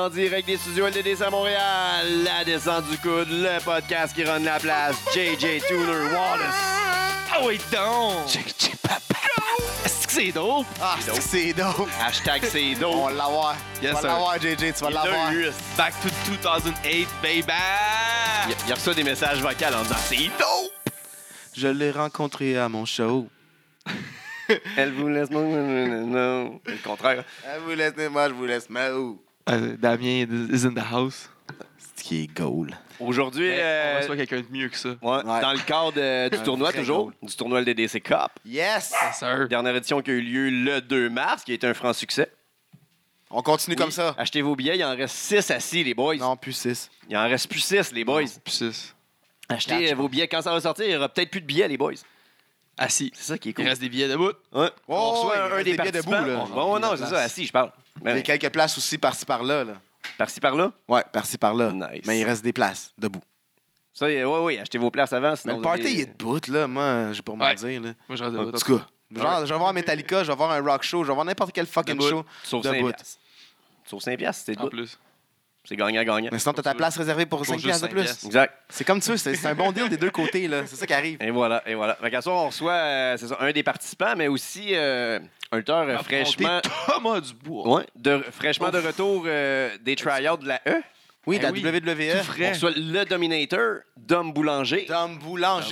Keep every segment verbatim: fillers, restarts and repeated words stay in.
en direct des studios L D D C à Montréal. La descente du coude, le podcast qui rend la place. J J Tuner Wallace. Ah oui, donc! J J Papa. Est-ce que c'est dope? Ah, c'est que c'est dope. Hashtag c'est dope. On va l'avoir. Yes, tu vas sir. l'avoir, J J, tu vas l'avoir. Back to two thousand eight, baby! Il, il reçoit des messages vocaux en disant c'est dope. Je l'ai rencontré à mon show. Elle vous laisse mon... Non. C'est le contraire. Elle vous laisse, moi, je vous laisse Mao. Euh, Damien is in the house. C'est qui est goal. Aujourd'hui, Mais euh, on reçoit quelqu'un de mieux que ça. ouais, Ouais. dans le cadre euh, du Un tournoi, vrai toujours, goal. du tournoi L D D C Cup. Yes! Yes, sir. Dernière édition qui a eu lieu le deux mars, qui a été un franc succès. On continue Oui. comme ça. Achetez vos billets, il en reste six assis, les boys. Non, plus six. Il en reste plus six, les boys. Puis six. Achetez Quatre, euh, vos billets quand ça va sortir. Il n'y aura peut-être plus de billets, les boys. Assis. C'est ça qui est Il cool. reste des billets debout. Ouais. Oh, On reçoit ouais, un, il un reste des des billets participants. debout, là. On- oh, non, c'est ça, assis, je parle. Il y Ben, a quelques places aussi par-ci par-là. Là. par-ci, par-là. Ouais, par-ci par-là. Nice. Mais il reste des places debout. Ça, oui, oui, achetez vos places avant. Mais Sinon le vous party, avez- il est debout, là. Moi, j'ai pas Ouais. à dire. Là. Moi, je reste En debout. tout cas, genre, je vais voir Metallica, je vais voir un rock show, je vais voir n'importe quel fucking Debout. show. Sauf Debout. cinq piastres. Sauf cinq piastres, c'est En tout. plus. C'est gagnant-gagnant. Mais sinon, t'as ta place réservée pour Pour cinq juste piastres de cinq plus. piastres. Exact. C'est comme ça, c'est c'est un bon deal des deux côtés, là. C'est ça qui arrive. Et voilà, et voilà. Fait qu'à soir, on reçoit euh, c'est ça, un des participants, mais aussi euh, un lutteur euh, fraîchement, Thomas Dubois. ouais, de, fraîchement de retour euh, des tryouts de la E. Oui, Eh de la oui. W W Tout E. frais. On reçoit le Dominator, Dom Boulanger. Dom Boulanger!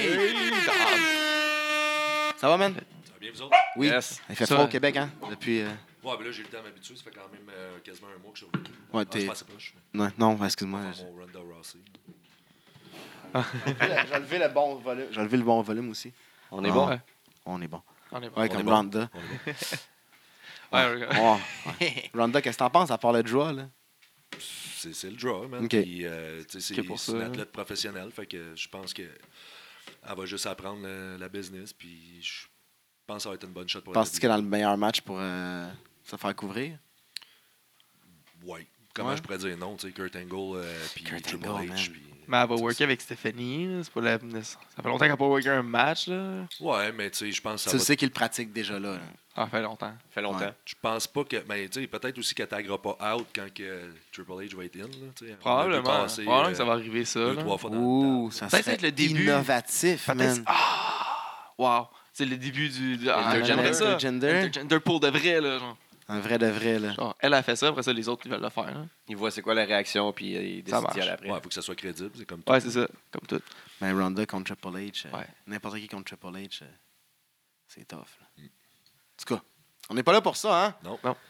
Ça va, man? Ça va bien, vous autres? Oui. Yes. Il fait Ça, froid au euh, Québec, hein? Depuis. euh, Ouais, mais là, j'ai le temps à m'habituer. Ça fait quand même euh, quasiment un mois que je suis revenu. Ouais, Ah, t'es- je pense que c'est proche. Non, non, excuse-moi. Faire mon Ronda Rousey. J'ai levé le bon volume. J'ai levé le bon volume aussi. On est Ah. bon. Ouais. On est bon. On est bon. Ouais, On est comme bon. Ronda. On est bon. Ouais, ouais, ouais. Ouais, ouais. Ronda, qu'est-ce que t'en penses à part le draw, là? C'est c'est le draw, man. Ok. Puis, euh, tu sais, c'est Que pour c'est ça, une hein. athlète professionnelle. Fait que je pense que elle va juste apprendre le- la business. Puis je pense que ça va être une bonne shot pour elle. Penses-tu qu'elle a le meilleur match pour euh, se faire couvrir? Ouais. Comment Ouais. je pourrais dire non? Tu sais, Kurt Angle, euh, puis Kurt Triple Angle, man. H. Puis, Mais elle va worker avec Stéphanie. là. C'est pas la... Ça fait longtemps qu'elle n'a pas worké un match. Là. ouais, mais tu sais, je pense que Tu ça le va. sais qu'il le pratique déjà, là. Ah, ça fait longtemps. Ça fait longtemps. Ouais. Je pense pas que. Mais tu sais, peut-être aussi qu'elle taggera pas out quand que Triple H va être in. Là, tu sais. On l'a vu Probablement. passer, Probablement euh, que ça va arriver, ça. Deux, là. trois fois dans le Ouh, temps. ça Peut-être serait être le début. innovatif, Peut-être- man. Ah! Wow! C'est le début du. du- Ah, Intergender. j'aimerais ça. Intergender. Intergender pour de vrai, là. Genre. Un vrai de vrai, là. Genre, elle a fait ça, après ça, les autres, ils veulent le faire. Hein. Il voit c'est quoi la réaction, puis euh, il décide marche. d'y aller après. Ouais, faut que ça soit crédible. C'est comme tout. Ouais, c'est ça. Comme tout. Mais Ronda contre Triple H, euh, Ouais. n'importe qui contre Triple H, euh, c'est tough. Là. En tout cas, on n'est pas là pour ça, hein? Non. Non.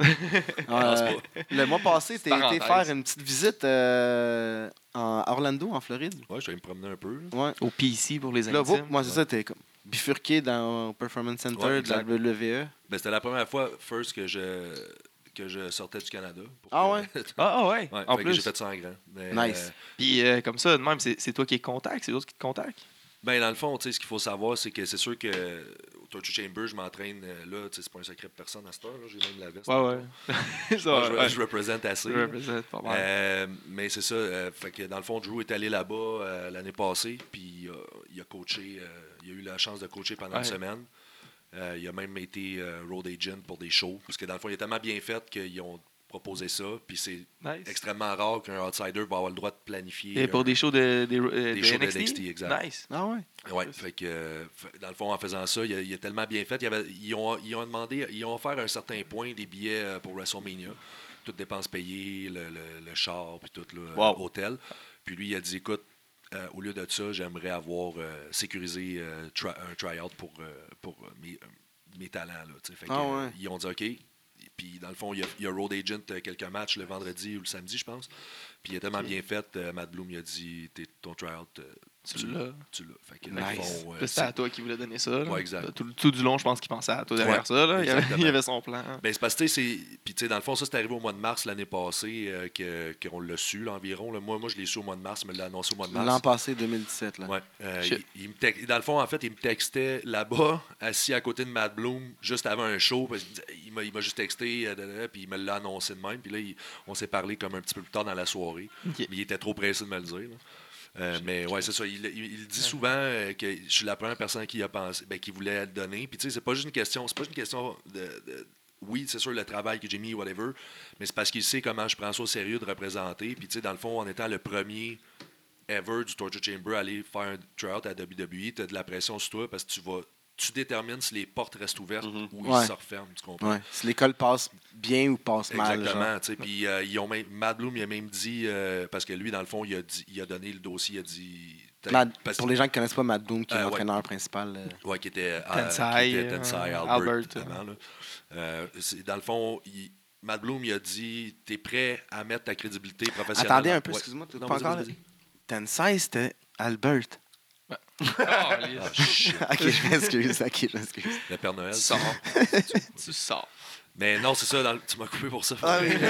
Euh, le mois passé, t'es été Parenthèse. faire une petite visite euh, en à Orlando, en Floride. Ouais, je suis allé me promener un peu. là. Ouais. Au P C pour les Là, intimes. vous, moi, c'est ça, t'es comme bifurqué dans le Performance Center Ouais, de la exact. W W E. Ben, c'était la première fois, first, que je, que je sortais du Canada. pour Ah que- ouais? Ah, ah ouais. Ouais, en fait que plus. j'ai fait ça en grand. Mais, Nice. euh, Puis euh, comme ça, de même, c'est c'est toi qui es contact, c'est d'autres qui te contactent. ben, dans le fond, tu sais, ce qu'il faut savoir, c'est que c'est sûr que au Torture Chamber, je m'entraîne euh, là. Tu sais, c'est pas un secret de personne à cette heure. là, J'ai même la veste. Ouais, ouais. Je, ça, je, ouais. je représente assez. Je là. représente pas mal. Euh, mais c'est ça. euh, fait que dans le fond, Drew est allé là-bas euh, l'année passée, puis euh, il a coaché. euh, il a eu la chance de coacher pendant Ouais. une semaine. Euh, il a même été euh, road agent pour des shows. Parce que dans le fond, il est tellement bien fait qu'ils ont proposé ça. Puis c'est Nice. extrêmement rare qu'un outsider va avoir le droit de planifier. Et pour un- des shows de, des, euh, Des de shows de N X T? N X T, exact. Nice. Ah ouais? Ouais, fait que, euh, fait- dans le fond, en faisant ça, il a, il a tellement bien fait. Il y avait- ils, ont, ils ont demandé, ils ont offert à un certain point des billets euh, pour WrestleMania. Toutes dépenses payées, le, le, le char, puis tout, là, Wow. euh, hôtel. Puis lui, il a dit, écoute, euh, au lieu de ça, j'aimerais avoir euh, sécurisé euh, try- un try-out pour, euh, pour euh, mes, euh, mes talents. Là, tu sais. Fait que, Ah euh, ouais. ils ont dit, OK. Puis, dans le fond, il y a, il y a road agent euh, quelques matchs le vendredi ou le samedi, je pense. Puis, il a tellement bien fait, euh, Matt Bloom, il a dit, T'es- ton try-out, euh, Tu l'as. Tu l'as. Fait que, dans le Nice. fond, euh, Là, c'était à toi qui voulait donner ça. là. Ouais, exact. Tout, tout du long, je pense qu'il pensait à toi derrière Ouais, ça. Là. Il, avait, exactement. il avait son plan. Ben, c'est parce que, tu sais, c'est- puis, tu sais, dans le fond, ça, c'est arrivé au mois de mars l'année passée euh, que- qu'on l'a su, là, environ. là. Moi, moi, je l'ai su au mois de mars, il me l'a annoncé au mois de mars. L'an passé, deux mille dix-sept. Là. Ouais. Euh, Shit. il, il me tex- dans le fond, en fait, il me textait là-bas, assis à côté de Matt Bloom, juste avant un show. Parce qu'il disait- il m'a il m'a juste texté, euh, da, da, da, puis il me l'a annoncé de même. Puis là, il- on s'est parlé comme un petit peu plus tard dans la soirée. Ok. Mais il était trop pressé de me le dire. là. Euh, mais ouais, c'est ça. Il, il- il dit souvent euh, que je suis la première personne qui y a pensé, ben, qui voulait le donner. Puis tu sais, c'est pas juste une question, c'est pas juste une question de, de- oui, c'est sûr, le travail que j'ai mis, whatever, mais c'est parce qu'il sait comment je prends ça au sérieux de représenter. Puis, tu sais, dans le fond, en étant le premier ever du Torture Chamber à aller faire un tryout à W W E, tu as de la pression sur toi parce que tu vas. Tu détermines si les portes restent ouvertes Mm-hmm. ou Ouais. ils se referment, tu comprends? Ouais. Si l'école passe bien ou passe mal. genre. Exactement. tu sais, Puis euh, ils ont même, Matt Bloom il a même dit, euh, parce que lui, dans le fond, il a, dit, il a donné le dossier, il a dit. Matt- parce- pour les gens qui ne connaissent pas Matt Bloom, qui est Euh, ouais. l'entraîneur principal. euh, Ouais, qui était, euh, Tensai, qui était Tensai euh, Albert, Albert, notamment, là. Euh, c'est- dans le fond, il- Matt Bloom, il a dit t'es prêt à mettre ta crédibilité professionnelle. Attendez un peu, Ouais. excuse-moi, tu Non, pas vas-y, encore. vas-y, là? vas-y. Tensai, c'était Albert. Ah, les- Ah, shit. Ok, je m'excuse, ok, je m'excuse. Le Père Noël. Tu sors. tu, tu sors. Mais non, c'est ça, dans le- tu m'as coupé pour ça. Ah oui.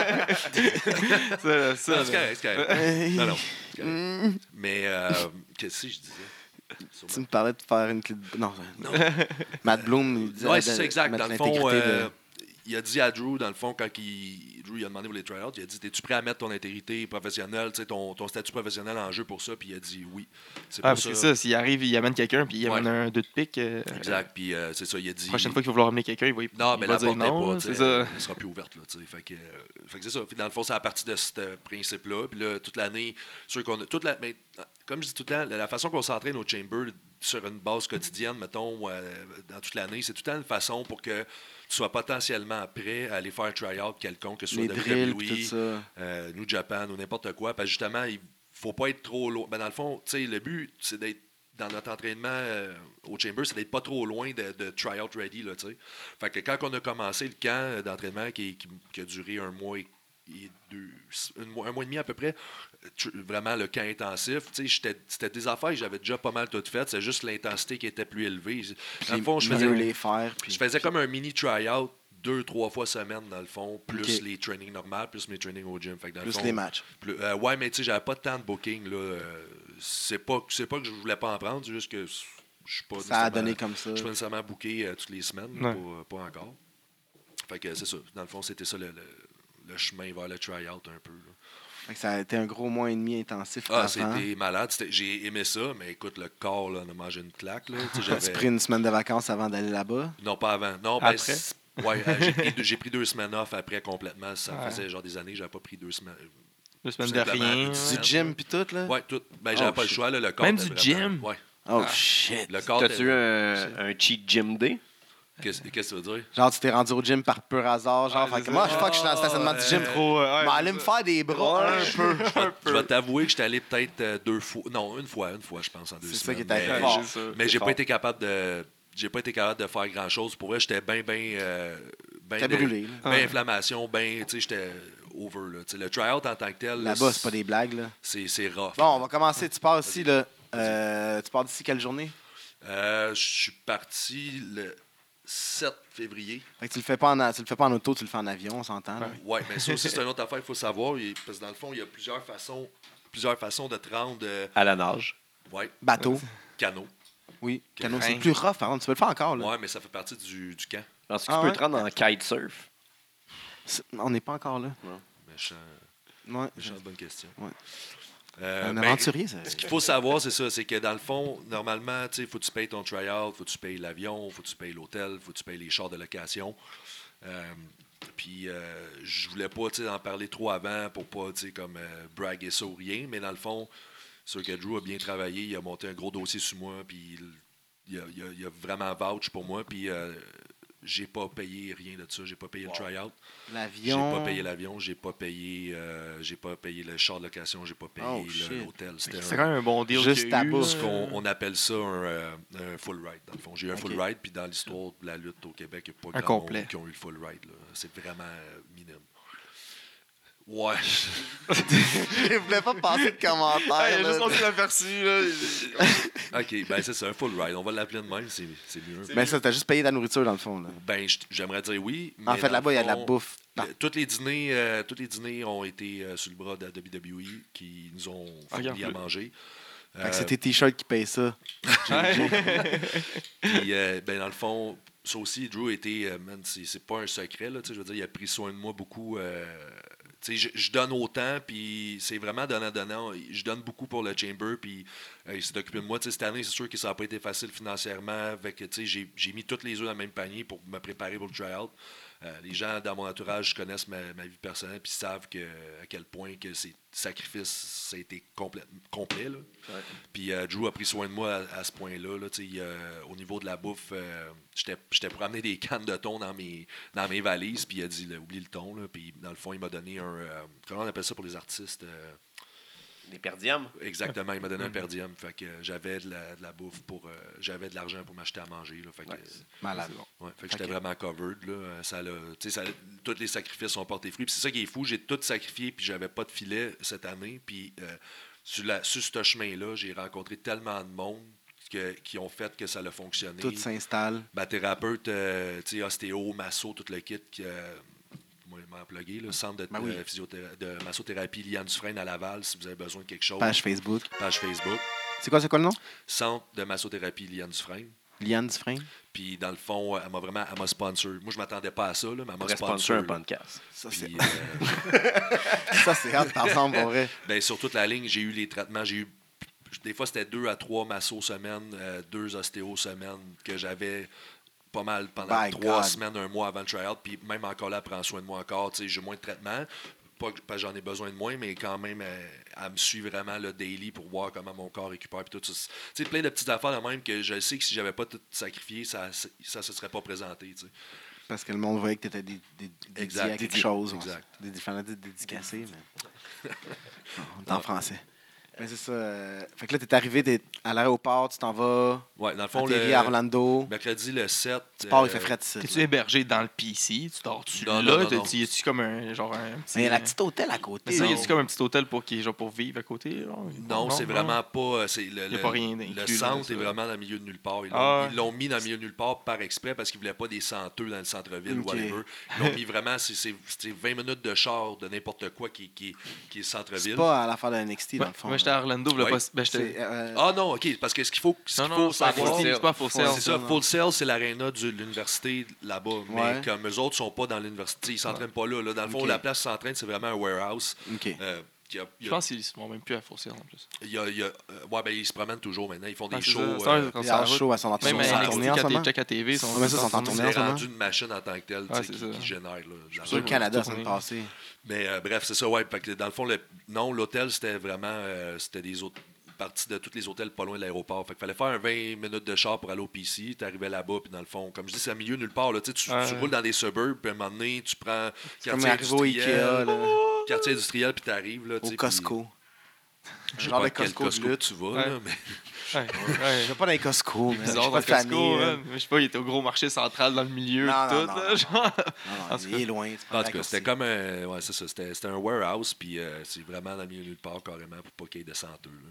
Ça, ça, Non, c'est correct, c'est correct. Euh, Non, non. c'est correct. mm, Mais, euh, qu'est-ce que je disais? Tu me parlais de faire une clé de... Non, Non. Matt Bloom, il disait Oui, de c'est ça, exact. mettre Dans le fond, l'intégrité euh, de- il a dit à Drew, dans le fond, quand il, Drew il a demandé pour les tryouts, il a dit t'es-tu prêt à mettre ton intégrité professionnelle, tu sais, ton, ton statut professionnel en jeu pour ça? Puis il a dit oui. C'est Ah, pour parce ça. que ça, s'il arrive, il amène quelqu'un, puis il Ouais. amène un deux de pique. euh, Exact. Puis euh, c'est ça, il a dit. La prochaine fois qu'il va vouloir amener quelqu'un, il va, Non, il mais va la dire porte n'est non. pas, là, tu sais, c'est ça. elle sera plus ouverte, là, tu sais. Fait que, euh, fait que c'est ça. Puis dans le fond, c'est à partir de ce euh, principe-là. Puis là, toute l'année, sûr qu'on a, toute la, mais, comme je dis tout le temps, la, la façon qu'on s'entraîne au Chamber sur une base quotidienne, mettons, euh, dans toute l'année, c'est tout le temps une façon pour que tu sois potentiellement prêt à aller faire un try-out quelconque, que ce soit les drills, W pis W E, tout ça. euh, New Japan ou n'importe quoi. Parce que justement, il faut pas être trop loin. Ben, dans le fond, tu sais, le but, c'est d'être dans notre entraînement euh, au Chamber, c'est d'être pas trop loin de, de try-out ready. Là, tu sais. Fait que quand on a commencé le camp d'entraînement qui, qui, qui a duré un mois et, et deux, un, mois, un mois et demi à peu près, tr- vraiment le camp intensif, tu sais, j'étais- c'était des affaires que j'avais déjà pas mal toutes faites, c'est juste l'intensité qui était plus élevée. Dans le fond, je Mieux faisais, les faire. Puis... je faisais comme un mini try-out deux, trois fois semaine, dans le fond, plus Ok. les trainings normaux, plus mes trainings au gym. Fait que dans le Plus fond, les matchs. plus- euh, ouais, mais tu sais, j'avais pas de temps de booking. Là. Euh, c'est pas, c'est pas que je voulais pas en prendre, c'est juste que je suis pas Ça a nécessairement- donné comme ça. je suis pas nécessairement booké euh, toutes les semaines, Ouais. pas, pas encore. Fait que c'est ça. Dans le fond, c'était ça le, le- le chemin vers le try-out un peu. là. Fait que ça a été un gros mois et demi intensif. Ah, avant. c'était malade. C'était- J'ai aimé ça, mais écoute, le corps là, on a mangé une claque. Là. Tu sais, Tu j'avais- pris une semaine de vacances avant d'aller là-bas. Non, pas avant. Non, ben, Après? c'est- ouais, euh, j'ai pris, deux- j'ai pris deux semaines off après complètement. Ça Ouais. faisait genre des années que j'avais pas pris deux semaines. Deux semaines de Simplement, rien. du ouais. Du gym puis tout, là? Ouais, tout. Ben, j'avais Oh, pas le shit. choix. Là, le corps Même était du vraiment- gym? Ouais. Oh, Ah. shit. Le corps T'as-tu était- eu un, un cheat gym day? Qu'est-ce qu'est-ce que tu veux dire? Genre, tu t'es rendu au gym par pur hasard. Genre, Ouais, fait c'est que ça. moi, je fuck, je suis dans le stationnement du gym. Euh, Trop, euh, ouais, Je vais c'est aller me ça. faire des bras un peu. Je vais t'avouer que j'étais allé peut-être euh, deux fois. Non, une fois, une fois, je pense, en deux C'est ça semaines. qui est arrivé Mais- fort. c'est ça. Mais j'ai fort. pas été capable de. J'ai pas été capable de faire grand chose. Pour vrai, j'étais bien, bien. Euh, ben T'as de- brûlé, là. ben Ouais. inflammation, ben. Tu sais, j'étais over, là. Tu sais, le tryout en tant que tel. là, Là-bas, c'est pas des blagues, là. C'est c'est rough. Bon, on va commencer. Tu pars ici, là. Euh, tu pars d'ici quelle journée? Euh, je suis parti le sept février. Fait que tu le fais pas en, tu le fais pas en auto, tu le fais en avion, on s'entend, là. Ouais, mais ça aussi, c'est une autre affaire qu'il faut savoir. Il- Parce que dans le fond, il y a plusieurs façons, plusieurs façons de te rendre. euh, À la nage. ouais, Bateau, canot. oui. Canot, Train. c'est plus rough, par contre. Tu peux le faire encore, là. Ouais, mais ça fait partie du, du camp. Parce que Ah tu peux ouais? te rendre en kitesurf. C'est- On n'est pas encore là. Méchant, Ouais. méchante bonne question. Ouais. Euh, Un ben, aventurier, ça. Ce qu'il faut savoir, c'est ça, c'est que dans le fond, normalement, il faut que tu payes ton tryout, faut que tu payes l'avion, faut que tu payes l'hôtel, faut que tu payes les chars de location. Euh, Puis euh, je voulais pas tu sais, en parler trop avant pour pas tu sais, comme euh, braguer ça ou rien, mais dans le fond, c'est sûr que Drew a bien travaillé, il a monté un gros dossier sur moi, puis il, il a, il a- il a vraiment vouch pour moi, puis euh, j'ai pas payé rien de ça, j'ai pas payé le tryout. J'ai L'avion. pas payé l'avion, j'ai pas payé, euh, j'ai pas payé le char de location, j'ai pas payé Oh, le- shit. l'hôtel. C'était C'est un- quand même un bon deal. Juste qu'il y a ta eu, bourse là. qu'on- on appelle ça un, euh, un full ride, dans le fond. J'ai eu un Ok. full ride, puis dans l'histoire de la lutte au Québec, il n'y a pas Un grand complet. monde qui ont eu le full ride. là. C'est vraiment euh, minime. Ouais. Je voulais pas passer de commentaires. Ah, il a là. juste sorti l'aperçu, là. OK, ben c'est ça, un full ride. On va l'appeler de même, c'est c'est mieux. Mais ça, t'as juste payé ta nourriture, dans le fond, là. Ben, je- j'aimerais dire oui. En mais fait, dans là-bas, le il y a de la fond, bouffe. euh, Tous les dîners, euh, tous les dîners ont été euh, sur le bras de la W W E qui nous ont fourni Regarde. à manger. Fait que Euh, c'est tes t-shirts qui payent ça. Puis, euh, ben, dans le fond, ça aussi, Drew était, euh, man, c'est c'est pas un secret, là, tu sais, je veux dire, il a pris soin de moi beaucoup. euh, tu sais, je, je donne autant, puis c'est vraiment donnant-donnant. Je donne beaucoup pour le Chamber, puis euh, il s'est occupé de moi. Tu sais, cette année, c'est sûr que ça n'a pas été facile financièrement. Avec, tu sais, j'ai j'ai mis toutes les œufs dans le même panier pour me préparer pour le tryout. Euh, les gens dans mon entourage connaissent ma, ma vie personnelle puis savent que, à quel point que c'est sacrifice, ça a été complet. complet là. Ouais. Puis euh, Drew a pris soin de moi à, à ce point-là. Là, euh, au niveau de la bouffe, euh, j'étais, j'étais pour amener des cannes de thon dans mes, dans mes valises, puis il a dit là, oublie le thon. Là, puis dans le fond, il m'a donné un. Euh, comment on appelle ça pour les artistes euh, Des perdiums. Exactement, il m'a donné un per diem. Fait que j'avais de la, de la bouffe pour. Euh, j'avais de l'argent pour m'acheter à manger. Là, fait que, Ouais. Malade. ouais, fait que j'étais Ok. vraiment covered. Là. Ça, l'a- tu sais, ça, tous les sacrifices ont porté fruit. Puis c'est ça qui est fou. J'ai tout sacrifié, puis j'avais pas de filet cette année. Puis euh, sur, la, sur ce chemin-là, j'ai rencontré tellement de monde que- qui ont fait que ça a fonctionné. Tout s'installe. Ma thérapeute, euh, tu sais, ostéo, masso, tout le kit. Qui, euh, moi, il m'a plugué, le centre de, Ben oui. de physiothé- de massothérapie Liane Dufresne à Laval, si vous avez besoin de quelque chose. Page Facebook. Page Facebook. C'est quoi, c'est quoi le nom? Centre de massothérapie Liane Dufresne. Liane Dufresne. Puis, dans le fond, elle m'a vraiment elle m'a sponsor. Moi, je m'attendais pas à ça, là, mais elle m'a Pour sponsor sponsor. un podcast. Ça, Puis, c'est euh, ça, c'est hâte, par exemple, pour vrai. ben, sur toute la ligne, j'ai eu les traitements. J'ai eu des fois, c'était deux à trois massos semaine, euh, deux ostéos semaine que j'avais pas mal pendant My trois God. semaines, un mois avant le tryout. Puis même encore là, elle prend soin de moi encore. Tu sais, j'ai moins de traitement. Pas que parce que j'en ai besoin de moins, mais quand même, elle, elle me suit vraiment le daily pour voir comment mon corps récupère. Puis tout ça. Tu sais, plein de petites affaires de même que je sais que si j'avais pas tout sacrifié, ça ne se serait pas présenté. Tu sais. Parce que le monde voyait que tu étais dédié Exact. à quelque Dédié. chose. Exact. Des différents dédicacés, mais. On est en français. Mais c'est ça. euh, Fait que là, t'es arrivé, t'es à l'aéroport, tu t'en vas Ouais, dans le fond, atterrir le, à Orlando. mercredi le sept. Tu pars, il euh, fait frais ici. T'es-tu hébergé dans le P C? Tu dors-tu Non, là? non, non, non. T'as- Y a-tu comme un, genre un petit... Mais il y a la petite hôtel à côté. Mais ça, y là. a-tu comme un petit hôtel pour, qui, genre, pour vivre à côté? Genre? Non, c'est vraiment pas. C'est le, Y a le- pas rien le d'inclus centre dans ça. est vraiment dans le milieu de nulle part. Ils l'ont, Ah ouais. ils l'ont mis dans le milieu de nulle part par exprès parce qu'ils voulaient pas des senteux dans le centre-ville Ok. ou whatever. Ils l'ont mis vraiment, c'est, c'est, c'est vingt minutes de char de n'importe quoi qui, qui, qui est C'est centre-ville. pas à l'affaire de N X T, dans Ouais, le fond. moi, j'étais à Orlando. là, Ouais. pas- ben, j'étais- C'est, euh, Ah non, ok, parce que ce qu'il faut, ce Non, qu'il non, faut c'est pas à Full savoir. Sail, c'est pas à Full Sail. C'est ça, non. Full Sail, c'est l'aréna de l'université là-bas. Ouais. Mais comme eux autres sont pas dans l'université, ils s'entraînent pas là, là. Dans le fond, Ok. la place où ils s'entraînent, c'est vraiment un warehouse. OK. Euh, il y a- il y Je a- pense qu'ils se vont même plus à Full Sail en plus. il y a- il y a- euh, ouais, ben, ils se promènent toujours maintenant. Ils font des Ah, c'est shows. ça. C'est euh, vrai, quand Les c'est à la house route. shows, elles sont en Même sont en à N X T, tournée en ce quand moment. t'es check à T V, ils sont Ouais, mais ça, sont sont en tournée. tournée en c'est ce moment. rendu une machine en tant que telle tu Ouais, sais, c'est qui, ça. qui génère. Là, de Sur le sûr. Canada, la Tournée. semaine passée. Mais euh, bref, c'est ça, ouais. Fait que dans le fond, le, non, l'hôtel, c'était vraiment euh, c'était des autres partie de tous les hôtels pas loin de l'aéroport. Fait qu'il fallait faire un vingt minutes de char pour aller au P C. Tu arrivais là-bas, puis dans le fond, comme je dis, c'est au milieu nulle part. Là. Tu, sais, tu, Ouais. tu roules dans des suburbs, puis à un moment donné, tu prends Comme quartier arriver au Ikea, industriel, là, quartier industriel, puis tu arrives. Là, tu au sais, Costco. puis- Je sais Genre pas le à quel Costco Costco de lutte. tu vas, Ouais. là, mais Ouais, ouais. Je vais pas dans les Costco, mais je Bizarre suis dans pas le de Costco, famille. là. man. Je sais pas, il était au gros marché central dans le milieu Non, et non, tout. non, là, non. genre. Non, En non, tout il est loin. tu prends en le tout cas, raccourci. c'était comme un, ouais, c'est ça, c'était, c'était un warehouse, puis euh, c'est vraiment dans le milieu nulle part, carrément, pour pas qu'il y ait de senteux. Là.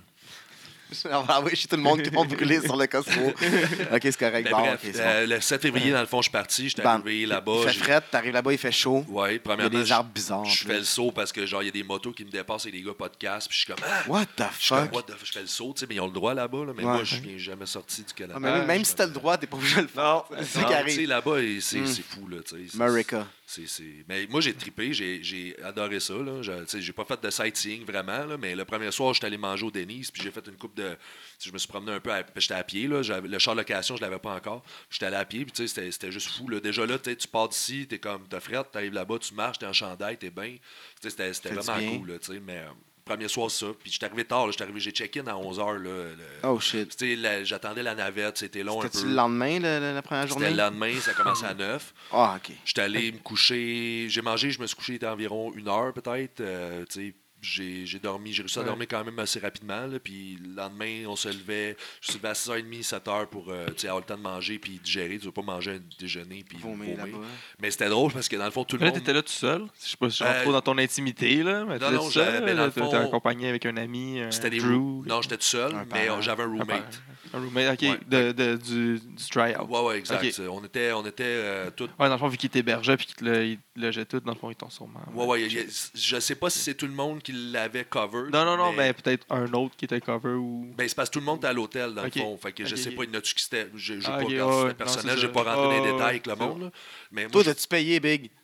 On va envoyer chez tout le monde qui vont brûler sur le Costco. OK, c'est correct. Ben, Bon, bref, OK, c'est euh, le sept février, dans le fond, je suis parti, j'étais Bam. arrivé là-bas. bon. Il fait j'ai- fret, t'arrives là-bas, il fait chaud. Ouais, Il y a premièrement, des je- arbres bizarres. en Je fais plus. le saut parce que genre il y a des motos qui me dépassent et les gars podcast puis je suis comme ah! What the Je suis comme fuck? what the- je fais le saut, tu sais, mais ils ont le droit là-bas là, mais Ouais. moi je viens jamais sorti du Canada. Ah, mais même- même si t'as le droit, t'es pas obligé de le faire. C'est ça Non, qui tu sais, arrive. là-bas et c'est, Mm. c'est fou là, tu sais. c'est- America. C'est, c'est... Mais moi j'ai trippé, j'ai, j'ai adoré ça là. Je, tu sais, j'ai pas fait de sightseeing vraiment là, mais le premier soir j'étais allé manger au Denny's puis j'ai fait une coupe de, tu sais, je me suis promené un peu, à... j'étais à pied là, j'avais... le char de location je l'avais pas encore, j'étais allé à pied puis tu sais c'était, c'était juste fou là. Déjà là, tu sais, tu pars d'ici, t'es comme t'as frette, t'arrives là-bas, tu marches, t'es en chandail, t'es bien, tu sais, c'était, c'était Fait du vraiment bien. cool là, tu sais, mais euh, premier soir ça, puis j'étais arrivé tard, là, j'étais arrivé, j'ai check-in à onze heures là. le- Oh shit. tu sais, la- j'attendais la navette, c'était long un C'était-tu peu. le lendemain, le- le- la première C'était journée? le lendemain, ça commençait à neuf. Ah, OK. J'étais allé me coucher. J'ai mangé, je me suis couché, il était environ une heure peut-être. Euh, tu sais, j'ai, j'ai dormi, j'ai réussi à Ouais. dormir quand même assez rapidement. Là, puis le lendemain, on se levait. Je suis levé à six heures trente, sept heures pour euh, tu sais, avoir le temps de manger puis digérer. Tu ne veux pas manger un déjeuner puis Vomir vomir. là-bas. Mais c'était drôle parce que dans le fond, tout le Là, monde. t'étais là tout seul. Je sais pas si je rentre Euh, trop dans ton intimité, là. Mais non, t'étais non, tout seul. j'avais- mais dans le T'étais fond, accompagné avec un ami, un C'était des Drew. Non, j'étais tout seul, Un mais parent. euh, j'avais un Un roommate. parent. Un roommate, OK, Ouais. de, de, du, du try-out. Ouais, ouais, exact. Ok. On était, on était euh, tous. Ouais, dans le fond, vu qu'il t'hébergeait puis qu'il te le- il te logeait tout, dans le fond, ils t'ont sûrement. Ouais, ouais, il y a- je sais pas si c'est tout le monde qui l'avait cover. Non, non, non, mais peut-être un autre qui était cover ou. Ben, c'est parce que tout le monde était à l'hôtel, dans Ok. le fond. Fait que je Ok, sais ok. pas, il y en a-tu qui c'était. Je je Ah, pas ok, regardé ouais, c'était ouais. personnel, Non, c'est j'ai ça. pas rentré dans les Oh, détails avec le c'est monde. là. Mais moi, Toi, je- t'as-tu payé, Big?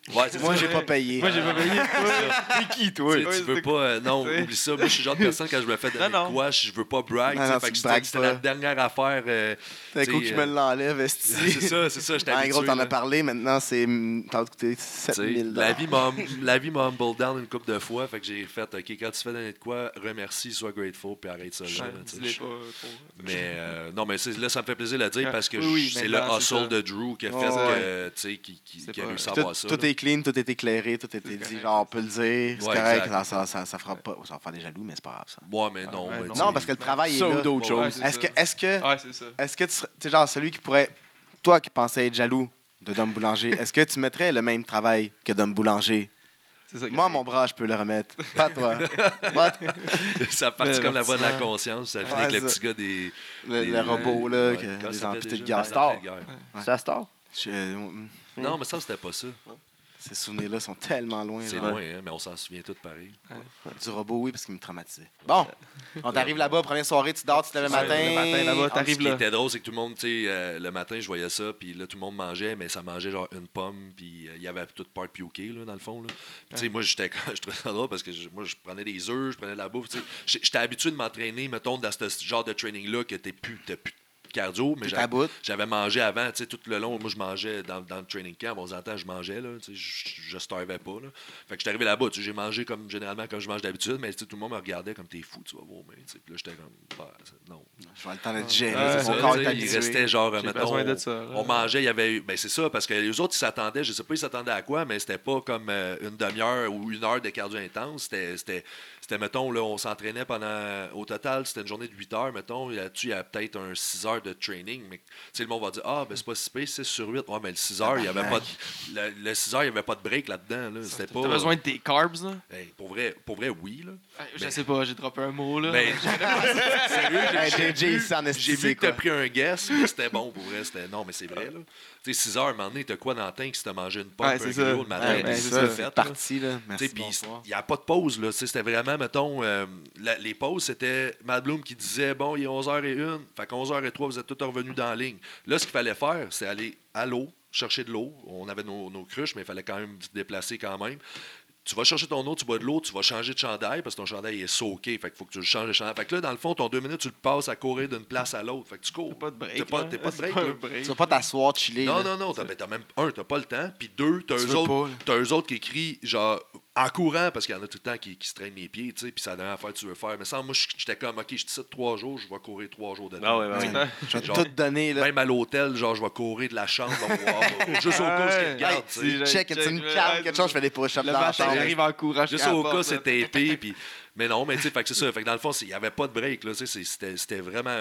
Ouais, c'est Moi, ça. j'ai pas payé. Moi, j'ai pas payé. C'est qui, toi? Tu sais, tu veux pas. euh, non, t'sais. oublie ça. Moi, je suis le genre de personne, quand je me fais donner Non, non. de quoi, je veux pas brag. Non, tu sais, non, fait tu que bragues c'était pas. la dernière affaire. euh, T'as un tu coup sais, qui me euh, l'enlève, esti. C'est ça, c'est ça. J'étais En habitué. gros, t'en là. as parlé, maintenant, c'est. T'as coûté sept Tu sais, mille. la vie m'a la vie m'a humble down une couple de fois, fait que j'ai fait OK, quand tu fais donner de quoi, remercie, sois grateful puis arrête ça là. Ouais, là, tu sais. dis-les pas trop. Mais euh, non, mais c'est- là ça me fait plaisir de le dire Ouais. parce que Oui, oui, je- c'est le maintenant, c'est hustle ça. de Drew qui a Ouais, fait ouais. que tu sais qui, qui, C'est qui a pas- réussi à Tout, avoir ça. tout là. est clean, tout est éclairé, tout est dit. correct, Genre, on ça. peut le dire. C'est Ouais, correct. exact. Ça, ça, ça, ça fera pas. Ça va faire des jaloux, mais c'est pas grave, ça. Ouais, mais non. Ouais, mais non. tu sais, Non, parce que le travail est Ça ou là. d'autres Ouais, choses. c'est Est-ce que, ça. est-ce que, Ouais, c'est ça. est-ce que tu serais- tu sais, genre, celui qui pourrait. Toi qui pensais être jaloux de Dom Boulanger, est-ce que tu mettrais le même travail que Dom Boulanger? C'est ça que- Moi, mon bras, je peux le remettre. Pas toi. Pas toi. ça partit Mais comme la voix de la effectivement. conscience, ça finit Ouais, avec le ça. petit gars des Le, des- le robot, là, Ouais. que, Comment des ça s'appelait amputés de déjà? guerre. Star. De guerre. Ouais. C'est la star? Je- euh, Non, mais ça c'était pas ça. Ces souvenirs-là sont tellement loin. C'est genre. loin, hein, mais on s'en souvient tous pareil. Du robot, oui, parce qu'il me traumatisait. Bon, on t'arrive là-bas, première soirée, tu dors, tu te lèves le Ouais, matin. le matin, là-bas, Ah, t'arrives Ce qui là. était drôle, c'est que tout le monde, tu sais, euh, le matin, je voyais ça, puis là, tout le monde mangeait, mais ça mangeait genre une pomme, puis euh, il y avait toute part puké, là, dans le fond. Là. Puis, tu sais, moi, j'étais, je trouvais ça drôle parce que je- moi, je prenais des œufs, je prenais de la bouffe, tu sais. J'- J'étais habitué de m'entraîner, mettons, dans ce genre de training-là, que t'es plus, t'as plus de cardio, mais Tout j'avais- à bout. j'avais mangé avant, tu sais, tout le long. Moi, je mangeais dans, dans le training camp, on s'entend, je mangeais, là, tu sais, je, je starvais pas, là. Fait que j'étais arrivé là-bas, tu sais, j'ai mangé comme, généralement, comme je mange d'habitude, mais tu sais, tout le monde me regardait comme t'es fou, tu vas voir, mais, tu sais, puis là, j'étais comme, bah, c'est- non. Je vais le temps de digérer. Ouais, c'est C'est mon ça, corps tu est sais, il habitué. restait genre, J'ai mettons, besoin de ça, là. on mangeait, il y avait eu, ben c'est ça, parce que les autres, ils s'attendaient, je sais pas, ils s'attendaient à quoi, mais c'était pas comme euh, une demi-heure ou une heure de cardio intense, c'était, c'était, c'était, mettons, là, on s'entraînait pendant, au total, c'était une journée de huit heures, mettons, là-dessus, il y a peut-être un six heures de training, mais, tu sais, le monde va dire, ah, ben c'est pas si pire, six sur huit, ouais, mais le six heures, il y avait pas de, le, le six heures, il y avait pas de break là-dedans, là, c'était pas... T'as besoin de tes carbs, là? Ben, pour vrai, pour vrai, oui, là. Je Mais- sais pas, j'ai droppé un mot, là. Ben, sérieux, Hey, j'ai- J J, ici, en esti, J'ai c'est vu que t'as quoi? pris un guess, mais c'était bon pour vrai. C'était... Non, mais c'est vrai, là. Tu sais, six heures, à un moment donné, t'as quoi dans le tank si t'as mangé une pomme Ouais, et un c'est ça. griot le matin? Ouais, puis ben, c'est c'est c'est ça, fait, c'est là. parti, là. Tu sais, Merci, puis bonsoir. il n'y a pas de pause, là. Tu sais, c'était vraiment, mettons, euh, la- les pauses, c'était Matt Bloom qui disait, bon, il est onze heures zéro un, fait qu'à onze heures zéro trois, vous êtes tous revenus dans la ligne. Là, ce qu'il fallait faire, c'est aller à l'eau, chercher de l'eau. On avait nos, nos cruches, mais il fallait quand même se déplacer quand même. Tu vas chercher ton eau, tu bois de l'eau, tu vas changer de chandail parce que ton chandail est soaké. Fait qu'il faut que tu le changes de chandail. Fait que là, dans le fond, ton deux minutes, tu le passes à courir d'une place à l'autre. Fait que tu cours. T'as pas de break. T'as pas, là. t'as pas de C'est break, pas là. un break. Tu vas pas t'asseoir, chiller. Non, là. non, non. T'as, ben, t'as même, un, t'as pas le temps. Puis deux, t'as Tu eux veux autres, pas, là. t'as eux autres qui écrient, genre, en courant, parce qu'il y en a tout le temps qui, qui se traînent les pieds, tu sais, puis c'est la dernière affaire que tu veux faire. Mais sans moi, j'étais comme, OK, je dis ça de trois jours, je vais courir trois jours de temps. Ah ouais, ouais, Ouais. ouais. Je vais Genre- tout donner, là. Même à l'hôtel, genre, je vais courir de la chambre, on va voir, juste au cas où je Ouais. regarde, Hey, tu sais. si, je- check, check, c'est une ouais, carte, ouais, quelque chose, je fais des push-ups Le dans la matin, chambre. j'arrive en courant. Juste jusqu'à la au cas, porte, c'est là. tapé. Puis... Mais non, mais tu sais, fait que c'est ça. Fait que dans le fond, il n'y avait pas de break. Là, tu sais, c'est- c'était, c'était vraiment.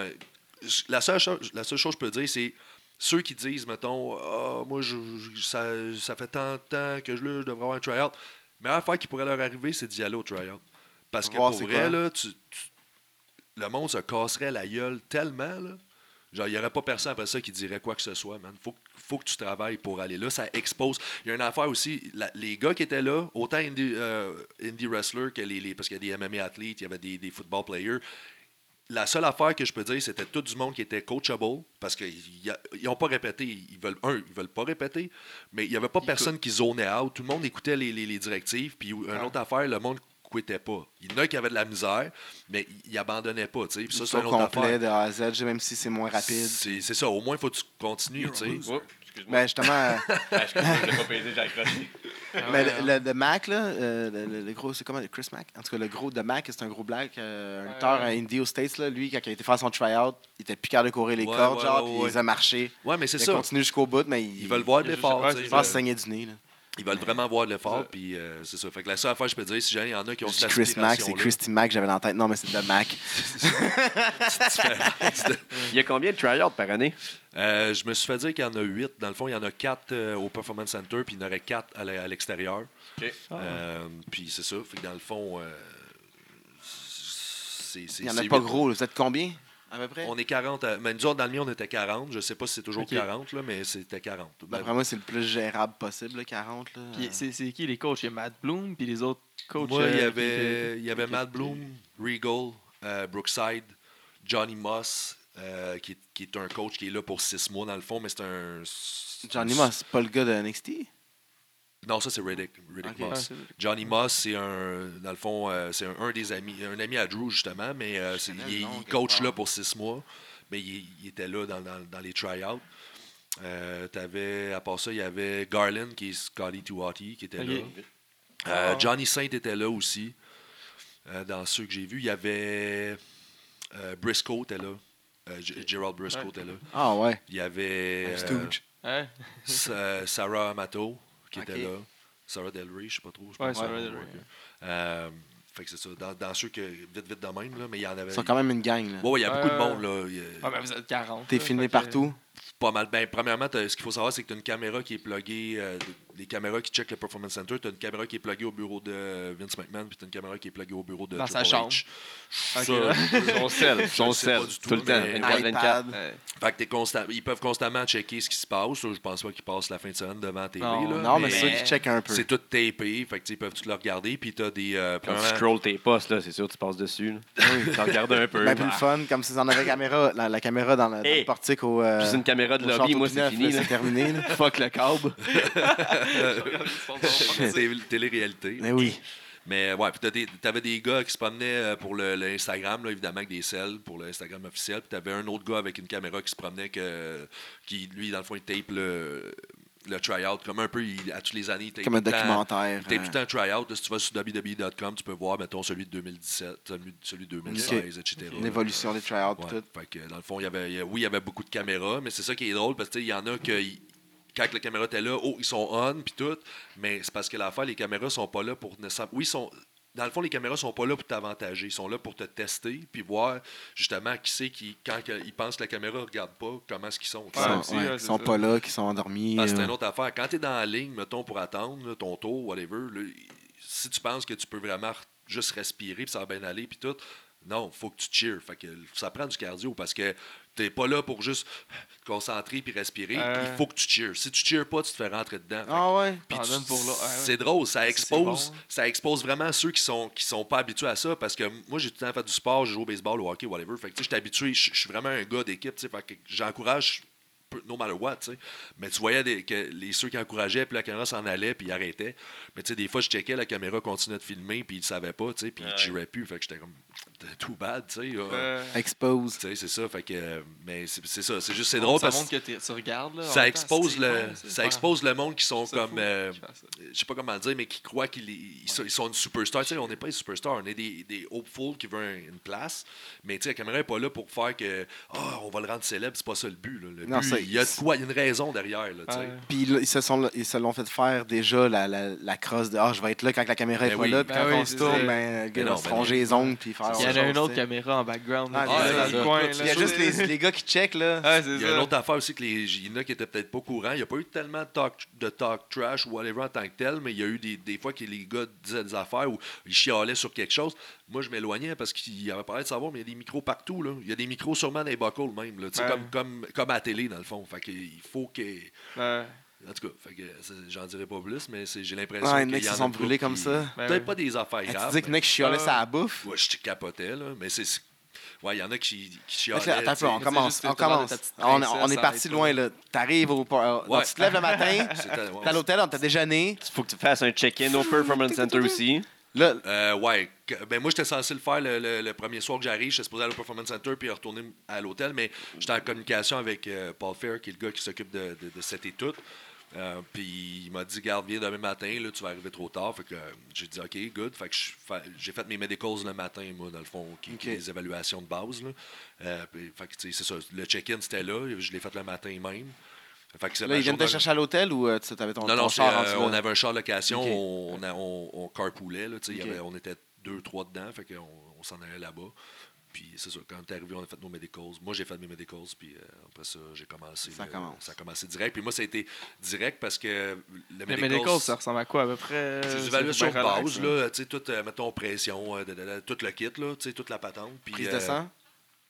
La seule, chose, la seule chose que je peux dire, c'est ceux qui disent, mettons, ah, moi, je, je- ça, ça fait tant de temps que je, là, je devrais avoir un try-out. La meilleure affaire qui pourrait leur arriver, c'est d'y aller au try-out. Parce que Voir pour c'est vrai, quoi. là, tu, tu- le monde se casserait la gueule tellement. Là. Genre, il n'y aurait pas personne après ça qui dirait quoi que ce soit, man. Faut, faut que tu travailles pour aller là. Ça expose. Il y a une affaire aussi. la- les gars qui étaient là, autant indie, euh, indie wrestlers que les, les- parce qu'il y a des M M A athlètes, il y avait des, des football players. La seule affaire que je peux dire, c'était tout du monde qui était coachable parce qu'ils n'ont pas répété. Ils veulent, un, ils veulent pas répéter, mais il n'y avait pas personne qui zonait out. Tout le monde écoutait les, les- les directives. Puis une autre affaire, le monde ne quittait pas. Il y en a qui avaient de la misère, mais ils n'abandonnaient pas. tu sais. Puis ça, c'est Au une autre complet, affaire. de A à Z, même si c'est moins rapide. C'est c'est ça. Au moins, il faut que tu continues. tu sais. Oh, excuse-moi. Ben, justement, euh, Ah, excuse-moi, je l'ai pas pesé, j'ai accroché. mais le, le, le Mac, là, euh, le, le- le gros, c'est comment, le Chris Mack? En tout cas, le gros de Mac, c'est un gros black, euh, un Ouais, lutteur ouais. à Indie aux States, là, lui, quand il a été faire son try-out, il était plus capable de courir les Ouais, cordes, ouais, genre, ouais, puis ouais. il les a marché. Ouais, mais c'est Il a ça. continué jusqu'au bout, mais il, Ils veulent voir de il y a l'effort. juste- tu sais. ouais, je pense saigner du nez, là. Ils veulent vraiment voir de C'est l'effort. ça. Puis euh, c'est ça. Fait que la seule affaire que je peux dire, si jamais il y en a qui ont Je dis cette Chris Mack, c'est aspiration-là, Christy Mack, j'avais dans la tête. Non, mais c'est de Mac. Il y a combien de try-outs par année? Euh, je me suis fait dire qu'il y en a huit. Dans le fond, il y en a quatre euh, au Performance Center, puis il y en aurait quatre à l'e- à l'extérieur. OK. Euh, puis c'est ça. Fait que dans le fond, euh, c'est. c'est- Il n'y en a c'est pas huit. gros. Vous êtes combien, à peu près? On est quarante. à- Mais nous autres, dans le mien, on était quarante. Je sais pas si c'est toujours OK. quarante, là, mais c'était quarante. Ben, D'après moi, c'est le plus gérable possible, là, quarante. Là. Puis c'est c'est qui les coachs? Il y a Matt Bloom, puis les autres coachs. moi, il y euh, avait, qui- il y avait qui- Matt Bloom, Regal, euh, Brookside, Johnny Moss, euh, qui, est- qui est un coach qui est là pour six mois, dans le fond, mais c'est un. Johnny Moss, c'est pas le gars de N X T? Non, ça, c'est Riddick. Riddick Ok. Moss. Ah, c'est- Johnny Moss, c'est un, dans le fond, euh, c'est un, un des amis, un ami à Drew, justement, mais euh, c'est- connais il, le est- nom, il quelque coach part. là pour six mois, mais il, il était là dans, dans, dans les try-outs. Euh, t'avais, à part ça, il y avait Garland, qui est Scotty Tuati, qui était Ok. là. Ah. Euh, Johnny Saint était là aussi, euh, dans ceux que j'ai vus. Il y avait euh, Briscoe était là. Euh, G- Gerald Briscoe Ouais. était là. Ah ouais. Il y avait Un euh, Stooge. Ouais. Sa- Sarah Amato, qui Ok. était là. Sarah Del Rey, je sais pas trop. je Ouais, pense. Sarah Del Rey, Ouais. ouais. Euh, fait que c'est ça. Dans, dans ceux que, vite, vite de même, là, mais il y en avait. Ils sont quand même une gang. Là. Ouais, ouais, il y a beaucoup de Euh, monde, là. Il y a- Ah, ben vous êtes quarante. T'es là, filmé fait que- partout. Pas mal. Ben, premièrement, t'as- ce qu'il faut savoir, c'est que tu as une caméra qui est pluggée, euh, des caméras qui checkent le Performance Center. Tu as une caméra qui est pluggée au bureau de Vince McMahon, puis tu as une caméra qui est pluggée au bureau de Dans sa Triple chambre. H. Ok, Ça, là. Son sel, son sais pas sel, du tout, tout le temps, mais- vingt-quatre vingt-quatre. Ouais. fait que t'es constant, ils peuvent constamment checker ce qui se passe. Je pense pas qu'ils passent la fin de semaine devant la T V. Non, là, Non, mais c'est sûr qu'ils checkent un peu. c'est tout tapé. Fait que, tu sais, ils peuvent tout le regarder. Puis tu as des. euh, Quand tu premièrement- scrolls tes posts, là, c'est sûr que tu passes dessus. là. Tu regardes un peu. Ben, plus bah. le fun, comme si on avait la caméra, la, la caméra dans le, dans Hey. le portique au. euh, Puis c'est une caméra de au lobby, Château moi, c'est Pinneuf, fini. là, là. C'est terminé. là. Fuck le câble. Télé- Télé-réalité. Mais oui. Mais ouais, puis tu avais des gars qui se promenaient euh, pour le, le Instagram, là, évidemment, avec des selles pour le Instagram officiel. Puis tu avais un autre gars avec une caméra qui se promenait, que, qui, lui, dans le fond, il tape le, le try-out. Comme un peu, il- à toutes les années, il tape Comme un tout le temps- documentaire. Il tape euh, tout le temps un try-out. Là, si tu vas sur w w w point com, tu peux voir, mettons, celui de deux mille dix-sept, celui celui de deux mille seize, et cetera. Une évolution des tryouts Ouais. et tout. Fait que, dans le fond, il y avait, il y a- oui, il y avait beaucoup de caméras, mais c'est ça qui est drôle parce qu'il y en a que ils- quand la caméra était là, oh, ils sont on puis tout, mais c'est parce que l'affaire, les caméras sont pas là pour nécessairement. Oui, ils sont. Dans le fond, les caméras sont pas là pour t'avantager. Ils sont là pour te tester puis voir justement qui c'est qui, quand que- ils pensent que la caméra ne regarde pas, comment est-ce qu'ils sont. Qui Ouais, sont, aussi, ouais, là, qui c'est sont ça. pas là, qui sont endormis. Ah, c'est euh, une autre affaire. Quand tu es dans la ligne, mettons, pour attendre là, ton tour, whatever, là, si tu penses que tu peux vraiment r- juste respirer puis ça va bien aller puis tout, non, faut que tu cheers. Fait que ça prend du cardio parce que t'es pas là pour juste te concentrer puis respirer. Euh. Il faut que tu cheers. Si tu cheers pas, tu te fais rentrer dedans. Fait que- Ah ouais. puis T'en tu- donnes pour là. Ouais, ouais. c'est drôle, ça c'est expose, bon, hein. ça expose vraiment ceux qui sont qui sont pas habitués à ça parce que moi j'ai tout le temps fait du sport, j'ai joué au baseball, au hockey, whatever. Fait que tu sais, je suis habitué, je je suis vraiment un gars d'équipe, tu sais, fait que j'encourage peu- no matter what, tu sais. Mais tu voyais des- que les ceux qui encourageaient, puis la caméra s'en allait, puis ils arrêtaient. Mais tu sais, des fois, je checkais, la caméra continuait de filmer, puis ils ne savaient pas, tu sais, puis ils Ouais. cheeraient plus. Fait que j'étais comme, too bad, tu sais. euh, Euh, Expose. Tu sais, c'est ça. Fait que, euh, mais c'est c'est ça. C'est juste, c'est ça drôle parce montre que que t'es- tu regardes. Là, en ça même temps, expose c'est le, bon, c'est ça pas- expose le monde qui sont c'est comme, fou euh, qu'ils fassent ça. je sais pas comment dire, mais qui croient qu'ils ils sont, ils sont une superstar. Tu sais, on n'est pas des superstars, on est des, des hopefuls qui veulent un- une place. Mais tu sais, la caméra n'est pas là pour faire que, ah, on va le rendre célèbre. C'est pas ça le but. Là. Le Non, but, ça- il y a de quoi, il y a une raison derrière. Là, tu sais. Ouais. Puis là, ils se sont, ils se l'ont fait faire déjà la, la, la crosse de ah, je vais être là quand la caméra est Ben pas oui. là. Puis Ben quand oui, on se c'est tourne, ça. ben, le gars non, va se ben fronger les ongles puis faire Il y en autre a chose, une autre tu sais. caméra en background. Ah, là, c'est qui est ça. dans le coin, Il là. y a juste les, les gars qui checkent là. Ouais, c'est Il y a ça. une autre affaire aussi que les, il y en a qui étaient peut-être pas au courant. Il n'y a pas eu tellement de talk, de talk trash ou whatever en tant que tel, mais il y a eu des, des fois que les gars disaient des affaires ou ils chialaient sur quelque chose. Moi, je m'éloignais parce qu'il y avait pas l'air de savoir, mais il y a des micros partout. Là. Il y a des micros sûrement dans les buckles même, là, tu sais, Ouais. comme, comme, comme à la télé, dans le fond. Fait qu'il faut que. Ouais. En tout cas, fait que c'est- j'en dirais pas plus, mais c'est- j'ai l'impression Ouais, qu'il les mecs y en se a sont une couple brûlés comme qui- ça. Ben Peut-être ouais. pas des affaires Tu graves. dis que mais- mec chialait Ah. ça à la bouffe. Ouais, je capotais, là. Mais c'est. Ouais, il y en a qui, qui Fait que chialaient. là, attends un peu, on tu sais, commence. juste On te parler de commence. ta petite On, princesse, on est ça parti arrête loin là. T'arrives au port. Ouais. Tu te lèves le matin, C'était- ouais, t'es à l'hôtel, on t'a déjeuné. Il faut que tu fasses un check-in au Performance Center aussi. Là, Euh, ouais. Que- Ben moi, j'étais censé le faire le, le- le premier soir que j'arrive. J'étais supposé aller au Performance Center puis retourner à l'hôtel, mais j'étais en communication avec euh, Paul Fair, qui est le gars qui s'occupe de, de, de cet et tout. Euh, puis il m'a dit, garde, viens demain matin, là, tu vas arriver trop tard. Fait que euh, j'ai dit, OK, good. Fait que je fa- j'ai fait mes medicals le matin, moi, dans le fond, qui, qui OK. est des évaluations de base. Là. Euh, puis, fait que, tu sais, c'est ça. Le check-in, c'était là. Je l'ai fait le matin même. Fait que c'est là ma ils viennent te journée- chercher à l'hôtel ou euh, tu avais ton, non, ton non, c'est, char euh, rendu on là? avait un char de location, OK. on, on, a- on, on carpoolait, là, tu sais, il y OK. avait- on était deux, trois dedans, fait qu'on on s'en allait là-bas. Puis c'est ça, quand on est arrivé, on a fait nos medicals. Moi, j'ai fait mes medicals, puis euh, après ça, j'ai commencé. Ça le- commence. ça a commencé direct. Puis moi, ça a été direct parce que le Les medicals, médicals, ça ressemble à quoi à peu près? c'est des C'est évaluations de bien relax, base, là, tu sais, tout, euh, mettons, pression, euh, de- de- de- tout le kit, là, tu sais, toute la patente. Puis, Prise euh, de sang?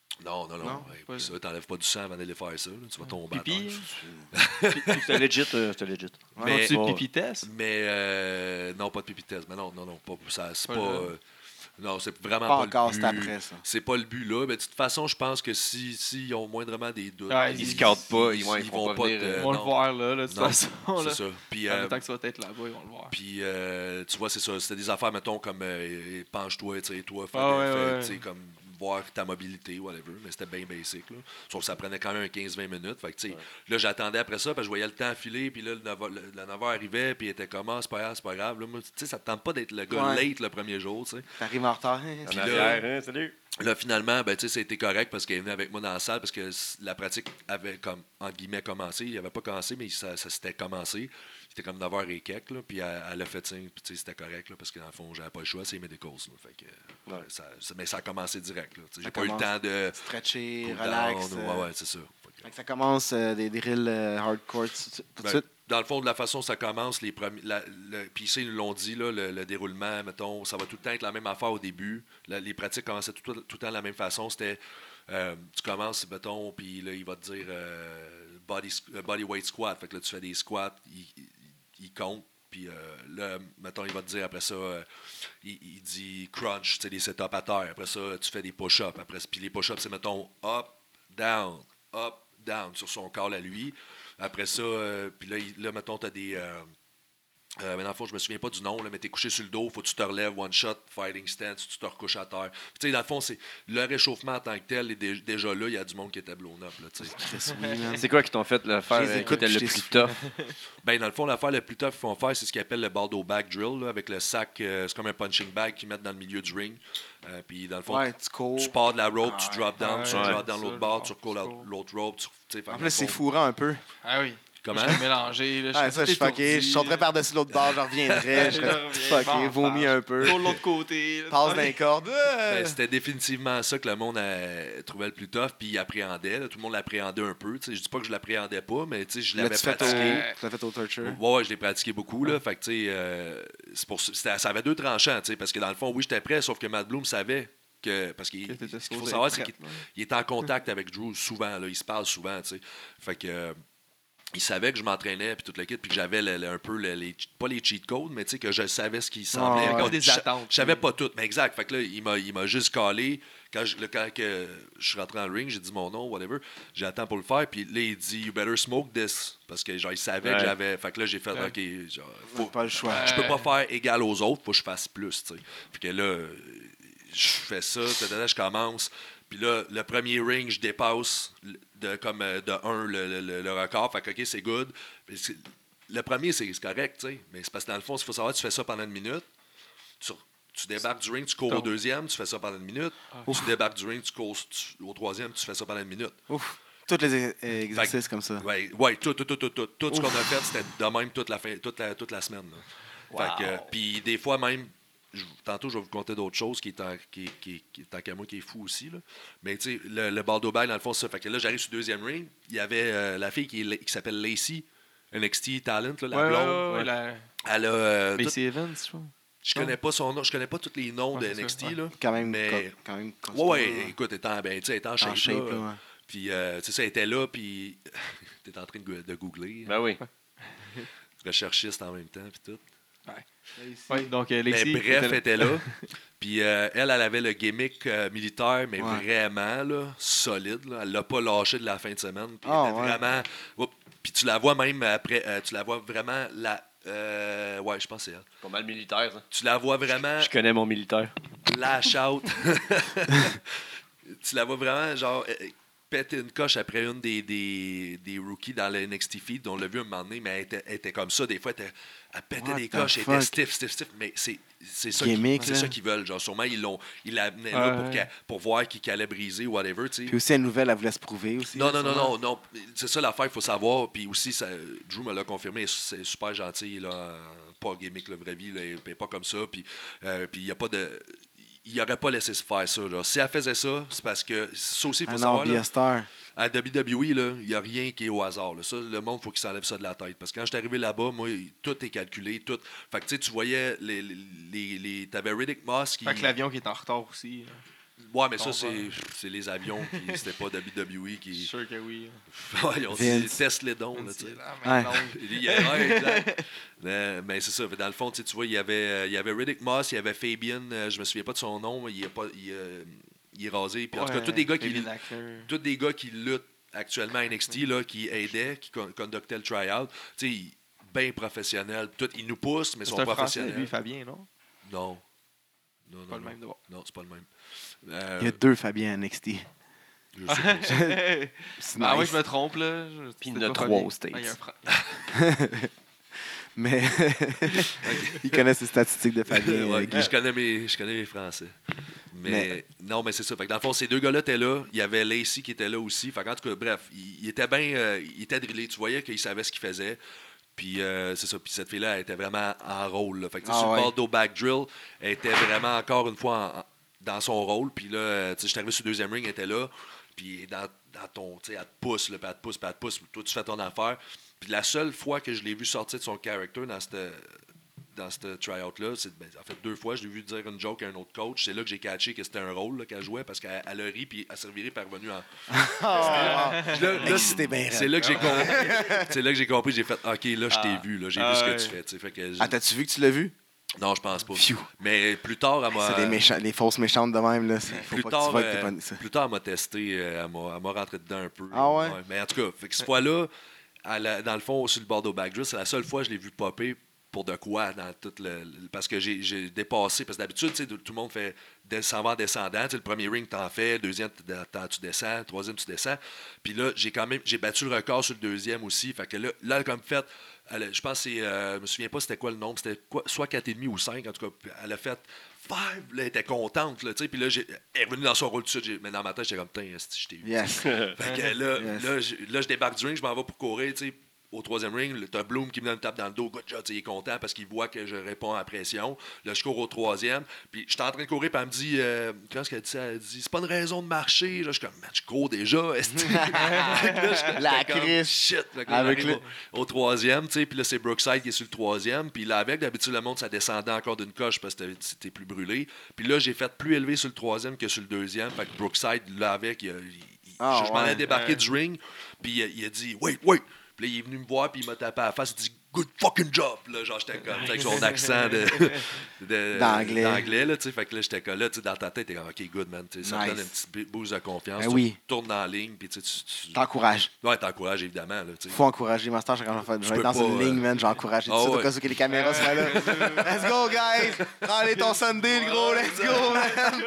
Non, non, non. Non, Hey, pas- puis ça, t'enlèves pas du sang avant d'aller faire ça. Là. Tu vas tomber à Pipi. terre. C'était legit, euh, c'était legit. Mais- As-tu le Ouais. pipi test? Mais euh, non, pas de pipi test. Mais non, non, non. Pas, ça, c'est Pas pas. là. euh, non, c'est vraiment Pas pas, encore, le c'est but. après ça. C'est pas le but là. Mais de toute façon, je pense que s'ils si, si ont moindrement des doutes. Ouais, Ils se cadrent pas, ils, ouais, ils vont vont pas pas venir. te- euh, Ils vont le non. voir là, là, de toute Non, façon. C'est Là. ça. Puis, En euh, même temps que tu vas être là-bas, ils vont le voir. Puis, euh, tu vois, c'est ça. C'était des affaires, mettons, comme euh, penche-toi, tu sais, toi, fais, Ah ouais, fais, ouais. tu sais, comme voir ta mobilité, whatever. Mais c'était bien basic, là. Sauf que ça prenait quand même un quinze vingt minutes. Fait que, tu sais, là, j'attendais après ça, parce que je voyais le temps filer, puis là, le neuf heures le- la neuf heures arrivait, puis il était comme, ah, c'est pas grave, c'est pas grave. Là, moi, tu sais, ça te tente pas d'être le gars Ouais. late le premier jour, tu sais. T'arrives en retard. hein, En Puis arrière, hein, salut. Là, finalement, ben, tu sais, ça a été correct parce qu'elle est venue avec moi dans la salle parce que s- la pratique avait, comme, en guillemets, commencé. Il n'avait pas commencé, mais ça, ça s'était commencé. C'était comme neuf heures et quelques, là, puis elle, elle a fait signe, puis tu sais, c'était correct, là, parce que dans le fond, j'avais pas le choix, c'est mes medicals. Là, fait que, Ouais. ça, ça- mais ça a commencé direct. Là, tu sais, Ça j'ai pas eu le commence. temps de. Stretcher, cool relax. down, euh, ouais, ouais, c'est ça. Fait que- fait que ça commence euh, des drills euh, hardcore tout, tout de Ben, suite. dans le fond, de la façon dont ça commence, les premiers, la- le- puis ici, ils nous l'ont dit, là, le, le déroulement, mettons, ça va tout le temps être la même affaire au début. La- les pratiques commençaient tout, tout le temps de la même façon. C'était, euh, tu commences, mettons, puis là, il va te dire euh, body, euh, body weight squat. Fait que là, tu fais des squats, il, il- il compte. Puis euh, là, mettons, il va te dire après ça, euh, il, il dit crunch, tu sais, des sit-ups à terre. Après ça, tu fais des push-ups. Après, puis les push-ups, c'est, mettons, up, down, up, down sur son corps à lui. Après ça, euh, puis là, il- là, mettons, tu as des. Euh, euh, mais dans le fond, je me souviens pas du nom, là, mais tu es couché sur le dos, faut que tu te relèves, one shot, fighting stance, tu te recouches à terre. Puis, tu sais, dans le fond, c'est le réchauffement en tant que tel, est dé- déjà là, il y a du monde qui était blown up. Là, tu sais. Chris, oui, man. C'est quoi qui t'ont fait le faire Je les euh, qui écoute, était puis le je les plus suis. tough? Ben, dans le fond, l'affaire le plus tough qu'ils font faire, c'est ce qu'ils appellent le Baldo Bag Drill, là, avec le sac, euh, c'est comme un punching bag qu'ils mettent dans le milieu du ring. Euh, puis, dans le fond, Ouais, tu cours. tu pars de la rope, Ah tu drop down, ouais, tu ouais, drop down c'est l'autre ça, bord, je tu pars, recoules tu cours. l'autre rope. Tu, tu sais, fait En que plus, c'est dans le fond- fourrant un peu. Ah oui. Comment? Je suis mélangé. Là, je Ah, suis ça, je suis fucké. étourdi, Je sauterais là. par-dessus l'autre bord, je reviendrais. Je Je serais reviens, fucké, bon, vomi passe. un peu. Pour l'autre côté. là, Passe tu dans les sais. cordes. Ben, c'était définitivement ça que le monde a, trouvait le plus tough, puis il appréhendait. Là. Tout le monde l'appréhendait un peu. Tu sais, je dis pas que je l'appréhendais pas, mais tu sais, je Là, l'avais tu fais au, pratiqué. tu l'as fait au torture. Ouais, ouais, je l'ai pratiqué beaucoup. Là. Fait que, tu sais, euh, c'est pour ça, c'était- ça avait deux tranchants, tu sais, parce que dans le fond, oui, j'étais prêt, sauf que Matt Bloom savait que. Parce qu'il Que t'étais ce qu'il faut supposé savoir, être c'est qu'il prête, là. il est en contact avec Drew souvent. Là, il se parle souvent, tu sais. Fait que. euh, il savait que je m'entraînais puis tout le kit puis que j'avais le- le- un peu le- les pas les cheat codes mais tu sais que je savais ce qui semblait ouais. Comme Comme des je- attentes. je savais pas tout mais exact fait que là il m'a il m'a juste calé quand je, le- quand que je suis rentré dans le ring j'ai dit mon nom whatever j'attends pour le faire puis là il dit you better smoke this parce que genre il savait Ouais. que j'avais fait que là j'ai fait Ouais. ok genre, Faut faut, pas le choix. Ouais. je peux pas faire égal aux autres faut que je fasse plus tu sais fait que là euh, je fais ça tadada, je commence puis là, le premier ring, je dépasse de comme euh, de un le, le, le record. Fait que, OK, c'est good. Mais c'est- le premier, c'est c'est correct, tu sais. Mais c'est parce que dans le fond, il faut savoir, tu fais ça pendant une minute. Tu, tu débarques du ring, tu cours au deuxième, tu fais ça pendant une minute. Tu débarques du ring, tu cours tu- au troisième, tu fais ça pendant une minute. Ouf. Tous les e- exercices comme ça. Ouais, ouais, tout, tout, tout, tout, tout, tout ce qu'on a fait, c'était de même toute la, fin, toute la, toute la semaine. là. Fait que, euh, puis des fois même, je- tantôt je vais vous conter d'autres choses qui est en, qui, qui, qui est en qu'à moi qui est fou aussi. Là. Mais tu sais, le, le Baldo Bag, dans le fond, c'est ça. Fait que là, j'arrive sur le deuxième ring. Il y avait euh, la fille qui, est- qui s'appelle Lacey, N X T Talent, là, la Ouais, blonde. ouais, ouais, ouais. la- Elle a. euh, tout- Lacey Evans, je crois. je connais pas son nom, je connais pas tous les noms Ouais, de c'est ça, N X T. ouais. Là. Quand même. Mais- co- Quand même Ouais, ouais, écoute, elle est en, ben, tu sais, elle est en En shape. shape, là. là, ouais. Puis, euh, tu sais, ça, elle était là, puis t'es en train de, go- de googler. Ben oui. Recherchiste en même temps, puis tout. Ouais, donc euh, Mais Lacey. bref, elle était là. Puis euh, elle, elle avait le gimmick euh, militaire, mais Ouais. vraiment là, solide. Là. Elle l'a pas lâché de la fin de semaine. Puis Ah, elle était ouais. vraiment. Oups. Puis tu la vois même après. euh, tu la vois vraiment la. euh, ouais, je pense que c'est elle. Pas mal militaire, ça. Tu la vois vraiment Je connais mon militaire. lash out. Tu la vois vraiment genre euh, péter une coche après une des, des, des rookies dans le N X T feed. On l'a vu un moment donné, mais elle était, elle était comme ça. Des fois, elle, était- elle pétait What des the coches, elle fuck? était stiff, stiff, stiff. Mais c'est c'est ça qu'ils Gimmick, c'est là. ça qu'ils veulent. Genre, sûrement, ils l'ont ils l'amenaient là pour, Ouais. qu'elle- pour voir qui allait briser ou whatever. Tu sais. Puis aussi, la nouvelle, elle voulait se prouver aussi. Non, non, non, sûrement. non, non. C'est ça l'affaire, il faut savoir. Puis aussi, ça, Drew me l'a confirmé, c'est super gentil, là, pas gimmick, la vraie vie, là, elle est pas comme ça. Puis euh, puis il n'y a pas de. Il n'aurait pas laissé se faire ça. Là. Si elle faisait ça, c'est parce que. Ça aussi, il faut Ah non, savoir. Là, Biastar. à W W E, là, il n'y a rien qui est au hasard. Là. Ça, le monde, il faut qu'il s'enlève ça de la tête. Parce que quand je suis arrivé là-bas, moi, tout est calculé. Tout. Fait que tu sais, tu voyais, les, les, les, les- t'avais Riddick Moss qui. Fait que l'avion qui est en retard aussi. là. Ouais, mais ça, Ton c'est, vol. c'est les avions qui. C'était pas W W E Je suis qui. sûr que oui. Ouais, ils ont dit Vince. test les dons, là, tu sais. Ouais. Il y a- ouais, exact. mais, mais c'est ça. Fait, dans le fond, tu sais, tu vois, il y avait, euh, il y avait Riddick Moss, il y avait Fabian, euh, je me souviens pas de son nom, mais il est, pas, il, euh, il est rasé. Puis en tout cas, tous des gars qui, tous des gars qui luttent actuellement à N X T, là, qui aidaient, qui con- conductaient le tryout, tu sais, bien professionnels. Tout, ils nous poussent, mais ils C'est sont un Français, professionnels. lui, Fabien, non? Non. Non, non, Pas le non. même de voir. Non, c'est pas le même. Euh, Il y a deux Fabien à N X T. je sais pas. C'est Ah oui, nice. je me trompe, là. Je- Puis il y c'était en a pas trois Fabien. aux States. Ah, il y a un Fra- Mais il connaît ses statistiques de Fabien. Ouais, euh, Guy. je, connais mes, je connais mes Français. Mais, Mais- non, mais c'est ça. Fait que dans le fond, ces deux gars-là étaient là. Il y avait Lacey qui était là aussi. Fait en tout cas, bref, il, il était bien. Euh, il était drillé. Tu voyais qu'il savait ce qu'il faisait. Puis euh, c'est ça. Puis cette fille-là, elle était vraiment en rôle. Là. Fait que tu sais, Ah sur ouais. le bord d'O Back Drill, elle était vraiment encore une fois en- en- dans son rôle. Puis là, euh, tu sais, je suis arrivé sur le deuxième ring, elle était là. Puis dans, dans ton. Tu sais, elle te pousse, là, puis elle te pousse, puis elle te pousse. Toi, tu fais ton affaire. Puis la seule fois que je l'ai vu sortir de son character dans cette. Dans ce tryout-là, c'est ben, en fait deux fois, je l'ai vu dire une joke à un autre coach. C'est là que j'ai catché que c'était un rôle là, qu'elle jouait parce qu'elle elle a ri puis elle s'est revirée puis elle est revenue en. Ah, Là, là, excité bien c'est raide. là que j'ai compris. C'est là que j'ai compris. J'ai fait OK, là, je t'ai Ah. vu. Là, j'ai Ah vu ce que ouais. tu fais. tu sais, Fait que j'ai- Ah, t'as-tu vu que tu l'as vu? non, je pense pas. Phew. Mais plus tard, elle m'a. C'est des, méchants, des fausses méchantes de même. Là. C'est- Faut Plus pas tard, que tu vois que euh, t'es pas... ça. plus tard, elle m'a testé, euh, elle m'a, elle m'a rentré dedans un peu. Ah ouais? Mais en tout cas, fait que cette fois-là, elle a- dans le fond, sur le bord d'O Back Drill, c'est la seule fois que je l'ai vu popper pour de quoi dans tout le. le- parce que j'ai, j'ai dépassé. Parce que d'habitude, tu sais, tout le monde fait descendant, descendant. Tu sais, le premier ring, t'en fais. Le deuxième, t'en- tu descends. Le troisième, tu descends. Puis là, j'ai quand même. J'ai battu le record sur le deuxième aussi. Fait que là, là elle a comme fait. Elle a- je pense que c'est. Euh, je me souviens pas c'était quoi le nombre. C'était quoi, soit quatre virgule cinq ou cinq. En tout cas, elle a fait. Five, là, elle était contente, là, tu sais, puis là, j'ai- elle est revenue dans son rôle tout de suite, j'ai- mais dans ma tête, j'étais comme, putain, esti, je t'ai vu. Yes. Fait que là, Yes. là, je, là, je débarque du ring, je m'en vais pour courir, tu sais, au troisième ring, là, t'as Bloom qui me donne une tape dans le dos, good job, tu sais, il est content parce qu'il voit que je réponds à la pression. Là, je cours au troisième, puis je suis en train de courir, puis elle me dit, euh, quand est-ce qu'elle dit ça? Elle dit, c'est pas une raison de marcher. Là, je suis comme, man, je cours déjà, esti. Fait que là, j'étais- La j'étais comme, crise. shit. Fait que là, Avec j'arrive le- au, au troisième, tu sais, puis là, c'est Brookside qui est sur le troisième, puis là, avec, d'habitude, le monde, ça descendait encore d'une coche parce que t'avais- c'était plus brûlé. Puis là, j'ai fait plus élevé sur le troisième que sur le deuxième, fait que Brookside, là, avec, il, a- il- il- Ah, je, je m'en ouais. ai débarqué Ouais. du ring, puis il, a- il a dit, wait, wait. Puis là, il est venu me voir, puis il m'a tapé à la face, il dit, good fucking job. Là, genre, j'étais comme, tu sais, avec son accent de, de- D'anglais. d'anglais, là, tu sais. Fait que là, j'étais comme, là, tu sais, dans ta tête, t'es comme, OK, good, man. Tu sais, ça Nice. te donne un petit bi- boost de confiance. Ben tu oui. tournes dans la ligne, puis tu sais, tu. tu- T'encourages. Ouais, t'encourages, évidemment, là, tu sais. Faut encourager. Master, quand je vais Tu être peux dans une pas, ligne, euh, man, j'encourage. Ah tout ouais. au cas où que les caméras sont là. Let's go, guys! Prends-les ton Sunday, le gros, let's go, man!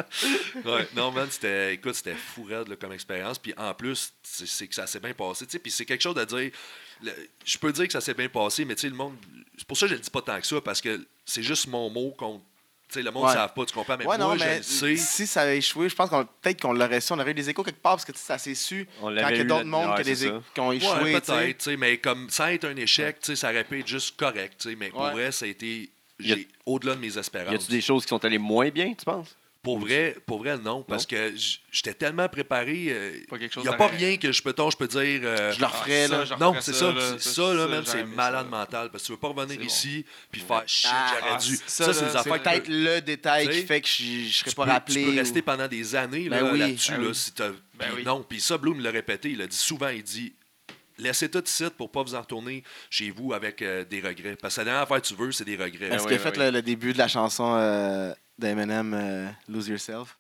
Ouais, non, man, c'était, écoute, c'était fou raide là, comme expérience. Puis en plus, c'est, c'est que ça s'est bien passé. tu sais. Puis c'est quelque chose à dire. le- je peux dire que ça s'est bien passé, mais tu sais, le monde. C'est pour ça que je le dis pas tant que ça, parce que c'est juste mon mot contre. Tu sais, le monde ne Ouais. savent pas, tu comprends? Mais Ouais, moi, non, je mais le sais. si ça avait échoué, je pense qu'on peut-être qu'on l'aurait su. On aurait eu des échos quelque part parce que tu sais, ça s'est su On quand il l'avait y a eu d'autres là- mondes ouais, qui, a des c'est é- ça. qui ont échoué. Ouais, tu sais. peut-être, tu sais, mais comme sans être un échec, tu sais, ça aurait pu être juste correct. tu sais, Mais pour Ouais. vrai, ça a été Y a- j'ai, au-delà de mes Y espérances. a-tu des choses qui sont allées moins bien, tu penses? Pour vrai, pour vrai, non, parce que j- j'étais tellement préparé. Pas quelque Il chose n'y a pas d'arrêt. rien que je peux, je peux dire. euh, Je le referais, ça, là. je Non, referais c'est ça. là, c'est- Ça, là, man, j'aurais c'est aimé malade ça. mental. Parce que tu veux pas revenir C'est ici puis faire shit, Ah, j'aurais ah, dû. ça, Ça, là, c'est des c'est affaires que Peut-être le détail Tu qui sais, fait que je ne serais tu pas peux, rappelé. tu peux rester ou- pendant des années Ben là, oui. là-dessus. Ben là, oui. si t'as- Ben puis oui. Non, puis ça, Bloom l'a répété. Il a dit souvent, il dit laissez tout ici pour pas vous en retourner chez vous avec euh, des regrets. Parce que la dernière affaire que tu veux, c'est des regrets. Est-ce Ben qu'il a oui, fait oui. le, le début de la chanson euh, d'Eminem, euh, Lose Yourself?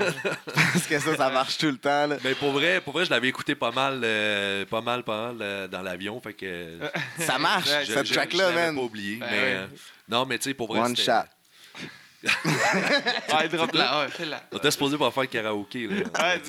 Parce que ça, ça marche tout le temps. Là. Mais pour vrai, pour vrai, je l'avais écouté pas mal, euh, pas mal, pas mal euh, dans l'avion. Fait que Ça marche, Ouais, je- cette je- track-là, je l'avais man. pas oublié. Ben mais, ouais. euh, non, mais tu sais, pour vrai, One c'était- shot. Ouais, drop là, ouais, fais-la. On était supposé pas faire le karaoké. Là. Ouais,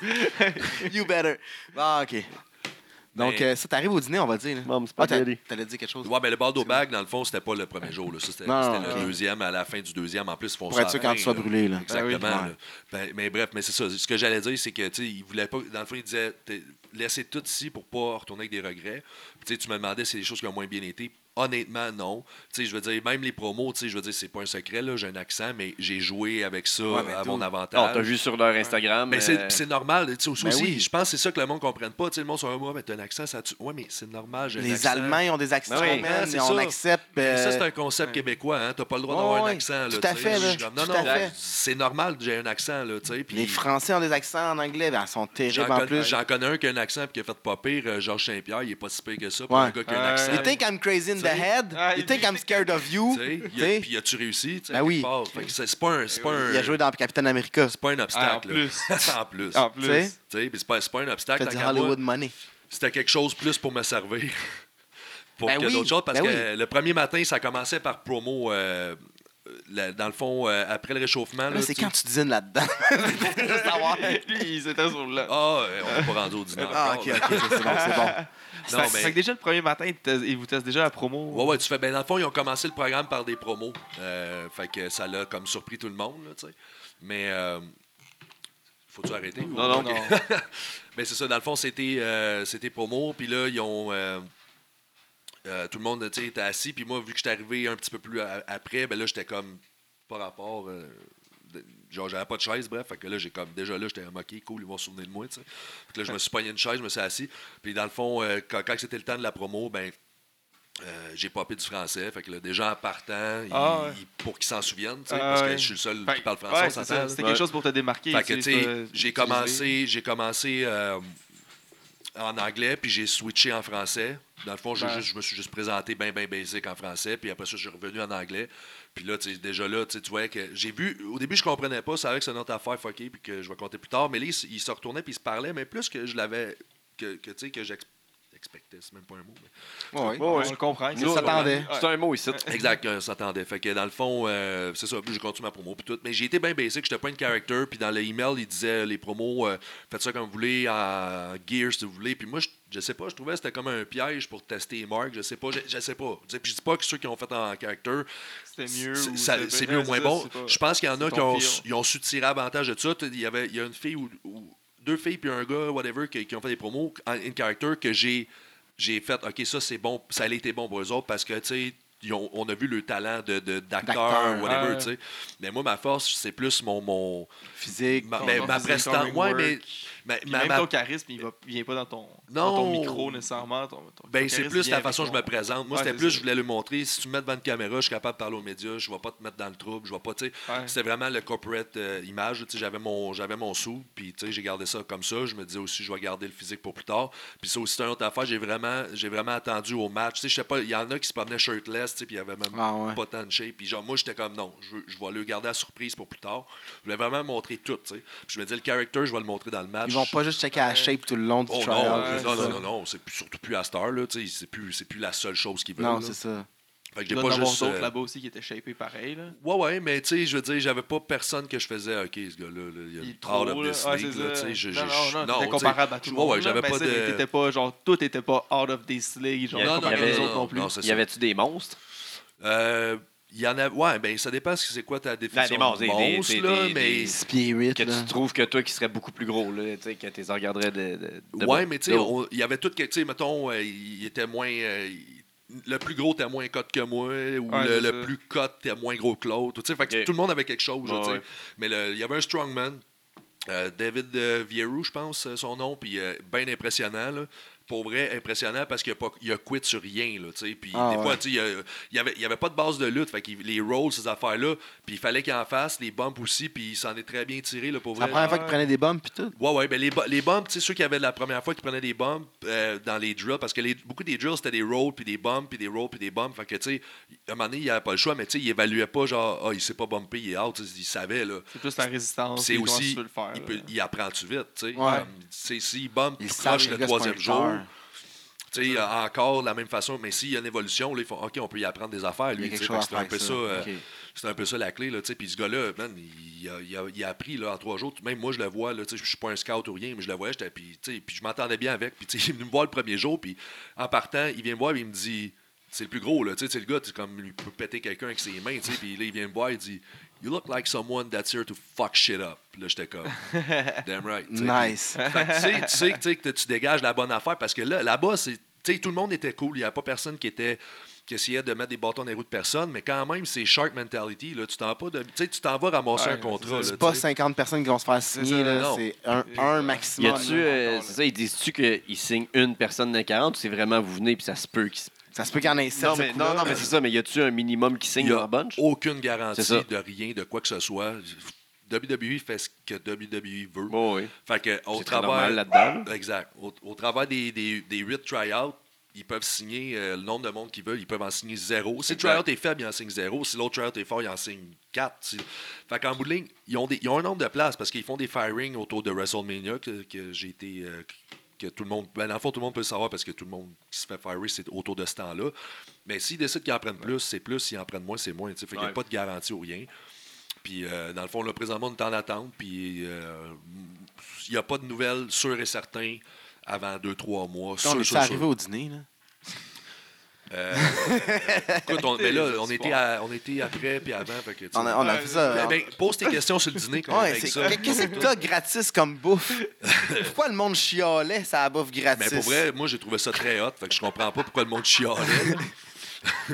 dis- You better. Ah, OK. Donc, Mais- euh, ça t'arrive au dîner, on va dire. Là. Bon, c'est Ah, pas t'a- bien. t'allais dire quelque chose? Ouais, mais le Baldo Bag, dans le fond, c'était pas le premier jour. Là. Ça, c'était Non, c'était non, le ok. deuxième, à la fin du deuxième. En plus, ils font Pour ça être sûr à la quand tu fin, sois là. brûlé. Là. Exactement. Ben oui. là. Ben, mais bref, mais c'est ça. Ce que j'allais dire, c'est que tu sais, il voulait pas. Dans le fond, il disait t'es- laissez tout ici pour pas retourner avec des regrets. Puis, tu sais, tu me demandais si c'est des choses qui ont moins bien été. honnêtement, non. Tu sais, je veux dire, même les promos, tu sais, je veux dire, c'est pas un secret, là, j'ai un accent, mais j'ai joué avec ça Ouais, mais à tout. mon Non, avantage. t'as vu sur leur Instagram. Mais euh, c'est, c'est normal. Tu sais, aussi, Ben oui. je pense que c'est ça que le monde ne comprenne pas. Tu sais, le monde se dit, ouais, mais t'as un accent, ça tue. Ouais, mais c'est normal, j'ai un Les accent. Allemands, ils ont des accents, Ben oui. man, C'est et on ça. accepte. Mais ça, c'est euh, un concept québécois. Hein? T'as pas le droit Ouais, d'avoir ouais, un accent. Là, tout à tu sais. fait, Je là, suis comme, non, tout non, à fait. c'est normal que j'ai un accent. Là, tu sais, puis Les Français ont des accents en anglais, ben, ils sont J'en, terribles en connais, plus. j'en connais un qui a un accent et qui a fait pas pire. euh, Georges Saint-Pierre, il est pas si pire que ça. Pour Ouais. un gars qui a un Ouais. accent. You think I'm crazy in the T'sais. head? Ah, You il- think I'm scared of you? Tu sais, il a- T'sais. Puis as-tu réussi? tu sais, Ben à oui. quelque part? Fait que c'est, c'est pas un. C'est pas un Il a joué dans Captain America. c'est pas un Ah, en obstacle. là. plus. en plus. En Tu sais? plus. Tu sais, puis c'est pas, c'est pas un obstacle. Fait tant du qu'à moi. Hollywood money. C'était quelque chose plus pour me servir. pour Ben que oui, d'autres choses. Parce ben que le premier matin, ça commençait par promo. euh, la- dans le fond, euh, après le réchauffement. Là, là, c'est tu- quand tu dînes là-dedans. Juste savoir. Lui, il s'était sur le. Ah, ouais, on n'est pas rendu au dîner Ah, encore. ok, ok, c'est bon, c'est bon. Non, fait, mais- fait que déjà, le premier matin, il te- il vous teste déjà la promo. Ouais, ouais, tu fais. Ben, dans le fond, ils ont commencé le programme par des promos. Euh, fait que ça l'a comme surpris tout le monde, là, tu sais. Mais. Euh, faut-tu arrêter? ou- Non, non, Ok. non. Mais c'est ça, dans le fond, c'était, euh, c'était promo. Puis là, ils ont. euh, euh, tout le monde tu sais, était assis. Puis moi, vu que j'étais arrivé un petit peu plus a- après, ben là, j'étais comme. Pas rapport. euh, de- genre, j'avais pas de chaise, bref. Fait que là, j'ai comme. Déjà là, j'étais moqué, cool, ils vont se souvenir de moi, tu sais. Fait que là, je me suis pogné une chaise, je me suis assis. Puis dans le fond, euh, quand, quand c'était le temps de la promo, ben. Euh, j'ai popé du français, fait que là, déjà en partant, il- Ah ouais. il- pour qu'ils s'en souviennent, tu sais, Ah parce que ouais. je suis le seul Fait- qui parle français, ouais, on c'est s'entend. ça. là. C'était Ouais. quelque chose pour te démarquer. Fait que, tu tu sais, sais, pas j'ai utiliser. commencé, j'ai commencé euh, en anglais, puis j'ai switché en français. Dans le fond, j'ai Ben. juste- je me suis juste présenté bien, bien basic en français, puis après ça, je suis revenu en anglais. Puis là, tu sais, déjà là, tu sais, tu voyais que j'ai vu, au début, je comprenais pas, c'est vrai que c'est une autre affaire fuckée, puis que je vais compter plus tard, mais là, il, s- il se retournait, puis il se parlait, mais plus que je l'avais, que, que tu sais, que j'expectais, c'est même pas un mot, mais Ouais, Ouais, ouais, on le comprend. Nous, on s'attendait. C'est un mot ici. exact, on s'attendait. Fait que dans le fond, euh, c'est ça, puis j'ai continué ma promo puis tout. Mais j'ai été bien basic, j'étais pas une character. Puis dans le email, il disait les promos, euh, faites ça comme vous voulez, en gear si vous voulez. Puis moi, je, je sais pas, je trouvais que c'était comme un piège pour tester les marques. Je sais pas, je, je sais pas. Tu sais, puis je dis pas que ceux qui ont fait en character, C'était mieux. c'est ou ça- c'était- c'est mieux ou moins c'est bon. ça, c'est pas- Je pense qu'il y en a c'est qui ton ont, feel. ils ont su tirer avantage de ça. Il y avait, il y a une fille ou, ou deux filles puis un gars, whatever, qui, qui ont fait des promos en in character que j'ai j'ai fait, OK, ça, c'est bon, ça a été bon pour eux autres parce que, tu sais, ils ont- on a vu le talent de, de- d'acteur, D'acteur, whatever, ouais. tu sais. Mais moi, ma force, c'est plus mon... mon Physique. ma, Ton- mais ton ma physique, ton prestance. ring Ouais, work. mais... ma- Puis ma- même ma- ton charisme, il ne vient pas dans ton, dans Non. ton micro nécessairement. Ton, ton- Ben, ton c'est charisme plus vient la avec façon dont je me ton- présente. Moi, Ouais, c'était c'est plus, ça. je voulais lui montrer, si tu me mets devant une caméra, je suis capable de parler aux médias, je vais pas te mettre dans le trouble, je vais pas, tu sais. Ouais. C'était vraiment le corporate euh, image. Tu sais, j'avais mon, j'avais mon sou, puis tu sais, j'ai gardé ça comme ça. Je me disais aussi, je vais garder le physique pour plus tard. Puis ça aussi, c'est une autre affaire. J'ai vraiment, j'ai vraiment attendu au match. Tu sais, je sais pas, il y en a qui se promenaient shirtless, tu sais, puis il y avait même Ah ouais. pas tant de shape. Puis genre, moi, j'étais comme non, je, veux- je vais le garder à surprise pour plus tard. Je voulais vraiment montrer tout, tu sais. Puis je me disais, le character, je vais le montrer dans le match. Ils vont pas juste checker la shape tout le long du Oh tryout. non, Ouais, non, c'est non, ça. non, non, c'est plus- surtout plus à Star, là, tu sais, c'est plus, c'est plus la seule chose qu'ils veulent. Non, là. c'est ça. Fait que Il j'ai doit pas en avoir juste. d'autres euh, là-bas aussi qui étaient shapés pareil. Là. Ouais, ouais, mais tu sais, je veux dire, j'avais pas personne que je faisais, OK, ce gars-là, là, il Il est est trop, out of là. this Ouais, league, c'est là, ça. tu sais, je- non, je- non, non, non, t'étais tu sais, comparable à tout le ouais, monde. ouais, là. j'avais Ben, pas c'est, de- mais t'étais pas, genre, tout était pas out of this league, genre, Il y a- pas il y comme avait- les autres non, non plus. non, c'est Y ça. avait-tu des monstres? Euh, Il y en a. Ouais, ben ça dépend c'est quoi ta définition des monstres, de des- des- monstre, des- là, des- mais. des- Spirit, Que là. tu trouves que toi qui serais beaucoup plus gros, là, tu sais, que tu les regarderais de. de, de Ouais, bas. mais tu sais, on- il y avait tout que, tu sais, mettons, euh, il était moins. euh, il- le plus gros était moins cut que moi, ou Ouais, le, c'est le ça. plus cut était moins gros que l'autre. Tu sais, fait que Ok. tout le monde avait quelque chose, là, Ouais, tu sais. ouais. Mais le- il y avait un strongman, euh, David euh, Vierou, je pense, euh, son nom, puis euh, bien impressionnant, là. Pour vrai, impressionnant parce qu'il a, pas, il a quitté sur rien. Là, tu sais. Puis Ah, des fois, ouais. tu sais, il y a- il y avait, il y avait pas de base de lutte. Fait que les rolls, ces affaires-là, puis il fallait qu'il en fasse, les bumps aussi, puis il s'en est très bien tiré, là, pour C'est la vrai. première fois ouais. qu'ils prenaient des bombes pis tout. Ouais, ouais, ben les, bu- les bumps, tu sais, ceux qui avaient la première fois qui prenaient des bumps euh, dans les drills, parce que les, beaucoup des drills, c'était des rolls, puis des bumps, puis des rolls, puis des bumps. Fait que, tu sais, à un moment donné, il n'y avait pas le choix, mais tu sais, il évaluait pas, genre, ah, il s'est pas bumpé, il est out, tu sais, il savait, là. C'est plus la résistance. C'est puis comment aussi, tu peux le faire. il, là. peut, il apprend-tu vite, tu sais. Ouais. Comme, tu sais, s'il bump, Ils il savent proche que le gars, c'est pas troisième un jour. lutteur. Tu sais, encore de la même façon, mais s'il y a une évolution, là, ils font OK, on peut y apprendre des affaires, Il y a lui. quelque tu sais, chose fait à que C'est un faire peu avec ça. ça. euh, Ok. C'est un peu ça la clé. Là, tu sais. Puis ce gars-là, man, il, a, il a- il a appris là, en trois jours. Même moi, je le vois. Là, tu sais, je suis pas un scout ou rien, mais je le voyais. j'étais- Puis, tu sais, puis je m'entendais bien avec. Puis tu sais, il est venu me voir le premier jour. Puis en partant, il vient me voir et il me dit c'est le plus gros. Là, tu sais, c'est le gars, c'est comme il peut péter quelqu'un avec ses mains. tu sais, Puis là, il vient me voir il dit You look like someone that's here to fuck shit up. Puis là, j'étais comme Damn right. tu sais. Nice. Fait que tu sais, tu sais, tu sais que tu dégages la bonne affaire parce que là, là-bas, c'est, tu sais, tout le monde était cool. Il n'y avait pas personne qui était qui essayait de mettre des bâtons dans les roues de personne, mais quand même, c'est shark mentality. Là, tu t'en vas pas de, tu sais, tu t'en vas ramasser Ouais, un contrat. C'est là, pas tu sais. cinquante personnes qui vont se faire signer, ça, là, non. c'est un, un Y maximum. a-tu, là. euh, c'est ça, ils disent-tu qu'ils signent une personne de quarante ou c'est vraiment vous venez puis ça se peut qu'ils se- Ça se peut qu'il y en ait sept. Non, ce mais, coup-là. non, non, mais c'est ça, mais y a-tu un minimum qui signe Il y a leur bunch? aucune garantie C'est ça. de rien, de quoi que ce soit. W W E fait ce que W W E veut. Bon, oui. Fait que, au C'est très travers, normal là-dedans. là. Exact. Au, au travers des, des, des huit try-outs, ils peuvent signer euh, le nombre de monde qu'ils veulent. Ils peuvent en signer zéro. Si le Exact. try-out est faible, ils en signent zéro. Si l'autre try-out est fort, ils en signent quatre. Si- Fait qu'en bout de ligne, ils ont, des, ils ont un nombre de places parce qu'ils font des firings autour de WrestleMania que, que j'ai été... euh, que tout le monde... Ben, dans le fond, tout le monde peut le savoir parce que tout le monde qui se fait firer, c'est autour de ce temps-là. Mais s'ils décident qu'ils en prennent plus, c'est plus. S'ils en prennent moins, c'est moins. T'sais. Fait qu'il n'y a Ouais. pas de garantie ou rien. Puis, euh, dans le fond, là, présentement, on est en attente. Puis, euh, il n'y a pas de nouvelles sûres et certaines avant deux trois mois. On Sûr, est sûr, arrivé sûr. au dîner, là. Euh, écoute, on, mais là, on était, à- on était après puis avant. Fait que, tu sais, On a, on a Ouais, fait ça. Ben, on- ben, pose tes questions sur le dîner. qu'on Ouais, avec c'est- ça. Qu'est-ce que t'as gratis comme bouffe? Pourquoi le monde chialait sa bouffe gratis? Mais pour vrai, moi, j'ai trouvé ça très hot. Fait que je comprends pas pourquoi le monde chialait. là.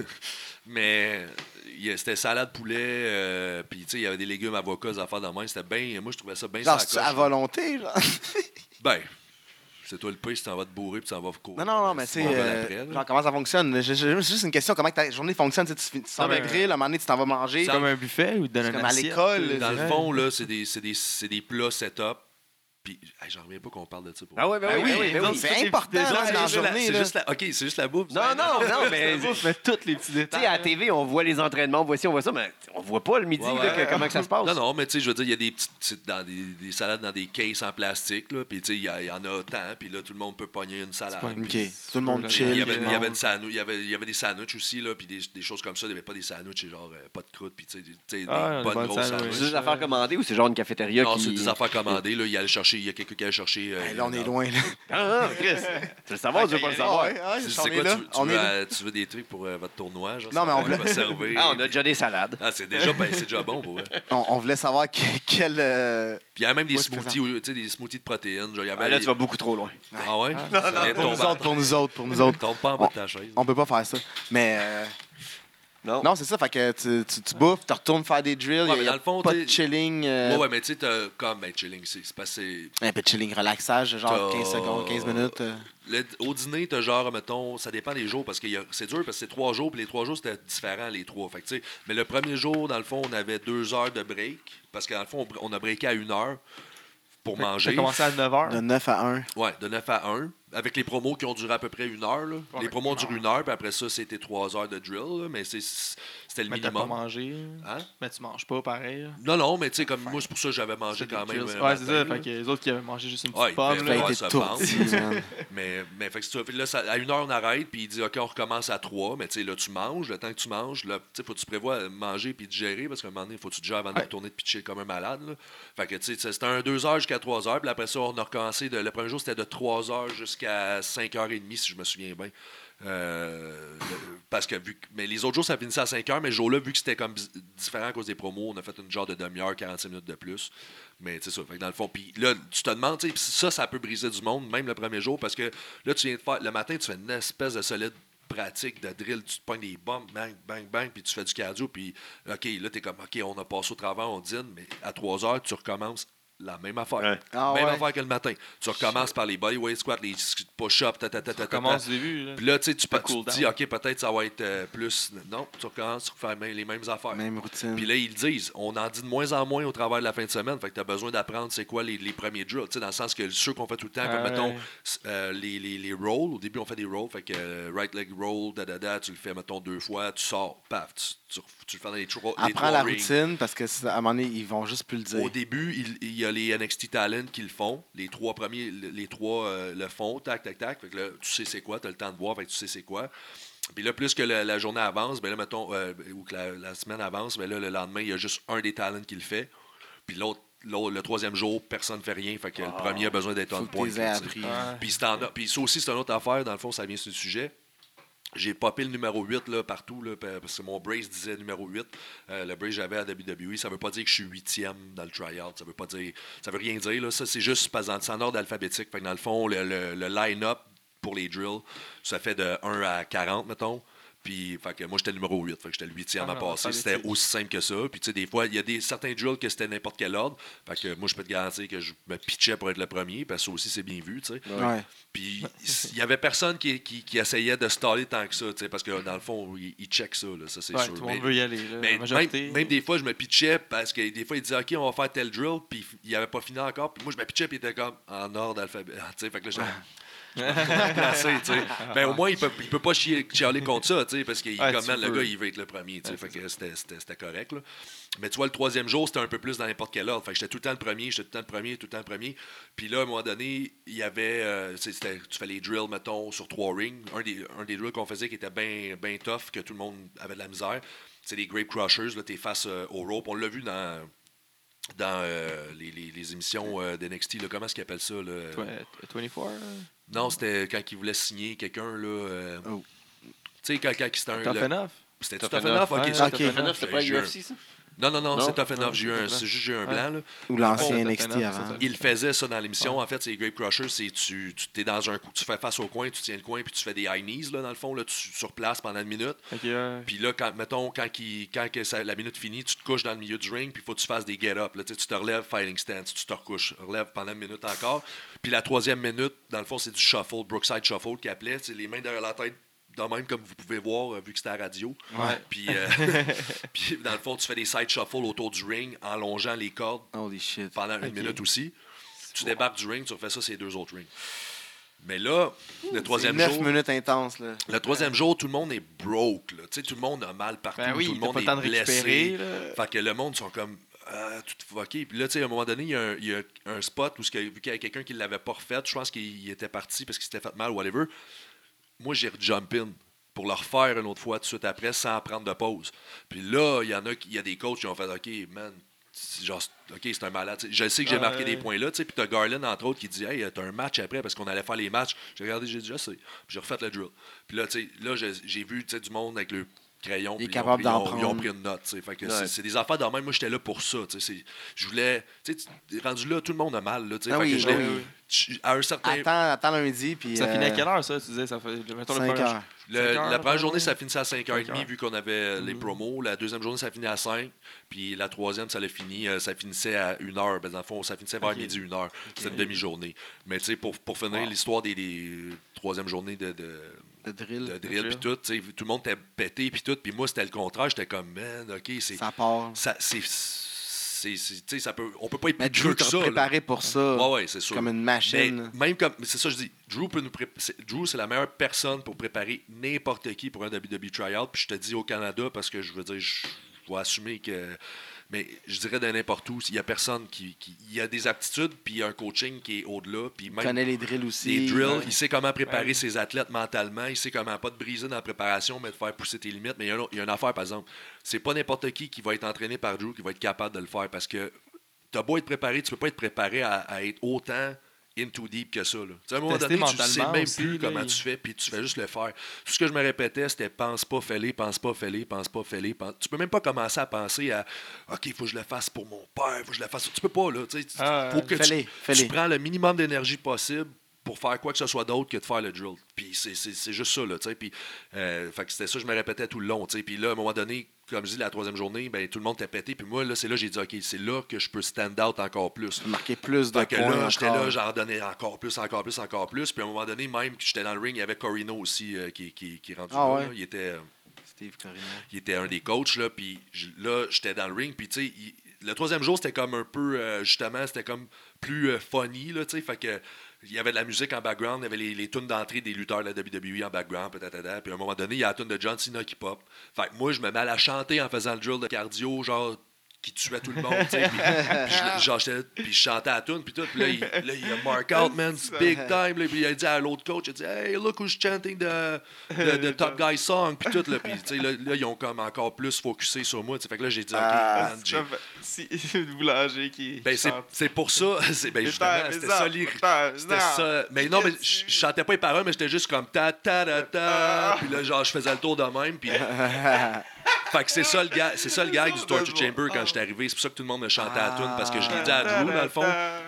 Mais il y a- c'était salade poulet, euh, puis tu sais, il y avait des légumes, avocats, des affaires de même. C'était bien. Moi, je trouvais ça bien Genre, sur c'est la coche, à là. volonté, genre. Ben, c'est toi le pays si t'en vas te bourrer puis tu t'en vas courir. Non, non, non, mais tu sais, Bon, ben, euh, après, là. genre, comment ça fonctionne? J'ai j'ai juste une question, comment que ta journée fonctionne? Tu sais, tu finis- tu sors mais- le grill, à un moment donné, tu t'en vas manger. Ça- Comme un buffet ou donner C'est un comme à l'école. Dans le c'est- fond, là, c'est des, c'est des, c'est des plats set-up. Puis, hey, j'en reviens pas qu'on parle de ça. Pour Ah ouais, ben Ben oui, oui, ben oui, ben non, oui. c'est toutes les important petits là, détails, dans la c'est la- journée. c'est là. juste la, OK, c'est juste la bouffe. Non, non, non, mais... On fait tous les petits Tu détails. sais, à la T V, on voit les entraînements, on voit ci, on voit ça, mais on voit pas le midi Ouais, là, ouais. que- comment que ça se passe. Non, non, mais tu sais, je veux dire, il y a des petites petites- dans des, des salades dans des cases en plastique, là, puis tu sais, il y, a- il y en a autant, puis là, tout le monde peut pogner une salade. pas une puis- OK, tout le monde Il y chill. Il y avait, tout le il y avait monde. une sandwich- il y avait, il y avait des sandwichs aussi, là, puis des, des choses comme ça. Il n'y avait pas des sandwichs, genre euh, pas de croûte, puis tu sais, des, tu sais, des Ah, des bonnes bonnes grosses sandwichs. sandwichs. C'est des affaires commandées ou c'est genre une cafétéria Non, qui... c'est des affaires commandées. Là, il, allait chercher, il y a quelqu'un qui allait chercher. euh, Hey, là, on est dans- loin, là. Ah, ah, Chris! Tu veux le savoir ou tu veux pas le Ah, savoir? ouais, ouais, Tu on sais est quoi, là. tu, tu On veux, est là. euh, tu veux des trucs pour euh, votre tournoi? Genre, Non, ça mais on va voulait- servir. Ah, on a déjà des salades. Ah, c'est déjà, ben, c'est déjà bon pour eux. On, on voulait savoir que- quel. euh, Puis il y a même des Ouais, c'est smoothies, où- tu sais, des smoothies de protéines. Genre, il y avait Ah, là, tu vas beaucoup trop loin. Ah ouais? Non, non, Pour nous autres, pour nous autres, pour nous autres. Tombe pas en bas de ta chaise. On peut pas faire ça. Mais. euh, Non. Non, c'est ça. Fait que tu, tu, tu bouffes, tu retournes faire des drills. Ouais, Il mais n'y a, dans le fond, pas t'sais- de chilling. euh, Ouais, ouais, mais tu sais, t'as comme, ben, chilling, c'est c'est passé. Un peu de chilling, relaxage, genre T'as- quinze secondes, quinze minutes. euh. Le- au dîner, t'as genre, mettons, ça dépend des jours, parce que y a- c'est dur, parce que c'est trois jours, puis les trois jours, c'était différent, les trois. Fait que, tu sais, mais le premier jour, dans le fond, on avait deux heures de break, parce que dans le fond, on, on a breaké à une heure pour J'ai manger. commencé à neuf heures. De neuf à un. Ouais, de neuf à un, avec les promos qui ont duré à peu près une heure. Là. Ouais, les promos une durent heure. une heure, puis après ça, c'était trois heures de drill, là, mais c'est- c'était le Mais t'as pas minimum. mangé. Hein? Mais tu manges pas pareil. là. Non, non, mais tu sais, comme moi, c'est pour ça que j'avais mangé C'est quand des même. kills. un Ouais, matin, c'est ça. là. Fait que les autres qui avaient mangé juste une Ouais, petite pomme. il Fait là. ouais, que ça t'es pense. tourdi, man. Mais, mais fait que c'est ça. Fait que là, ça- à une heure, on arrête, puis il dit, OK, on recommence à trois. Mais tu sais, là, tu manges, le temps que tu manges, là, tu sais, faut que tu prévois manger puis digérer, parce qu'à un moment donné, il faut que tu digères avant de Ouais. retourner de pitcher comme un malade. Là. Fait que, tu sais, c'était un deux heures jusqu'à trois heures, puis après ça, on a recommencé. De, le premier jour, c'était de trois heures jusqu'à cinq heures trente, si je me souviens bien. Euh, le- parce que vu que, mais les autres jours, ça finissait à cinq heures, mais ce jour-là, vu que c'était comme bis- différent à cause des promos, on a fait une genre de demi-heure, quarante-cinq minutes de plus. Mais tu sais ça, fait que dans le fond, puis là, tu te demandes, tu sais, pis ça, ça peut briser du monde, même le premier jour, parce que là, tu viens de faire, le matin, tu fais une espèce de solide pratique de drill, tu te pognes des bombes, bang, bang, bang, puis tu fais du cardio, puis OK, là, t'es comme, OK, on a passé au travers, on dîne, mais à trois heures, tu recommences la même affaire. Ouais. Ah même ouais. affaire que le matin. Tu recommences par les bodyweight squats, les push-ups, ta, ta, ta, ta, ta, ta. Commence du début. là. Puis là, tu sais, tu, Pas peux- tu cool te down. dis, OK, peut-être ça va être euh, plus. Non, tu recommences, tu refais même- les mêmes affaires. Même routine. Puis là, ils le disent, on en dit de moins en moins au travers de la fin de semaine. Fait que tu as besoin d'apprendre c'est quoi les, les premiers drills. Tu sais, dans le sens que ceux qu'on fait tout le temps, comme Ouais. mettons euh, les, les, les rolls. Au début, on fait des rolls. Fait que euh, right leg roll, da, da, da, tu le fais, mettons, deux fois, tu sors, paf, tu, tu, tu le fais dans les, tro- les Apprends trois la rings. routine parce que c'est- à un moment donné, ils vont juste plus le dire. Au début, il, il y a les N X T Talent qui le font. Les trois premiers, les trois euh, le font, tac, tac, tac. Fait que là, tu sais c'est quoi, tu as le temps de voir, fait que tu sais c'est quoi. Puis là, plus que la, la journée avance, ben là, mettons, euh, ou que la, la semaine avance, ben là, le lendemain, il y a juste un des talents qui le fait. Puis l'autre, l'autre- le troisième jour, personne ne fait rien. Fait que le premier a besoin d'être Faut on que point. t'aies là, tu sais. appris. Ouais. Puis c'est en- puis ça aussi, c'est une autre affaire. Dans le fond, ça vient sur le sujet. J'ai popé le numéro huit là, partout, là, parce que mon brace disait numéro huit. Euh, le brace que j'avais à W W E, ça veut pas dire que je suis huitième dans le tryout. Ça veut pas dire. Ça veut rien dire. Là. Ça, c'est juste parce que c'est en ordre alphabétique. Fait que dans le fond, le, le- le line-up pour les drills, ça fait de un à quarante, mettons. Puis, fait que moi, j'étais le numéro huit. Fait que j'étais le huitième Ah à non, passer. ça C'était l'éthique. aussi simple que ça. Puis, tu sais, des fois, il y a des, certains drills que c'était n'importe quel ordre. Fait que moi, je peux te garantir que je me pitchais pour être le premier, parce que ça aussi, c'est bien vu, tu sais. Ouais. Puis, il y avait personne qui, qui, qui essayait de staller tant que ça, tu sais, parce que dans le fond, ils il checkent ça, là, ça, c'est Ouais, sûr. tout le Mais- monde veut y aller. Là, mais la majorité. même, même des fois, je me pitchais parce que des fois, ils disaient, OK, on va faire tel drill, puis il n'avait pas fini encore. Puis moi, je me pitchais, puis il était comme en ordre alphabet. Tu sais, fait que là, j'étais placé, tu sais. Ben, au moins, il peut, il peut pas chier- chialer contre ça, tu sais, parce qu'il Ouais, comme, tu man, le peux. gars, il veut être le premier, tu sais. Ouais, Fait c'est que c'était- c'était c'était correct, là. Mais tu vois, le troisième jour, c'était un peu plus dans n'importe quel ordre. Fait que j'étais tout le temps le premier, j'étais tout le temps le premier, tout le temps le premier. Puis là, à un moment donné, il y avait. euh, tu sais, c'était- tu fais les drills, mettons, sur trois rings. Un des, un des drills qu'on faisait qui était bien ben tough, que tout le monde avait de la misère, c'est les Grape Crushers, là, t'es face euh, au rope. On l'a vu dans. Dans euh, les, les, les émissions euh, d'N X T, là, comment est-ce qu'ils appellent ça? Là? Tw- vingt-quatre, là. Non, c'était quand ils voulaient signer quelqu'un. Là, euh, Oh. Tu sais, quand, quand c'était un. Tough le- enough. C'était Tough Tough enough, Enough? Ok, ouais. ça, Ok. Tough Tough enough, enough. c'était pas J'ai U un- F C, ça? Non, non, non, Non? c'est Tough Enough. Non, J'ai eu un, c'est c'est juste j'ai eu un Ouais. blanc. Là. Ou l'ancien Ouais, N X T Tough Enough, avant. c'est ça. Il faisait ça dans l'émission. En fait, c'est les Grape Crushers, c'est tu, tu es dans un coup, tu fais face au coin, tu tiens le coin, puis tu fais des high knees, là, dans le fond, là, tu surplaces pendant une minute. Ok, ouais. Puis là, quand, mettons, quand, il- quand que ça- la minute finit, tu te couches dans le milieu du ring, puis il faut que tu fasses des get-up. Là, tu sais, tu te relèves, fighting stance, tu te recouches, relèves pendant une minute encore. Puis la troisième minute, dans le fond, c'est du shuffle, Brookside Shuffle qui appelait. C'est les mains derrière la tête, de même, comme vous pouvez voir, euh, vu que c'était à la radio. Ouais. Puis, euh, puis, dans le fond, tu fais des side shuffle autour du ring en longeant les cordes Holy shit. pendant une Ok. minute aussi. Tu débarques du ring, tu refais ça, c'est deux autres rings. Mais là, le troisième neuf jour. minutes intenses, là. Le troisième jour, tout le monde est broke. Là. Tu sais, tout le monde a mal partout. Ben oui, tout le t'as monde pas le est temps de blessé. récupérer. Là. Fait que le monde sont comme ah, tout fucké. Puis là, tu sais, à un moment donné, il y a un, il y a un spot où, ce que- vu qu'il y avait quelqu'un qui ne l'avait pas refait, je pense qu'il était parti parce qu'il s'était fait mal ou whatever. Moi, j'ai jump in pour le refaire une autre fois tout de suite après sans prendre de pause. Puis là, il y en a qui, il y a des coachs qui ont fait OK, man. c'est Genre, OK, c'est un malade. T'sais, je sais que j'ai Ah, marqué ouais. des points là. Puis t'as Garland, entre autres, qui dit Hey, t'as un match après parce qu'on allait faire les matchs. J'ai regardé, j'ai dit Je sais. Puis j'ai refait le drill. Puis là, tu sais, là j'ai j'ai vu tu sais, du monde avec le crayon. Il est puis ils ont capable pris- ils d'en ont- Ils ont prendre. pris une note. tu sais. Fait que Ouais. c'est- c'est des affaires de même. Moi, j'étais là pour ça. tu sais, c'est- Je voulais. Tu sais, tu- rendu là, tout le monde a mal. Là, tu sais. Ah Fait oui, que je ah l'ai- oui. je- à un certain. Attends, attends lundi, puis... Ça euh, finit à quelle heure, ça? Tu disais, ça fait. Mettons, le cinq premier- heures. Le- cinq heures, la la première première journée, ça journée? finissait à cinq heures cinq trente heures. vu qu'on avait euh, les Mhm. promos. La deuxième journée, ça finit à cinq. Puis la troisième, ça l'a fini. euh, ça finissait à une heure. Ben, dans le fond, ça finissait vers Ok. midi, une heure. C'était une demi-journée. Mais tu sais, pour, pour finir Wow. l'histoire des, des troisième journée de, de, Le drill, de drill, drill. puis tout, tu sais, tout le monde était pété, puis tout. Puis moi, c'était le contraire. J'étais comme, man, OK, c'est. ça part. Ça, c'est. c'est- c'est- tu sais, ça peut, on peut pas être Mais plus Drew dur que t'a ça. là. préparé pour ça, Ouais, ouais, c'est sûr. comme une Mais machine. même comme, c'est ça que je dis, Drew peut nous pré- c'est- Drew, c'est la meilleure personne pour préparer n'importe qui pour un W W E tryout. Puis je te dis au Canada parce que je veux dire, je je vais assumer que. Mais je dirais de n'importe où, il y a personne qui, qui. Il y a des aptitudes, puis il y a un coaching qui est au-delà. Puis Il même connaît les drills aussi. les drills, Ouais. il sait comment préparer Ouais. ses athlètes mentalement, il sait comment pas te briser dans la préparation, mais de faire pousser tes limites. Mais il y a, un- il y a une affaire, par exemple. C'est pas n'importe qui qui va être entraîné par Drew qui va être capable de le faire parce que t'as beau être préparé, tu peux pas être préparé à, à être autant in too deep que ça. Là. Tu sais, à un moment Tester donné, tu sais mentalement même aussi, plus là, comment il- tu fais, puis tu fais juste le faire. Tout ce que je me répétais, c'était pense pas, fais-les, pense pas, fais-les, pense pas, fais-les. Pense... Tu peux même pas commencer à penser à OK, il faut que je le fasse pour mon père, il faut que je le fasse. Tu peux pas, là. Tu sais, Ah, faut que tu, Fais-les, tu fais-les. prends le minimum d'énergie possible pour faire quoi que ce soit d'autre que de faire le drill. Puis c'est, c'est, c'est juste ça, là, tu sais. Puis, euh, fait que c'était ça, je me répétais tout le long, tu sais. Puis là, à un moment donné, comme je dis, la troisième journée, ben, tout le monde était pété. Puis moi, là, c'est là j'ai dit, OK, c'est là que je peux stand out encore plus. Marquer plus de Fait que points là, j'étais encore. là, j'en donnais encore plus, encore plus, encore plus. Puis à un moment donné, même que j'étais dans le ring, il y avait Corino aussi euh, qui, qui, qui est rendu Ah là, ouais? là. Il était... euh, Steve Corino. il était un des coachs, là, puis j- là, j'étais dans le ring, puis tu sais, il- le troisième jour, c'était comme un peu, euh, justement, c'était comme plus euh, funny, là, tu sais, fait que il y avait de la musique en background, il y avait les, les tunes d'entrée des lutteurs de la W W E en background, peut-être, puis à un moment donné, il y a la tune de John Cena qui pop. Fait que moi, je me mets à la chanter en faisant le drill de cardio, genre, qui tuait tout le monde, tu sais, puis, puis je, genre, j'étais- puis je chantais à la tune, puis tout, puis là, il, là, il a mark out, man, c'est big time, là, puis il a dit à l'autre coach, il a dit, hey, look who's chanting the, the, the Top Guy song, puis tout, là, puis tu sais, là, là, ils ont comme encore plus focusé sur moi, tu sais, fait que là, j'ai dit, OK, Ah, man, j'ai- Si le boulanger qui. ben, c'est, chante. c'est pour ça, c'est, ben, justement, c'était ça, les- c'était ça. Mais non, mais je je chantais pas les paroles, mais j'étais juste comme ta ta ta ta. Puis là, genre, je faisais le tour de même. Puis. Fait que c'est ça le gag, c'est ça le gag du Torture Chamber quand j'étais arrivé. C'est pour ça que tout le monde me chantait à la tune parce que je l'ai dit à Drew, dans le fond.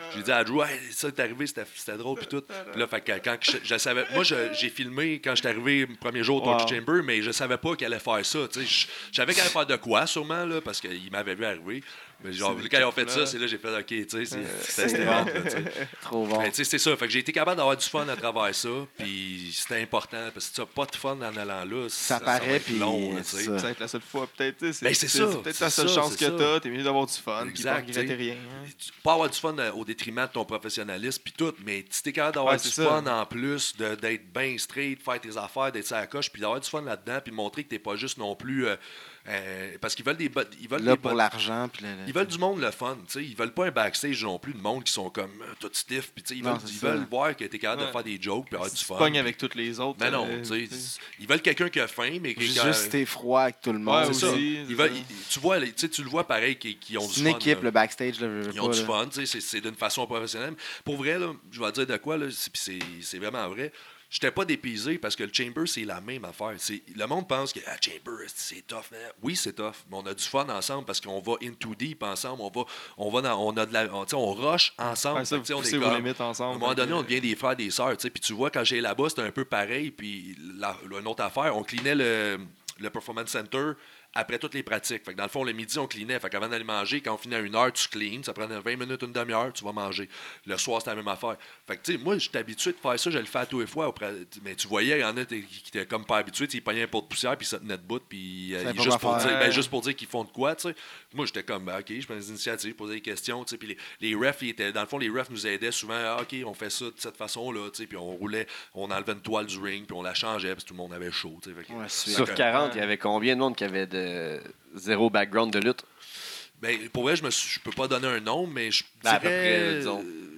J'ai dit à Drew, hey, ça est arrivé, c'était, c'était drôle, puis tout. Puis là, fait que quand je, je savais. Moi, je, j'ai filmé quand j'étais arrivé le premier jour au Torture Wow. Chamber, mais je savais pas qu'elle allait faire ça. Tu sais, je, je savais qu'elle allait faire de quoi, sûrement, là, parce qu'il m'avait vu arriver. Mais genre, C'est quand ils ont fait là. ça, c'est là que j'ai fait OK, tu sais, c'est, c'était, c'était bon, là, tu sais. Trop bon. Ben, tu sais, c'est ça. Fait que j'ai été capable d'avoir du fun à travers ça. Puis c'était important. Parce que si tu n'as pas de fun en allant là, Ça va paraît, être puis long. Là, tu c'est sais. ça. Ça va être la seule fois, peut-être. tu sais, Ben, c'est c'est, ça, c'est peut-être c'est la seule ça, chance c'est que ça. t'as. T'es mieux d'avoir du fun, puis pas Exact, regretter t'sais. rien. hein. Tu peux avoir du fun euh, au détriment de ton professionnalisme puis tout, mais si t'es capable d'avoir Ouais, du c'est ça. fun en plus, de, d'être bien straight, faire tes affaires, d'être sur la coche, puis d'avoir du fun là-dedans, puis de montrer que t'es pas juste non plus... euh, euh, parce qu'ils veulent des... bo- Ils veulent Là, des pour bo- l'argent. Puis le- le- Ils veulent du monde le fun, tu sais. Ils veulent pas un backstage non plus de monde qui sont comme euh, tout stiff, puis tu sais, ils, Non, veulent, c'est ils ça. veulent voir que t'es capable de Ouais. faire des jokes, puis avoir du Si tu fun. pognes puis- avec tous les autres. Mais non, euh, tu sais, tu sais. ils veulent quelqu'un qui a faim, mais qui Juste, qui a- juste t'es froid avec tout le Ouais, monde. c'est ça. aussi, Ils c'est veulent- ça. ils- tu vois, les- tu sais, tu le vois pareil, qui, qui ont C'est du une fun. équipe, là. le backstage. Là, veux, veux Ils ont pas, du là. fun, tu sais, c'est, c'est d'une façon professionnelle. Pour vrai, là, je vais dire de quoi, là, c'est, puis c'est, c'est vraiment vrai. J'étais pas dépaysé parce que le Chamber, c'est la même affaire. C'est, le monde pense que ah, Chamber, c'est tough. Man. Oui, c'est tough, mais on a du fun ensemble parce qu'on va into deep ensemble. On va, on va dans, on a de la, on, tu sais, on rush ensemble. Ouais, ça, Fait que, tu sais, vous on poussez est vos comme- limites à un ensemble. moment donné, fait on que- devient des frères, des sœurs. tu sais. Puis tu vois, quand j'allais là-bas, c'était un peu pareil. Puis la, une autre affaire, on cleanait le, le Performance Center après toutes les pratiques. Fait que dans le fond, le midi, on cleanait. Fait qu'avant d'aller manger, quand on finit à une heure, tu cleans. Ça prenait vingt minutes, une demi-heure, tu vas manger. Le soir, c'était la même affaire. Fait que, tu sais, moi, j'étais habitué de faire ça. Je le fais à tous les fois. Auprès- Mais tu voyais, il y en a qui étaient comme pas habitués. Ils pognaient un pot de poussière, puis ça tenait debout. Puis euh, Savais pas juste, quoi pour faire. dire, ben, Ouais. juste pour dire qu'ils font de quoi, tu sais. Moi, j'étais comme, ben, OK, je prends des initiatives, je posais des questions, tu sais. Puis les, les refs, ils étaient, dans le fond, les refs nous aidaient souvent. Ah, OK, on fait ça de cette façon-là, tu sais. Puis on roulait, on enlevait une toile du ring, puis on la changeait, puis tout le monde avait chaud, tu sais. Fait que- Ouais, c'est- Sur Fait que- quarante, il y avait combien de monde qui avait de zéro background de lutte? Ben, pour vrai, je me suis- je peux pas donner un nom, mais je Ben, à dirais, peu près, là, disons. euh,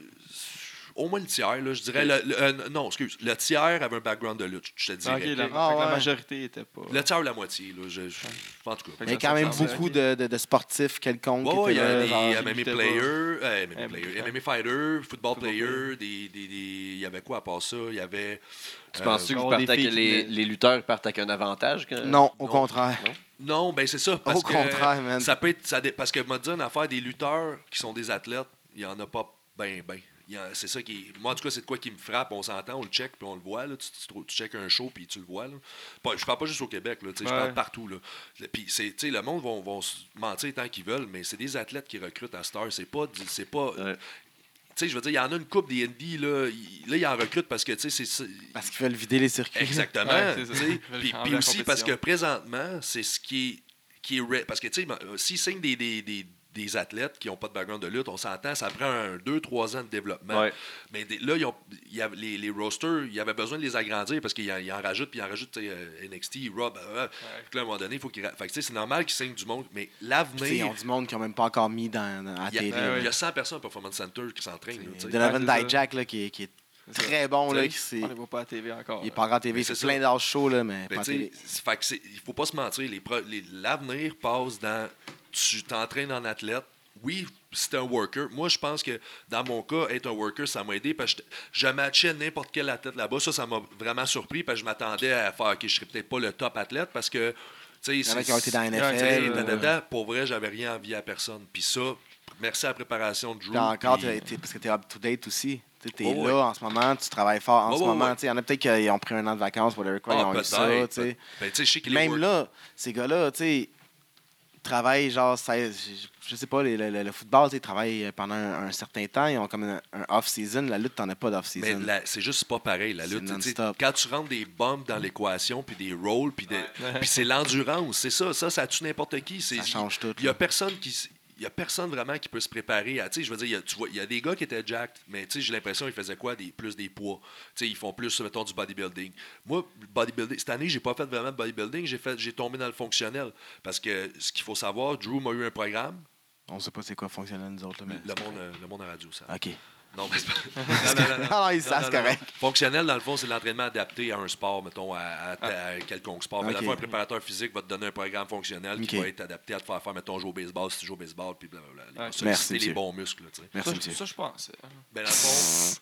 au moins le tiers, là, je dirais. Le, le- euh, non, excuse. Le tiers avait un background de lutte, je te dirais. Ok, la, Ah, fait que la ouais. majorité était pas. Le tiers ou la moitié, là. Je, je- en tout cas. Fait Il y a que ça quand même ressemble, beaucoup ok. de, de, de sportifs quelconques. Ouais, qui ouais, il y étaient a là, des genre, M M A qui luttaient players, pas. euh, M M A M M A, players, ouais. M M A fighters, football Football players, des, des, des, il y avait quoi à part ça? Il y avait... Tu euh, penses-tu que vous avoir des partez avec filles qui les, venaient- les lutteurs partent avec un avantage? que- Non, au Non. contraire. Non, ben c'est ça. Parce Au que contraire, man. Ça peut être, ça dé- parce que, moi, dire une affaire, des lutteurs qui sont des athlètes, il n'y en a pas ben, ben. Il y en- C'est ça qui est- Moi, en tout cas, c'est de quoi qui me frappe. On s'entend, on le check, puis on le voit. Là. Tu, tu, tu, tu checkes un show, puis tu le vois. Là. Pas, je parle pas juste au Québec, là, tu sais, je Ouais. parle partout. Là. Le- Puis, c'est- tu sais, le monde vont, vont se mentir tant qu'ils veulent, mais c'est des athlètes qui recrutent à Star. C'est pas. du- C'est pas Ouais. Tu sais, je veux dire, il y en a une coupe des Indies, là, ils- là, ils en recrutent parce que, tu sais, c'est- c'est. Parce qu'ils veulent vider les circuits. Exactement. Ouais, c'est ça. tu sais. Ils veulent Puis, changer puis la aussi parce que compétition. présentement, c'est ce qui est. Qui est re- parce que, tu sais, euh, s'ils signent des, des, des, des athlètes qui n'ont pas de background de lutte, on s'entend, ça prend un deux trois ans de développement. Ouais. Mais des- là, ils ont, il y avait- les, les rosters, il y avait besoin de les agrandir parce qu'ils en, ils en rajoutent, puis ils en rajoutent, tu sais, euh, N X T, Raw. euh, Fait que là, à un moment donné, il faut qu'ils. ra- Fait que, tu sais, c'est normal qu'ils signent du monde, mais Puis, tu sais, ils l'avenir. ont du monde qui n'ont même pas encore mis dans, dans la Il y, a, télé. Ouais, ouais. il y a cent personnes au Performance Center qui s'entraînent. là, tu sais. Donovan Ouais, c'est ça. Dijak, là, qui, est- qui est C'est ça. très bon. Là, Tu qui sais, c'est- On les voit pas à la T V encore. il est là. pas encore en T V. Mais Il fait c'est plein ça. d'âge chaud, là, mais Ben, pas en tu télé. sais, fait que c'est- il faut pas se mentir. Les pro- les- L'avenir passe dans. Tu t'entraînes en athlète. Oui, c'est un worker. Moi, je pense que dans mon cas, être un worker, ça m'a aidé parce que je, je matchais n'importe quel athlète là-bas. Ça, ça m'a vraiment surpris parce que je m'attendais à faire, OK, je serais peut-être pas le top athlète parce que. Tu sais, Il y en a c'est- qui ont été dans la Ouais, tu sais, N F L. euh, tadada, pour vrai, j'avais rien envie à personne. Puis ça, merci à la préparation de Drew. Puis encore, puis- t'es- t'es- parce que tu es up-to-date aussi. Tu es Ouais, là ouais. en ce moment, tu travailles fort en Ouais, ce ouais, moment. ouais. Tu sais, Il y en a peut-être qui ont pris un an de vacances, whatever quoi, Ah, ils ont eu ça. peut-être. tu sais. Ben, tu sais, je sais que les Même work- là, ces gars-là, tu sais, travaillent genre, seize je, je sais pas, les- le, le- le football, tu sais, ils travaillent pendant un, un certain temps, ils ont comme un, un off-season. La lutte, t'en as pas Mais d'off-season. la- c'est juste pas pareil, la C'est lutte. Tu sais, non-stop. quand tu rentres des bombes dans l'équation, puis des rolls, puis des- puis c'est l'endurance. C'est ça, ça, ça tue n'importe qui. C'est- Ça change tout. Il y a là. personne qui. s- Il y a personne vraiment qui peut se préparer à. Tu sais, je veux dire, il y a, tu vois, il y a des gars qui étaient jacked, mais tu sais, j'ai l'impression qu'ils faisaient quoi? Des, plus des poids. Tu sais, ils font plus, mettons, du bodybuilding. Moi, le bodybuilding, cette année, j'ai pas fait vraiment de bodybuilding, j'ai, fait, j'ai tombé dans le fonctionnel. Parce que ce qu'il faut savoir, Drew m'a eu un programme. On sait pas c'est quoi fonctionnel, nous autres. Là, mais... Le monde, euh, le monde à radio, ça. OK. Non, mais c'est pas. Non, non, non, non. Ah non, ils Non, savent, non, c'est non, correct. non. Fonctionnel, dans le fond, c'est l'entraînement adapté à un sport, mettons, à, à- à quelconque sport. Mais dans le Ok. fond, un préparateur physique va te donner un programme fonctionnel qui Ok. va être adapté à te faire faire, mettons, jouer au baseball si tu joues au baseball, puis blablabla. Ouais. Va Merci, solliciter les monsieur. bons muscles, là, tu sais. Merci, Ça, monsieur. ça, je pense. Ben, dans le fond,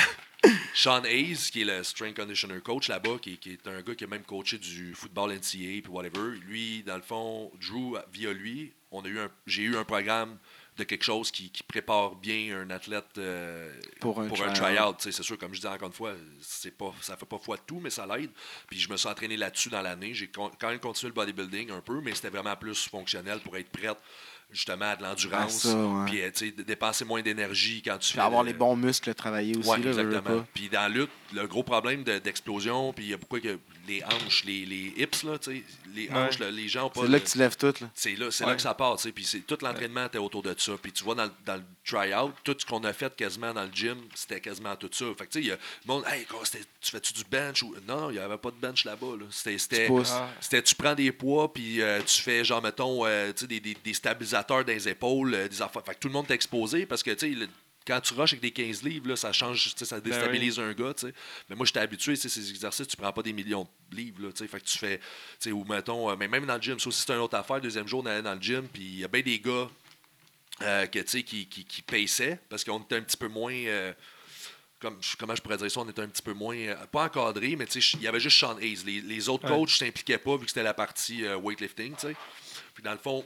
Sean Hayes, qui est le strength conditioner coach là-bas, qui, qui est un gars qui a même coaché du football N C A A puis whatever, lui, dans le fond, Drew, via lui, on a eu un, j'ai eu un programme de quelque chose qui, qui prépare bien un athlète euh, Pour un pour un try-out. try-out. C'est sûr, comme je dis encore une fois, c'est pas, ça fait pas foi de tout, mais ça l'aide. Puis je me suis entraîné là-dessus dans l'année. J'ai con- quand même continué le bodybuilding un peu, mais c'était vraiment plus fonctionnel pour être prête justement à de l'endurance. Ah, ça, ouais. Puis euh, tu sais, d- dépenser moins d'énergie quand tu Puis fais... avoir le- les bons muscles travailler aussi. Ouais, là, veux, veux exactement. pas. Puis dans la lutte, le gros problème de- d'explosion, puis il y a pourquoi que les hanches, les, les hips, là, tu sais, les hanches, là, les gens ont pas... C'est là de- que tu lèves tout. Là. c'est là, c'est Ouais. là que ça part, tu sais. Puis c'est- tout l'entraînement était autour de ça. Puis tu vois, dans, le- dans le try-out, tout ce qu'on a fait quasiment dans le gym, c'était quasiment tout ça. Fait que tu sais, il y a le monde, hey, quoi, c'était- tu fais-tu du bench? Ou... Non, il n'y avait pas de bench là-bas. Là. C'était, c'était, Tu pousses. Ah. c'était, tu prends des poids, puis euh, tu fais, genre, mettons, euh, tu sais, des, des, des stabilisateurs dans les épaules, euh, des affaires. Fait que tout le monde est exposé parce que, tu sais, le- quand tu rushes avec des quinze livres, là, ça change, tu sais, ça déstabilise un gars. tu sais. Mais moi, j'étais habitué, tu sais, ces exercices, tu prends pas des millions de livres. Là, tu sais. Fait que tu fais, tu sais, ou mettons, euh, mais même dans le gym, ça aussi, c'est une autre affaire. Deuxième jour, on allait dans le gym, puis il y a bien des gars euh, que, tu sais, qui, qui, qui paissaient parce qu'on était un petit peu moins. euh, comme, comment je pourrais dire ça, on était un petit peu moins, euh, pas encadré, mais tu sais, il y avait juste Sean Hayes. Les, les autres Ouais. coachs ne s'impliquaient pas vu que c'était la partie euh, weightlifting. tu sais. Puis dans le fond,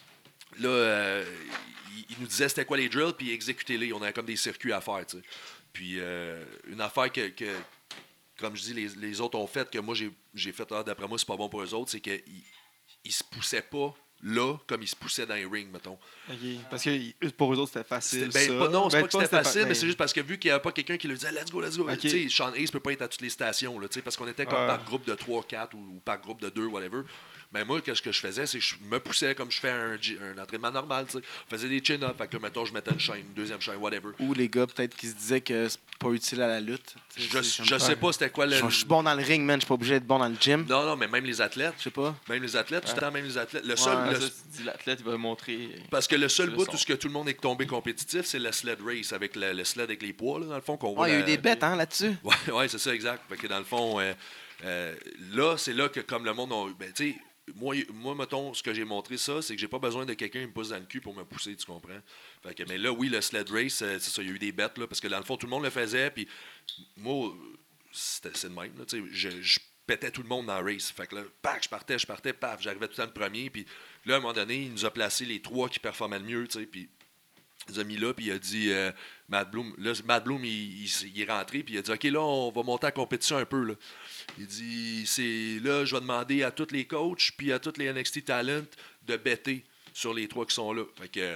là, euh, il, il nous disait c'était quoi les drills, puis exécutez-les. On avait comme des circuits à faire. tu sais. Puis euh, une affaire que, que, comme je dis, les, les autres ont fait, que moi j'ai, j'ai fait, ah, d'après moi, c'est pas bon pour eux autres, c'est qu'ils ils se poussaient pas là comme ils se poussaient dans les rings, mettons. OK. Parce que pour eux autres, c'était facile. C'était- ben, ça. pas- non, c'est Ben, pas que c'était fa- facile, mais ben, c'est juste parce que vu qu'il n'y avait pas quelqu'un qui lui disait let's go, let's go. Ok. Tu sais, Sean Hayes peut pas être à toutes les stations, là, tu sais, parce qu'on était comme Ouais. par groupe de trois, quatre ou, ou par groupe de deux, whatever. Mais moi, qu'est-ce que je faisais, c'est que je me poussais comme je fais un, gy- un entraînement normal. tu sais. Je faisais des chin-ups, fait que mettons, je mettais une chaîne, une deuxième chaîne, whatever. Ou les gars, peut-être, qui se disaient que c'est pas utile à la lutte. Tu sais, Je, c'est je comme- sais pas c'était quoi le. Je je suis bon dans le ring, man. Je suis pas obligé d'être bon dans le gym. Non, non, mais même les athlètes. Je sais pas. Même les athlètes, tu Ouais. t'entends même les athlètes. Le seul, Ouais, le- ça, tu dis, l'athlète, il va montrer. parce que le seul le bout son. où ce que tout le monde est tombé compétitif, c'est le sled race avec le, le sled avec les poids, là, dans le fond, qu'on Ouais, voit. il y a eu la- des bêtes hein, là-dessus. Ouais, ouais, c'est ça, exact. Fait que dans le fond, euh, euh, là, c'est là que comme le monde a. Ben, tu sais, moi, moi, mettons, ce que j'ai montré, ça, c'est que j'ai pas besoin de quelqu'un qui me pousse dans le cul pour me pousser, tu comprends? Fait que, mais là, oui, le sled race, euh, c'est ça, il y a eu des bêtes, là, parce que dans le fond, tout le monde le faisait, puis moi, euh, c'était, c'est le même, là, tu sais, je, je pétais tout le monde dans la race. Fait que là, pac, je partais, je partais, paf, j'arrivais tout le temps le premier, puis là, à un moment donné, il nous a placé les trois qui performaient le mieux, tu sais, puis il nous a mis là, puis il a dit, euh, Matt Bloom, là, Matt Bloom, il, il- il est rentré, puis il a dit, OK, là, on va monter en compétition un peu, là. Il dit, c'est là, je vais demander à tous les coachs, puis à tous les N X T Talent de bêter sur les trois qui sont là. Fait que, euh,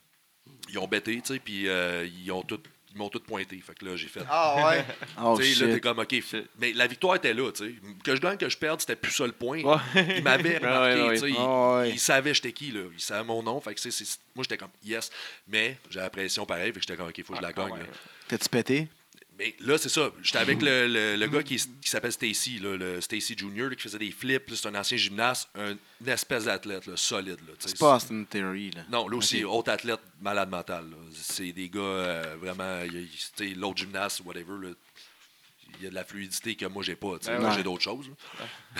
ils ont bêté, tu sais, puis euh, ils ont tout. Ils m'ont tout pointé. Fait que là, j'ai fait. Ah ouais. Oh Tu sais, là, t'es shit. comme, OK. f- Mais la victoire était là, tu sais. Que je gagne, que je perde, c'était plus ça le point. Ouais. Il m'avait Ah remarqué, ouais, ouais. tu sais. Il, Ah ouais. il savait j'étais qui, là. Il savait mon nom. Fait que c'est, c'est- moi, j'étais comme, yes. Mais j'avais la pression pareil. Fait que j'étais comme, OK, il faut que je la Ah, gagne. ouais. là. T'as-tu pété? Mais là, c'est ça. J'étais avec le, le, le gars qui, qui s'appelle Stacy, là, le Stacy Junior, là, qui faisait des flips. là, C'est un ancien gymnaste, un, une espèce d'athlète, là, solide. Là, tu sais. C'est pas Austin Theory, là. Non, là aussi, Ok. autre athlète malade mental. là. C'est des gars euh, vraiment. il y a- il- tu sais, l'autre gymnaste, whatever, là, il y a de la fluidité que moi, j'ai pas. tu sais. Ben Moi, ouais. j'ai d'autres choses. là.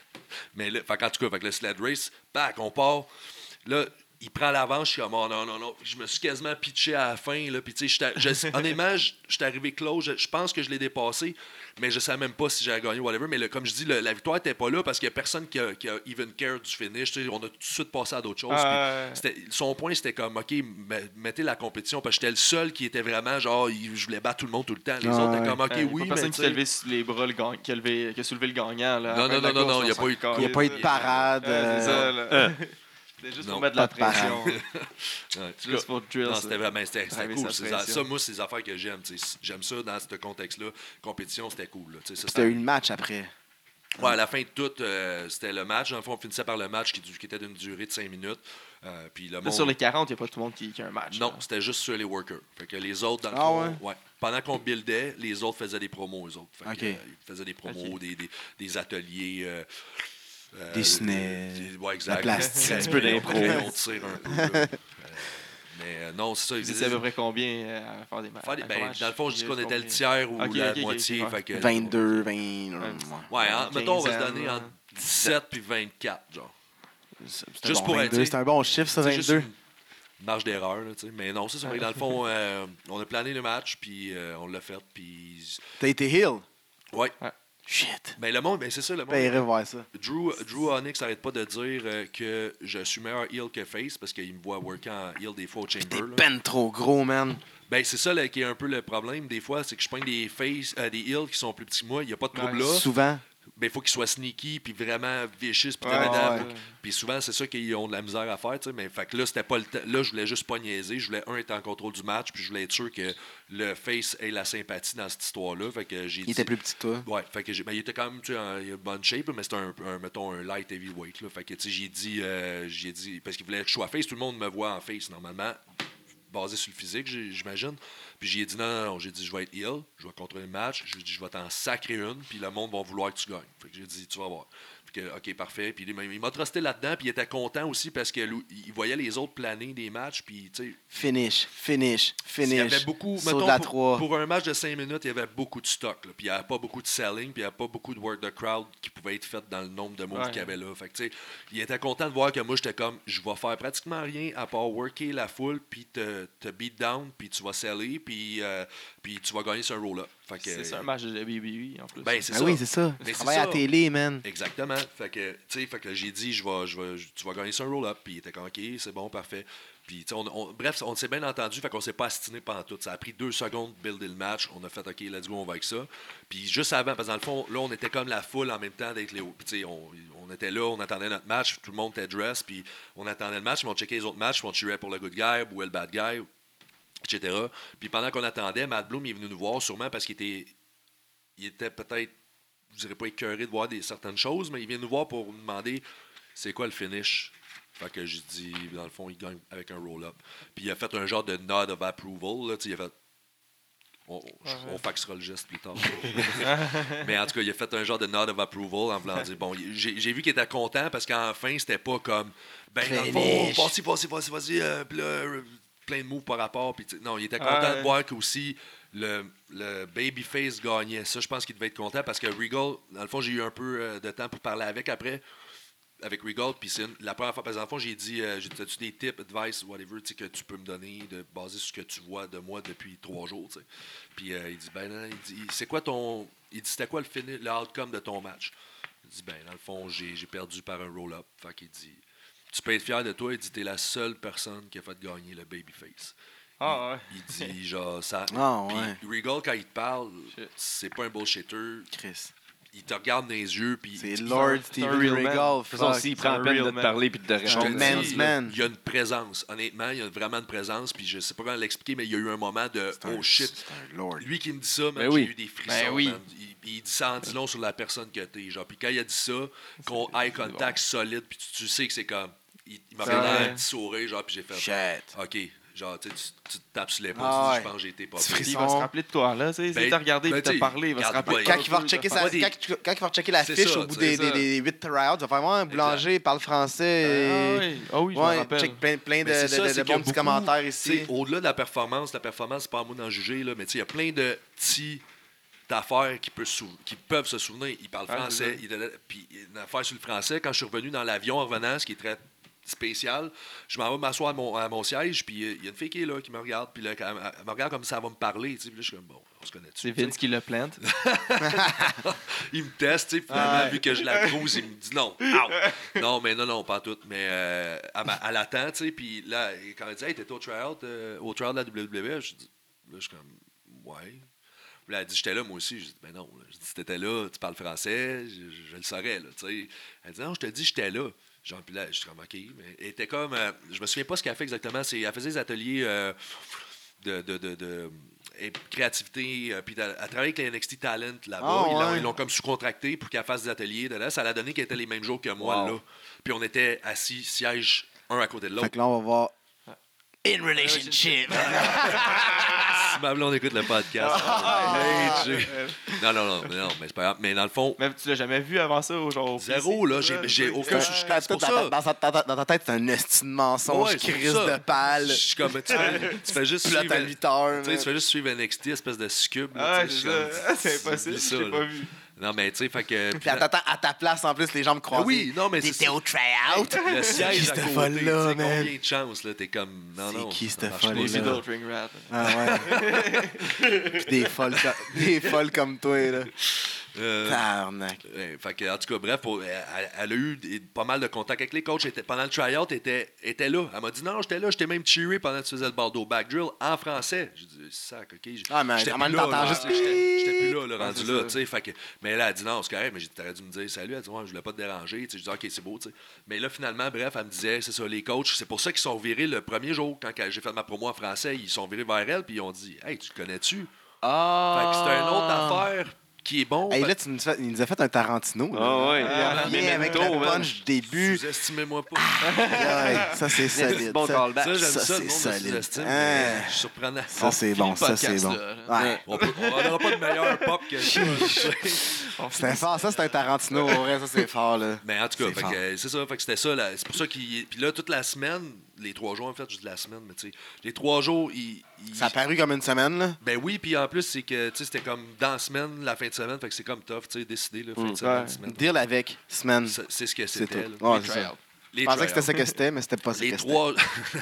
Mais là, fait qu'en tout cas, fait que le sled race, back, on part. Là, il prend l'avance, je suis comme, oh, non, non, non. Je me suis quasiment pitché à la fin. Là, puis, tu sais, j'étais- je- honnêtement, je je suis arrivé close. Je, je pense que je l'ai dépassé, mais je savais même pas si j'avais gagné, whatever. Mais le- comme je dis, le- la victoire n'était pas là parce qu'il n'y a personne qui a, qui a even care du finish. Tu sais, on a tout de suite passé à d'autres choses. Ah, Puis c'était- son point, c'était comme, OK, me- mettez la compétition. Parce que j'étais le seul qui était vraiment genre, il- je voulais battre tout le monde tout le temps. Les Ah, autres étaient ouais. comme, OK, Euh, oui, pas mais. personne tu qui sais, a levé sur les bras le gang, qui, a levé- qui a soulevé le gagnant. Là, à Non, la fin non, de la non, non, course, non, il y a on pas eu- s'en Il n'y a pas eu de calisse. parade. Ouais, c'est euh, ça, là. C'était juste Non, pour mettre de la pas de parade. pression. Ouais. Juste pour drill. Non, ça. c'était vraiment c'était, c'était Driver cool. sa C'est- pression. ça, moi, c'est des affaires que j'aime. tu sais. J'aime ça dans ce contexte-là. Compétition, c'était cool. Là. Tu sais, ça, Puis c'était- t'as eu le match après. Ouais, à la fin de tout, euh, c'était le match. Dans le fond, on finissait par le match qui, du- qui était d'une durée de cinq minutes. Euh, puis le Là, monde... sur les quarante, il n'y a pas tout le monde qui, qui a un match. Non, là. c'était juste sur les workers. Fait que les autres, dans le Ah fond, ouais? ouais. Pendant qu'on buildait, les autres faisaient des promos, eux autres. Fait que, Ok. euh, ils faisaient des promos, Ok. des, des, des ateliers. euh, euh, Des snais, des- Ouais, exact. la plastique. Un petit peu d'impro. On tire un peu. là. Euh, mais euh, non, c'est ça. ils Vous étiez faisaient- à peu près combien euh, à faire des matchs? faire des- à ben, match? dans le fond, je dis qu'on était le Combien? tiers ou Ok, la ok, ok, moitié. ok, fait que- vingt-deux, vingt. Ouais. Ouais, hein, mettons, on va se quinzaine, donner là. entre dix-sept puis vingt-quatre, genre. C'était Juste bon, pour vingt-deux, être- C'est un bon chiffre, ça, C'est juste vingt-deux. une marge d'erreur, là, tu sais. Mais non, c'est ça. Fait que Dans le fond, euh, on a plané le match, puis euh, on l'a fait, puis... T'as été heel. Ouais. Ouais. Shit. Ben, le monde, ben, c'est ça, le monde. Paierais voir ça. Drew, Drew Onyx n'arrête pas de dire euh, que je suis meilleur heel que face parce qu'il me voit worker en heel des fois au T'es chamber. là. ben trop gros, man. Ben, c'est ça là, qui est un peu le problème des fois, c'est que je pogne des face, euh, des heels qui sont plus petits que moi, il n'y a pas de trouble Ouais, là. Souvent. Ben, il faut qu'ils soient sneaky puis vraiment vicious puis Ouais, dominables. ouais. Puis souvent, c'est ça qu'ils ont de la misère à faire, tu sais. Mais fait que là, c'était pas le temps. Là, je voulais juste pas niaiser. Je voulais, un, être en contrôle du match, puis je voulais être sûr que le face ait la sympathie dans cette histoire-là. Fait que j'ai Il dit- était plus petit que toi. Ouais, fait que j'ai, ben, il était quand même, tu sais, en il a une bonne shape, là, mais c'était un, un, mettons, un light heavyweight, là. Fait que, tu sais, j'ai dit, euh, j'ai dit, parce qu'il voulait que je sois face, tout le monde me voit en face, normalement, basé sur le physique, j'ai- j'imagine. Puis j'ai dit, non, non, non, j'ai dit, je vais être heel, je vais contrôler le match, j'ai dit, je vais t'en sacrer une, puis le monde va vouloir que tu gagnes. Fait que j'ai dit, tu vas voir. Fait que, OK, parfait. Puis il m'a- il m'a trusté là-dedans, puis il était content aussi parce qu'il voyait les autres planer des matchs, puis, tu sais, Finish, finish, finish. il y avait beaucoup, Saut mettons, de la pour, trois. pour un match de cinq minutes, il y avait beaucoup de stock. Là. Puis il n'y avait pas beaucoup de selling, puis il n'y avait pas beaucoup de work the crowd qui pouvait être fait dans le nombre de moves Ouais. qu'il y avait là. Fait que, tu sais, il était content de voir que moi, j'étais comme, je vais faire pratiquement rien à part worker la foule, puis te, te beat down, puis tu vas seller, puis, euh, puis tu vas gagner sur un roll-up. Fait que, C'est ça un match de W W E en plus. Ben, c'est Ah ça. oui, c'est ça. Mais Tu c'est travailles à ça. la télé, man. Exactement. Fait que, tu sais, fait que j'ai dit, je vais, je vais, tu vas gagner sur un roll-up. Puis il était comme, OK, c'est bon, parfait. Puis, tu sais, on, on- bref, on s'est bien entendu, fait qu'on s'est pas astiné pendant tout. Ça a pris deux secondes de builder le match. On a fait, OK, let's go, on va avec ça. Puis juste avant, parce que dans le fond, là, on était comme la foule en même temps d'être les. Puis, tu sais, on, on était là, on attendait notre match, tout le monde était dress, puis on attendait le match, puis on checkait les autres matchs, puis on cheerait pour le good guy ou le bad guy, et cetera. Puis pendant qu'on attendait, Matt Bloom il est venu nous voir, sûrement parce qu'il était. Il était peut-être, je dirais pas écœuré de voir des, certaines choses, mais il vient nous voir pour nous demander c'est quoi le finish. Fait que j'ai dit, dans le fond, il gagne avec un roll-up. Puis il a fait un genre de nod of approval. Là, tu sais, il a fait. On, on, on faxera le geste plus tard. Mais en tout cas, il a fait un genre de nod of approval en voulant dire bon, j'ai, j'ai vu qu'il était content parce qu'enfin, c'était pas comme ben, dans le fond, Finish. vas-y, vas-y, vas-y, vas-y, euh, puis là, euh, plein de mots par rapport. Puis, tu sais, non, il était content Ouais. de voir qu'aussi le, le Babyface gagnait. Ça, je pense qu'il devait être content parce que Regal, dans le fond, j'ai eu un peu euh, de temps pour parler avec après. Avec Regal, puis c'est une- la première fois, parce que dans le fond, j'ai dit, euh, j'ai dit, as-tu des tips, advice, whatever, tu sais, que tu peux me donner, de, basé sur ce que tu vois de moi depuis trois jours, tu sais. Puis euh, il dit, ben non, il dit, c'est quoi ton, il dit, c'était quoi le fini, le outcome de ton match? Il dit, ben dans le fond, j'ai, j'ai perdu par un roll-up. Fait qu'il dit, tu peux être fier de toi, il dit, t'es la seule personne qui a fait gagner le Babyface. Ah ouais. Il dit, genre, ça. Ah, Puis Regal, quand il te parle, Shit. c'est pas un bullshitter. Chris. Il te regarde dans les yeux, puis C'est il dit, Lord c'est un Steven real man. Regal. De toute façon, fuck. s'il c'est prend un la peine real de te man. parler puis de te Je te Un le répondre. man's dis, man. il y a une présence. Honnêtement, il y a vraiment une présence. Puis je sais pas comment l'expliquer, mais il y a eu un moment de C'est un- oh shit. C'est un Lord. Lui qui me dit ça, man, Ben j'ai oui. eu des frissons. Ben oui. man. Il, il dit ça en dit long sur la personne que t'es. Genre, puis quand il a dit ça, qu'on eye contact solide, puis tu, tu sais que c'est comme. Il, il m'a C'est fait vrai. un petit sourire, genre, puis j'ai fait. Shit. OK. Genre, tu sais, tu- tu te tapes sur l'épaule, Ah tu dis, ouais. je pense que j'ai été pas Petit pire. Puis il frisson. va se rappeler de toi, là. Tu sais, Ben, il t'a regardé ben, et t'a t'sais, parlé, il va se regarde, rappeler. ouais. de Quand toi, il va il rechecker va sa, faire des- quand, il- quand il va rechecker la C'est fiche ça, au bout c'est des, ça. des, des huit tryouts, il va faire ouais, un boulanger, il parle français. Ah et- oui, ah oui, je me Ouais, rappelle. check plein, plein de, Mais c'est de- ça, de- c'est de qu'il y a bons petits beaucoup, commentaires tu ici. sais, au-delà de la performance, la performance, c'est pas à moi d'en juger, là, mais tu sais, il y a plein de petits affaires qui, peut sou- qui peuvent se souvenir. Il parle Ah, français, c'est il était- puis une affaire sur le français. Quand je suis revenu dans l'avion en revenant, ce qui est très spécial, je m'en vais m'asseoir à mon, à mon siège, puis euh, il y a une fille qui est là, qui me regarde, puis là, quand elle, elle me regarde comme ça, elle va me parler, tu sais, puis là, je suis comme, bon, on se connaît C'est Vince qui le plante. Il me teste, tu sais, finalement, Ouais. vu que je la cruise, il me dit non. Ow! Non, mais non, non, pas tout. Mais euh, elle, m'a- elle attend, tu sais, puis là, quand elle dit, hey, t'étais au tryout, euh, au tryout de la W W E, je dis, là, je suis comme, ouais. Puis là, elle dit, j'étais là, moi aussi. Je dis, ben non. Là. Je dis, si t'étais là, tu parles français, je, je- je le saurais, là, tu sais. Elle dit, non, je te dis, j'étais là. Genre, puis là, je suis comme, OK. Mais elle était comme, euh, je me souviens pas ce qu'elle fait exactement. C'est, elle faisait des ateliers euh, de, de, de, de et créativité, euh, puis elle, elle travaillait avec les N X T Talent là-bas. Ah, ils, l'ont, ouais. ils l'ont comme sous-contracté pour qu'elle fasse des ateliers de là. Ça l'a donné qu'elle était les mêmes jours que moi, Wow. là. Puis on était assis, siège un à côté de l'autre. Fait que là, on va voir. In relationship. Si ma blonde écoute le podcast. Ah! hey, Jay. non, non, non, mais non, mais c'est pas grave. Mais dans le fond, Mais tu l'as jamais vu avant ça, au genre. au zéro, P C? là, j'ai, j'ai aucun. Dans, C'est dans, pour dans, ça. dans, ta- dans ta tête, c'est un esti de mensonge, Ouais, c'est pour crise ça. de pâle. Je suis comme, tu fais, tu fais juste Puis là, suivre. t'as huit heures. Tu sais, tu fais juste suivre N X T, espèce de scub. là, Ah, tu sais, c'est je suis ça. comme, C'est impossible, oublie ça, j'ai là. pas vu. Non, mais tu sais, fait que. Puis à ta, à ta place, en plus, les jambes croisées. Ah oui, non, mais c'est T'étais ça. au tryout. Le siège à Cette côté, folle-là, tu sais, man. combien de chances, là, t'es comme, non, C'est non. qui, ça cette marche pas. folle-là? Les Adult Ring Rat. Ah ouais. Puis des folles, co- des folles comme toi, là. Euh, Tabarnak. Ouais, fait que, en tout cas, bref, pour- elle, elle a eu des- pas mal de contacts avec les coachs. Elle était- pendant le tryout, elle était, elle était là. Elle m'a dit non, j'étais là, j'étais même cheeré pendant que tu faisais le Bardo back drill en français. J'ai dit, sac, ok. j'- Ah, mais j'étais en plus même là, temps, t'entends là, juste- J'étais j'étais plus là, là, Ah, rendu c'est là, ça. tu sais. Fait que, mais elle a dit non, c'est correct, mais j'ai dit, t'aurais dû me dire salut. Elle a dit, ouais, je voulais pas te déranger. Tu sais, je dis, ok, c'est beau, tu sais. Mais là, finalement, bref, elle me disait, c'est ça, les coachs, c'est pour ça qu'ils sont virés le premier jour, quand j'ai fait ma promo en français, ils sont virés vers elle, puis ils ont dit, hey, tu le connais-tu? Ah! Fait que c'était une autre affaire qui est bon. Hey, Fait- là, tu nous, fais- il nous a fait un Tarantino. là. Ah ouais. Ah, Ah, rien avec le Memento, man. punch du début. Sous-estimez-moi pas. Ouais, ça, c'est solide. Bon ça, callback. Ça, j'aime ça, ça, c'est le monde me solide. sous-estime. Hein. mais Je suis surprenant. Ça, c'est bon. Ça, c'est bon. Ouais. On n'aura pas de meilleur pop que ça. C'était fort. Ça, c'est un Tarantino. En vrai, ça, c'est fort. Là. Mais en tout cas, C'est fait fort. que, euh, c'est ça. Fait que c'était ça. là. C'est pour ça qu'il. Puis là, toute la semaine, les trois jours, en fait, juste de la semaine, mais tu sais, les trois jours, il. il- Ça a paru comme une semaine. Là. Ben oui, puis en plus, c'est que, tu sais, c'était comme dans la semaine, la fin de semaine, fait que c'est comme tough, tu sais, décider, là, fin de semaine, Ouais. semaine. Deal avec semaine. C'est c'est ce que C'est c'était, tout. là. Ouais, c'est ça. Les Je pensais que c'était tryouts. ça que c'était, mais c'était pas ça Les que c'était. trois.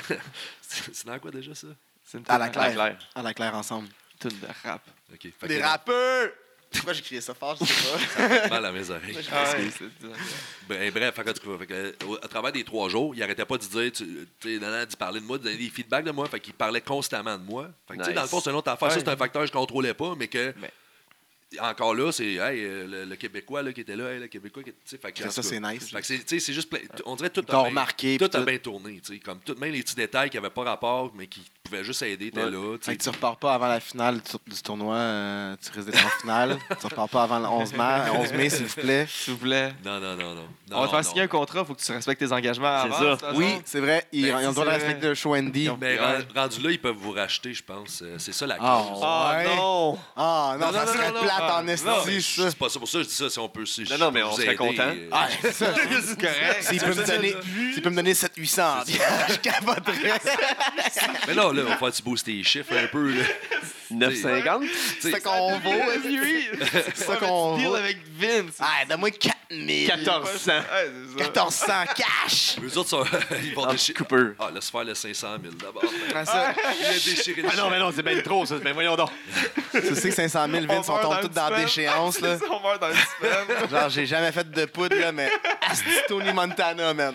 c'est c'est dans quoi déjà, ça? C'est une À la tune- claire. À la claire ensemble. tune de rap. OK. Fait Des que- rappeurs! Pourquoi j'ai crié ça fort? Je sais pas. mal à mes oreilles. Ah ouais, c'est- Ben, bref, fait que, en tout cas, fait que, euh, au- à travers des trois jours, il arrêtait pas de dire, tu sais, non, non, d'y parler de moi, de donner des feedbacks de moi. Fait qu'il parlait constamment de moi. Fait que, tu sais, Nice. dans le fond, c'est une autre affaire. Ça, Ouais. c'est un facteur que je contrôlais pas, mais que. Mais- Encore là, c'est hey, euh, le, le Québécois là, qui était là, hey, le Québécois qui était. tu sais, Fait que, Ça, en tout c'est cas, nice. Fait que c'est, tu sais, c'est juste plein- on dirait tout Ils t'ont a bien, remarqué, tout puis a tout. bien tourné. tu sais, Comme tout, même les petits détails qui n'avaient pas rapport, mais qui pouvaient juste aider, étaient Ouais. là. tu Fait sais. que tu repars pas avant la finale du, du tournoi. euh, tu risques d'être en finale. Tu repars pas avant le onze mai, onze mai s'il vous plaît. S'il vous plaît. Non, non, non, non. non On va te faire non. signer un contrat, faut que tu respectes tes engagements C'est avant. ça. de toute façon. Oui, c'est vrai. Ils, Ben, ils ont le si droit de c'est respecter vrai. le show Andy. Mais Ouais. ren- rendu là, ils peuvent vous racheter, je pense. Euh, C'est ça la Ah, cause. Ah ouais. non! Ah non, Non, ça non, serait non, non, plate non. en Non, esti, Mais ça. C'est pas ça pour ça que je dis ça, si on peut. Si Non, je non, mais peux on vous serait aider, content. euh, Ah, ça. C'est correct. S'il peut me donner, s'il peut me donner sept huit cents, je capoterais. Mais là, là, on va faire tu booster les chiffres un peu. Là. neuf cinquante? C'est ça qu'on vaut, Oui! c'est ça qu'on Deal vaut. avec Vince. Ah, donne-moi quatre mille. quatorze cents. Ouais, c'est ça. quatorze cents cash. Eux autres, sont, ils vont En déchirer. Cooper. Ah, laisse faire le cinq cent mille d'abord. Prends ça. Il a déchiré le Ah non, mais non, c'est bien trop, ça. Mais voyons donc. Tu sais que cinq cent mille, Vince, on meurt tombe dans tous une dans semaine. l'échéance, là. C'est ça, on meurt dans une semaine. Genre, j'ai jamais fait de poudre, là, mais asti Tony Montana, man.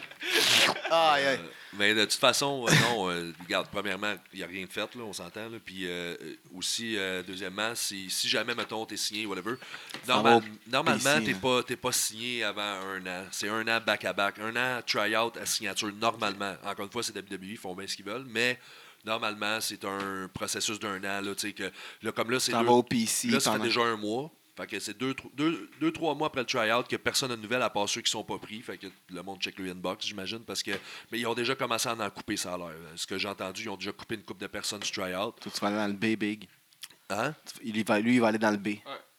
Aïe, aïe. Mais de toute façon, euh, non, euh, regarde, premièrement, il n'y a rien de fait, là, on s'entend. Là. Puis euh, euh, aussi, euh, deuxièmement, si, si jamais, mettons, t'es signé, whatever, Ça va normal- au normalement, P C, t'es là. pas, t'es pas signé avant un an. C'est un an back-à-back. Un an try-out à signature, normalement. Encore une fois, c'est W W E, ils font bien ce qu'ils veulent, mais normalement, c'est un processus d'un an. Là, tu sais, que, là, comme là, c'est T'en deux- vas au P C. là, ça fait pendant- déjà un mois. Fait que c'est deux, tro- deux, deux, trois mois après le tryout que personne n'a de nouvelles à part ceux qui sont pas pris. Fait que le monde check le inbox, j'imagine, parce que mais ils ont déjà commencé à en couper ça à l'heure. Ce que j'ai entendu, ils ont déjà coupé une coupe de personnes du tryout. Toi, tu vas aller dans le B, big. Hein? Il y va, lui, il va aller dans le B.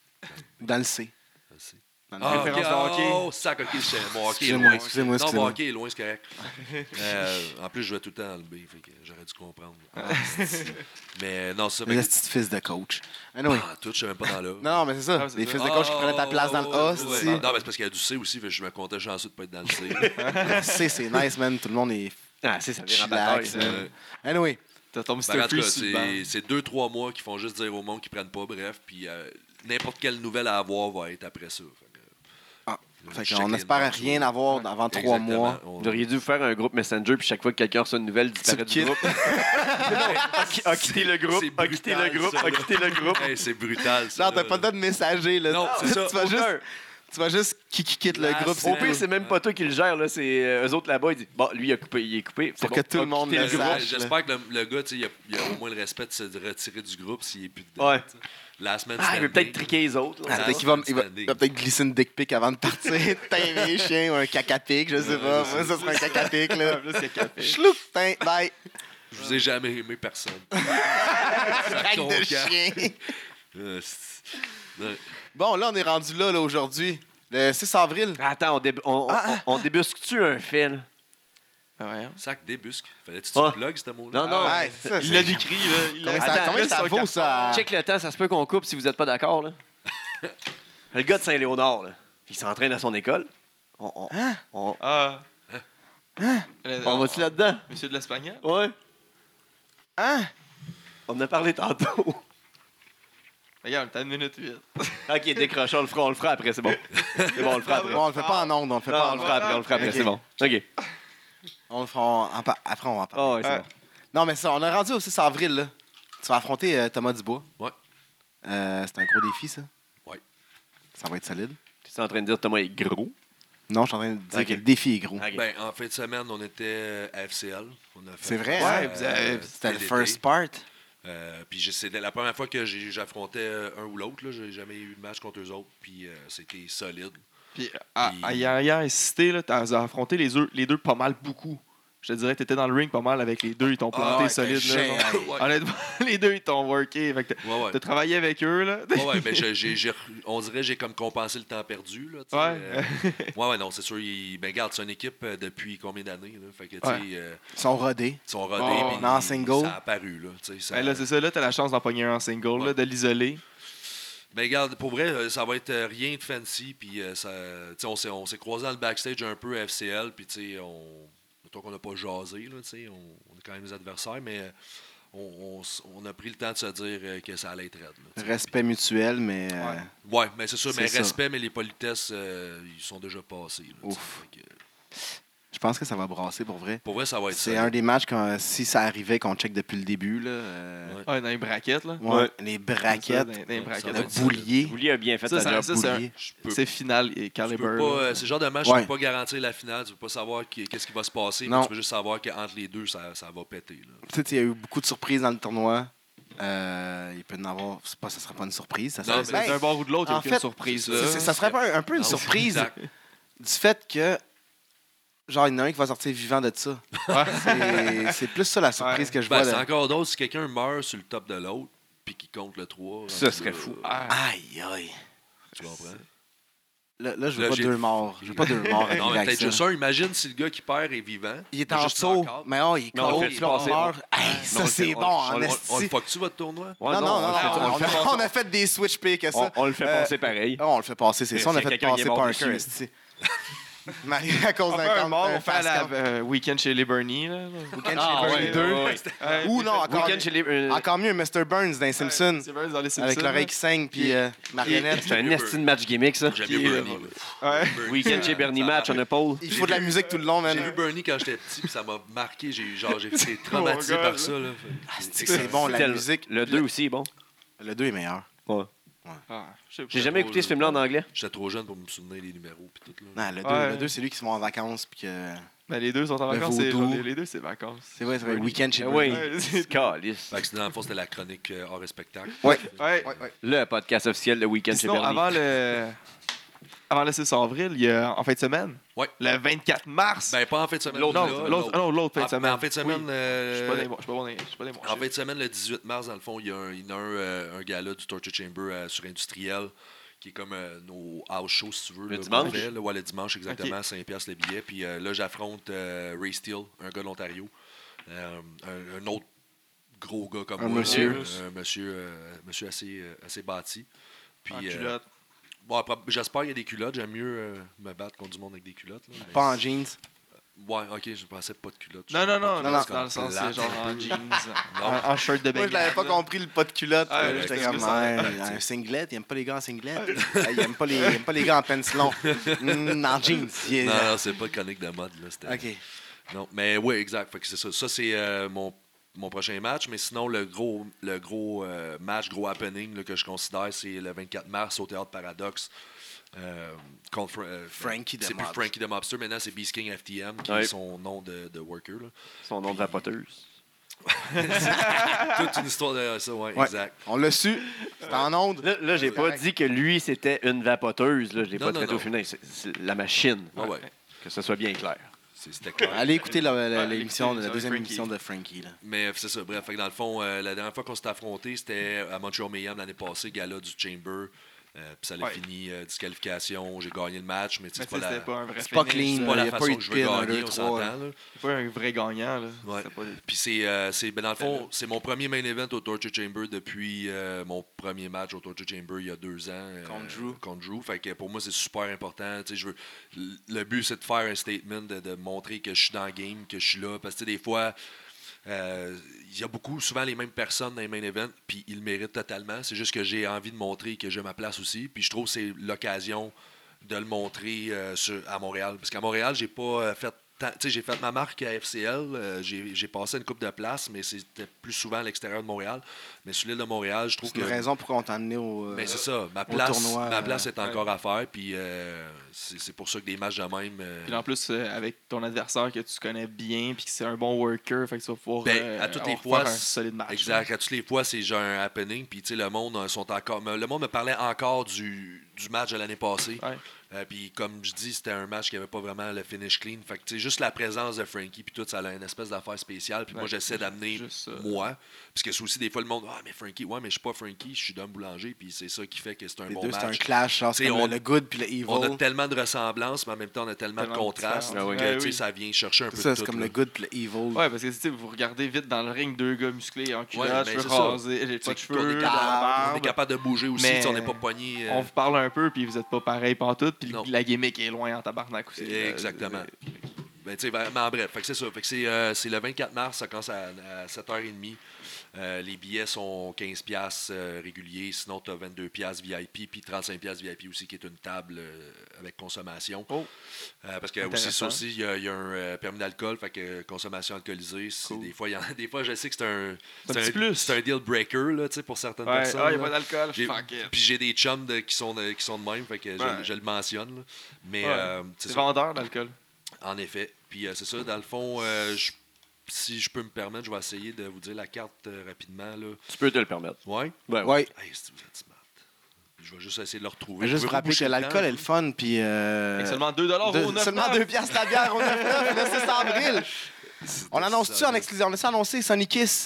Ou dans le C. Merci. Dans le Ah, B. ok, référence de hockey. Oh, sac, ok, c'est- mon hockey est Excusez-moi, loin. excusez-moi, Non, mon excusez-moi. hockey est loin, c'est correct. Euh, en plus, je jouais tout le temps dans le B, fait que j'aurais dû comprendre. Mais non, c'est ça. Les fait que- petits fils de coach. Anyway. Ah, tout, je sais même pas dans là. Non, mais c'est ça. Ah, c'est Les ça. fils de coach qui prenaient ta place dans le A, Ouais, c'est. ouais. Non, mais c'est parce qu'il y a du C aussi, fait que je me comptais chanceux de pas être dans le C. Le C, c'est nice, man. Tout le monde est Ah, c'est ça vire en bataille. chillax, ça. man. Anyway. T'as ton Ben, Mister en tout cas, Freeze sur le banc. c'est c'est deux, trois mois qui font juste dire au monde qu'ils prennent pas, bref, puis euh, n'importe quelle nouvelle à avoir va être après ça. Fait que, Ah, euh, fait check qu'on les espère inbox, rien ouais. avoir avant trois Exactement. mois. On- Vous auriez dû faire un groupe Messenger, puis chaque fois que quelqu'un reçoit une nouvelle, disparaît Tu du groupe. a, a quitté le groupe, C'est a quitté le brutal, groupe, ça, a là. quitté le groupe. Hey, c'est brutal. Ça, Non, t'as là. pas le temps de messager, là. Non, c'est ça. Tu vas juste, tu vas juste qui, qui quitte le Ah, groupe. c'est Au c'est pire, tout. c'est même pas toi qui le gère, là. C'est euh, eux autres là-bas. Ils disent, bon, lui, il a coupé, il est coupé. C'est Pour que bon, tout le a monde quitté le groupe. sache. J'espère que le, le gars, tu sais, il a, il a au moins le respect de se retirer du groupe s'il est plus dedans. Ouais. tu sais. Last man Ah, il veut standing. peut-être triquer les autres. là. Ah, peut-être qu'il va, il va, Standing. il va peut-être glisser une dick pic avant de partir. Tain, les chiens ou un caca-pic, je sais pas. Moi, ça serait un caca-pic, là. Là, c'est capé. Chloup, tain, bye. Je vous ai jamais aimé personne. Craque de conquête. chien. Euh, c'est- ouais. Bon, là, on est rendu là, là aujourd'hui. Le six avril. Attends, on, dé- on, on, on débusque-tu un fait, là? Ah ouais. Sac débusque. Fallait-tu que Ah. tu le plugues, ce mot-là? Non, non. Ouais, ça, Il c'est- l'a décrit, là. Il l'a- Combien ça, Attends, combien là, ça son vaut, ça? Check le temps, ça se peut qu'on coupe si vous n'êtes pas d'accord, là. Le gars de Saint-Léonard, là, il s'entraîne à son école. On, on, Hein? on, Ah. Le- on va-tu là-dedans? Monsieur de l'Espagnol? Ouais. Hein? On en a parlé tantôt. Regarde, t'as une minute huit. Ok, décrochons, on le fera, on le fera après, c'est bon. C'est bon, on le fera après. Bon, on le fait pas en ondes, on le fait Non, pas on en le ondes. fera après, on le fera après, Ok. c'est bon. Ok. On le fera en- en pa- après, on va en parler. Oh, ouais, c'est Ouais. bon. Non, mais ça, on a rendu au six avril, là. Tu vas affronter euh, Thomas Dubois. Ouais. Euh, c'est un gros défi, ça. Ouais. Ça va être solide. Tu es en train de dire que Thomas est gros? Non, je suis en train de dire Ok. que le défi est gros. Ok. Ben, en fin de semaine, on était euh, à F C L. On a fait, C'est vrai, euh, hein? Ouais, vous avez- C'était le T D T. first part. Euh, puis j'ai- c'était la première fois que j'ai- j'affrontais euh, un ou l'autre. Là. J'ai jamais eu de match contre eux autres. Puis euh, c'était solide. Puis, à, Puis- à hier, hier, insisté, là, t'as affronté les deux, les deux pas mal beaucoup. Je te dirais que t'étais dans le ring pas mal avec les deux. Ils t'ont planté ouais, solide. t'es Là, géant. genre. Ouais. Honnêtement, les deux, ils t'ont worké. Fait que t'as, Ouais, ouais. t'as travaillé avec eux. Là. Ouais, ouais, ben, j'ai- j'ai- j'ai- on dirait que j'ai comme compensé le temps perdu. Là, tu sais, Ouais. euh, ouais, ouais, non, c'est sûr. ils- ben, regarde, c'est une équipe euh, depuis combien d'années? Là, fait que, tu sais, Ouais. euh, Ils sont rodés. ils sont rodés. Oh, puis mais en single. Ça a apparu. Là, tu sais, ça- Ben là, c'est ça. Là, t'as la chance d'en pogner un en single, là, Ouais. de l'isoler. Ben, regarde, pour vrai, euh, ça va être euh, rien de fancy. Puis, euh, ça, tu sais, on s'est on s'est croisés dans le backstage un peu à F C L. Puis, tu sais, on. Mettons qu'on n'a pas jasé, là, tu sais, on, on est quand même des adversaires, mais euh, on, on s- on a pris le temps de se dire euh, que ça allait être raide. Là, tu sais. Respect mutuel, mais. euh, Ouais. Ouais, mais c'est sûr, C'est mais ça. respect, mais les politesses, euh, ils sont déjà passés. Là, tu sais. Ouf. Fait que, Je pense que ça va brasser pour vrai. pour vrai, ça va être C'est ça. un des matchs, quand, si ça arrivait, qu'on check depuis le début. Là, euh, Ouais. Ouais, dans les braquettes. Là. ouais, Les Ça, braquettes. Dans, dans les Ça braquettes. va Le être ça. boulier. Boulier a bien fait Ça, sa ça, job. ça, c'est un- Boulier. Je peux- c'est final et tu peux caliber. pas, là. euh, c'est le genre de match, Ouais. tu peux pas garantir la finale, tu peux pas savoir qui- qu'est-ce qui va se passer, Non. mais tu peux juste savoir qu'entre les deux, ça, ça va péter. Là. Tu sais, il y a eu beaucoup de surprises dans le tournoi. Euh, il peut y en avoir. C'est pas, ça sera pas une surprise. Ça Non, serait- mais C'est Ben, d'un bord ou de l'autre, il n'y a en aucune fait, surprise. c'est- Là. c'est- ça serait pas un, un peu une Non, surprise exact. du fait que. Genre, il y en a un qui va sortir vivant de ça. C'est- C'est plus ça la surprise Ouais. que je Ben, vois. c'est là. encore d'autres si quelqu'un meurt sur le top de l'autre, puis qu'il compte le trois. Ça rendu serait là, fou. Ah. Aïe, aïe. Tu comprends? Là, là, je veux Là, pas j'ai- deux morts. Je veux pas deux morts. Non, arriver mais avec peut-être ça. juste un. Imagine si le gars qui perd est vivant. Il est a en juste saut, knock-out. mais oh, il est Mais on le cold, fait puis là, on passer, meurt. Hey, on ça, le c'est fait- bon, on- en On, on esti. le fuck-tu, votre tournoi? Ouais, Non, non, non, on le fait- non, on le on, fait a, passer- on a fait des switch pires que on- ça. on le fait Euh, passer pareil. Ah, on le fait passer, c'est Mais ça. On a c'est fait quelqu'un qui passer est mort Parker, dessus. esti. Marie, à cause On d'un fait un camp- mort, un on fait à la fast camp. euh, week-end chez les Bernie. Là. Weekend Ah, chez ouais, Burns deux. ouais, ouais. Ouais. Ou non, encore, Week-end chez les. euh, encore mieux, mister Burns dans les Simpsons. C'est vrai, dans les Simpsons. Avec l'oreille qui saigne, puis euh, marionnette. C'est un esti de match gimmick, ça. J'aime Qui mieux est- Bernie. là. Ouais. Bernie, Week-end ça- chez Bernie ça- Match, on a Paul. Il faut de la musique tout le long, man. J'ai vu Bernie quand j'étais petit, puis ça m'a marqué. J'ai genre, j'ai été traumatisé Oh, par God. ça. Là. C'est que c'est bon, la Tel- musique. Le deux aussi est bon. Le deux est meilleur. Ah, je sais pas. J'ai jamais écouté ce film-là en anglais. J'étais trop jeune pour me souvenir des numéros. Puis tout, là. Non, le deux, Ouais. le deux, c'est lui qui se va en vacances, puis que. Ben, les deux sont en Le vacances. c'est- vaudou. Les, les deux, c'est vacances. C'est vrai, c'est vrai. Week-end chez Ah Burns. oui, Ouais, c'est- calice. Fait que c'était- dans le fond, c'était la chronique euh, hors et spectacle. Ouais. Ouais. Ouais, ouais. Le podcast officiel de Week-end chez Sinon, Bernie. avant le... avant le six avril, il y a en fin de semaine, Ouais. le vingt-quatre mars. Ben, pas en fin de semaine. l'autre, là, l'autre, l'autre. non, l'autre fin de En- semaine. En fin de semaine, Oui. euh, Je suis pas des bons- je suis pas bon des- je suis pas des bons En chiffres. fin de semaine, le dix-huit mars, dans le fond, il y a un, il y en a un, euh, un gala du Torture Chamber euh, sur Industriel, qui est comme euh, nos house shows, si tu veux. Le là, dimanche? qu'on fait, là. Ouais, le dimanche, exactement, Ok. cinq piastres le billet. Puis euh, là, j'affronte euh, Ray Steele, un gars de l'Ontario. Euh, un, un autre gros gars comme Un moi. monsieur. là, un monsieur, euh, monsieur assez, euh, assez bâti. Puis, En euh, culotte. bon, après, j'espère qu'il y a des culottes. J'aime mieux euh, me battre contre du monde avec des culottes. Là, mais- Pas en jeans. Ouais, ok, je pensais pas de culottes. Non, non, non, Non, non, non. c'est dans le sens, c'est Plate genre un en peu. jeans, Non. en, en shirt de Moi, bengale. je l'avais pas là. compris le pas de culotte. Ah, Euh, ouais, J'étais c'est comme, ce que ça- ouais, un singlet, il aime pas les gars en singlet. Euh, il aime pas les, il aime pas les gars en pensilon. Mm, en jeans. il est- Non, non, c'est pas de chronique de mode. Là, c'était- OK. Non, mais oui, exact. Fait que c'est ça. Ça, c'est euh, mon, mon prochain match. Mais sinon, le gros, le gros euh, match, gros happening là, que je considère, c'est le vingt-quatre mars au Théâtre Paradoxe. Euh, contre, euh, Frankie the C'est plus Mobster. Frankie the Mobster. Maintenant, c'est Beast King F T M, qui Ouais. est son nom de, de worker. Là. Son nom de vapoteuse. Toute une histoire de ça, ouais, Ouais. exact. On l'a su. C'était en onde. Là, là j'ai pas correct. dit que lui, c'était une vapoteuse. Là. Je l'ai Non, pas non, traité au non. féminin. C'est c'est la machine. Ouais, ouais. Que ce soit bien clair. C'est- C'était clair. Allez écouter la- la- Ouais, l'émission, écoutez, la ça, deuxième Frankie. émission de Frankie. Là. Mais c'est ça, bref. Fait que dans le fond, euh, la dernière fois qu'on s'était affronté, c'était à Montreal Mayhem l'année passée, gala du Chamber. Euh, puis ça a Ouais. fini euh, disqualification. J'ai gagné le match, mais tu sais, Mais c'est pas, c'était la- pas un vrai C'est pas finish, clean, ça. c'est pas Il y la a pas façon eu que je de veux pin, un, gagner, deux, on trois, s'entend. là. là. C'est pas un vrai gagnant, là. Ouais. C'était pas- Puis c'est, euh, c'est ben dans le fond, c'est mon premier main event au Torture Chamber depuis euh, mon premier match au Torture Chamber il y a deux ans. euh, Contre Drew. Contre Drew. Fait que pour moi, c'est super important. Tu sais, je veux, le but, c'est de faire un statement, de, de montrer que je suis dans le game, que je suis là. Parce que tu sais, des fois, Euh, il y a beaucoup, souvent les mêmes personnes dans les main events, puis ils le méritent totalement. C'est juste que j'ai envie de montrer que j'ai ma place aussi. Puis je trouve que c'est l'occasion de le montrer euh, sur- à Montréal. Parce qu'à Montréal, j'ai pas euh, fait. tant- Tu sais, j'ai fait ma marque à F C L. euh, j'ai, j'ai passé une coupe de place, mais c'était plus souvent à l'extérieur de Montréal. Mais sur l'île de Montréal, je trouve C'est que. une raison pourquoi on t'a amené au. euh, Ben, c'est ça. Ma au place, tournoi, ma place euh, est encore à faire. Puis euh, c'est, c'est pour ça que des matchs de même. euh, Puis en plus, euh, avec ton adversaire que tu connais bien, puis que c'est un bon worker, fait que tu vas pouvoir Ben, euh, à toutes les avoir fois, faire un c'est- solide match. Exact. À toutes les fois, c'est genre un happening. Puis, tu sais, le monde euh, sont encore. me- Le monde me parlait encore du, du match de l'année passée. Ouais. Euh, puis, comme je dis, c'était un match qui avait pas vraiment le finish clean. Fait que, tu sais, juste la présence de Frankie, puis tout, ça a une espèce d'affaire spéciale. Puis, moi, Ouais, j'essaie d'amener juste ça. moi. Parce que c'est aussi des fois le monde. Ah, mais Frankie, ouais, mais je suis pas Frankie, je suis Dom Boulanger. Puis, c'est ça qui fait que c'est un Les bon deux, c'est un match. clash. genre, C'est T'sais, comme on- le, le good puis le evil. On a tellement de ressemblances, mais en même temps, on a tellement, Tellement de contrastes différents. que, Ah oui. tu sais, Oui. ça vient chercher un C'est peu ça, de c'est tout, comme là. le good puis le evil. Ouais, parce que tu sais, vous regardez vite dans le ring deux gars musclés en Ouais, culotte, ben, cheveux c'est ça. rasés, j'ai pas de C'est qu'on est cheveux, de la capable- on est barbe. capable de bouger aussi, Mais tu sais, on n'est pas pogné. euh, On vous parle un peu, puis vous êtes pas pareil pantoute, puis Non. la gimmick est loin en tabarnak aussi. Exactement. Euh, Ben, tu sais, vraiment, bref, fait que c'est ça. Fait que c'est, euh, c'est le vingt-quatre mars, ça commence à, à sept heures trente. Euh, les billets sont quinze piastres euh, réguliers, sinon tu as vingt-deux piastres V I P, puis trente-cinq piastres V I P aussi, qui est une table euh, avec consommation. Oh. Euh, parce que aussi, Intéressant. ça aussi, il y, a il y a un euh, permis d'alcool, fait que euh, consommation alcoolisée, c'est- Cool. des, fois, il y en a- des fois, je sais que c'est un, C'est c'est un un, petit plus. c'est un deal breaker là, tu sais, pour certaines Ouais, personnes. ah, y a là. pas d'alcool, J'ai- fuck it. Puis j'ai des chums de- qui, sont de, qui sont de même, fait que je, Ouais. je le mentionne. là. Mais Ouais. euh, c'est C'est ça. vendeur d'alcool. En effet. Puis euh, c'est ça, dans le fond, euh, je- si je peux me permettre, je vais essayer de vous dire la carte euh, rapidement. Là. Tu peux te le permettre. Ouais? Ben, Ouais. Hey, si vous êtes smart. Je vais juste essayer de le retrouver. Mais juste vous Pouvez-vous rappeler que boucher le l'alcool temps? est le fun, puis. euh, Avec seulement deux dollars deux- au neuf seulement deux piastres la bière au neuf neuf, le six avril. On annonce-tu en exclusivité? On l'a-tu annoncé, Sonny Kiss?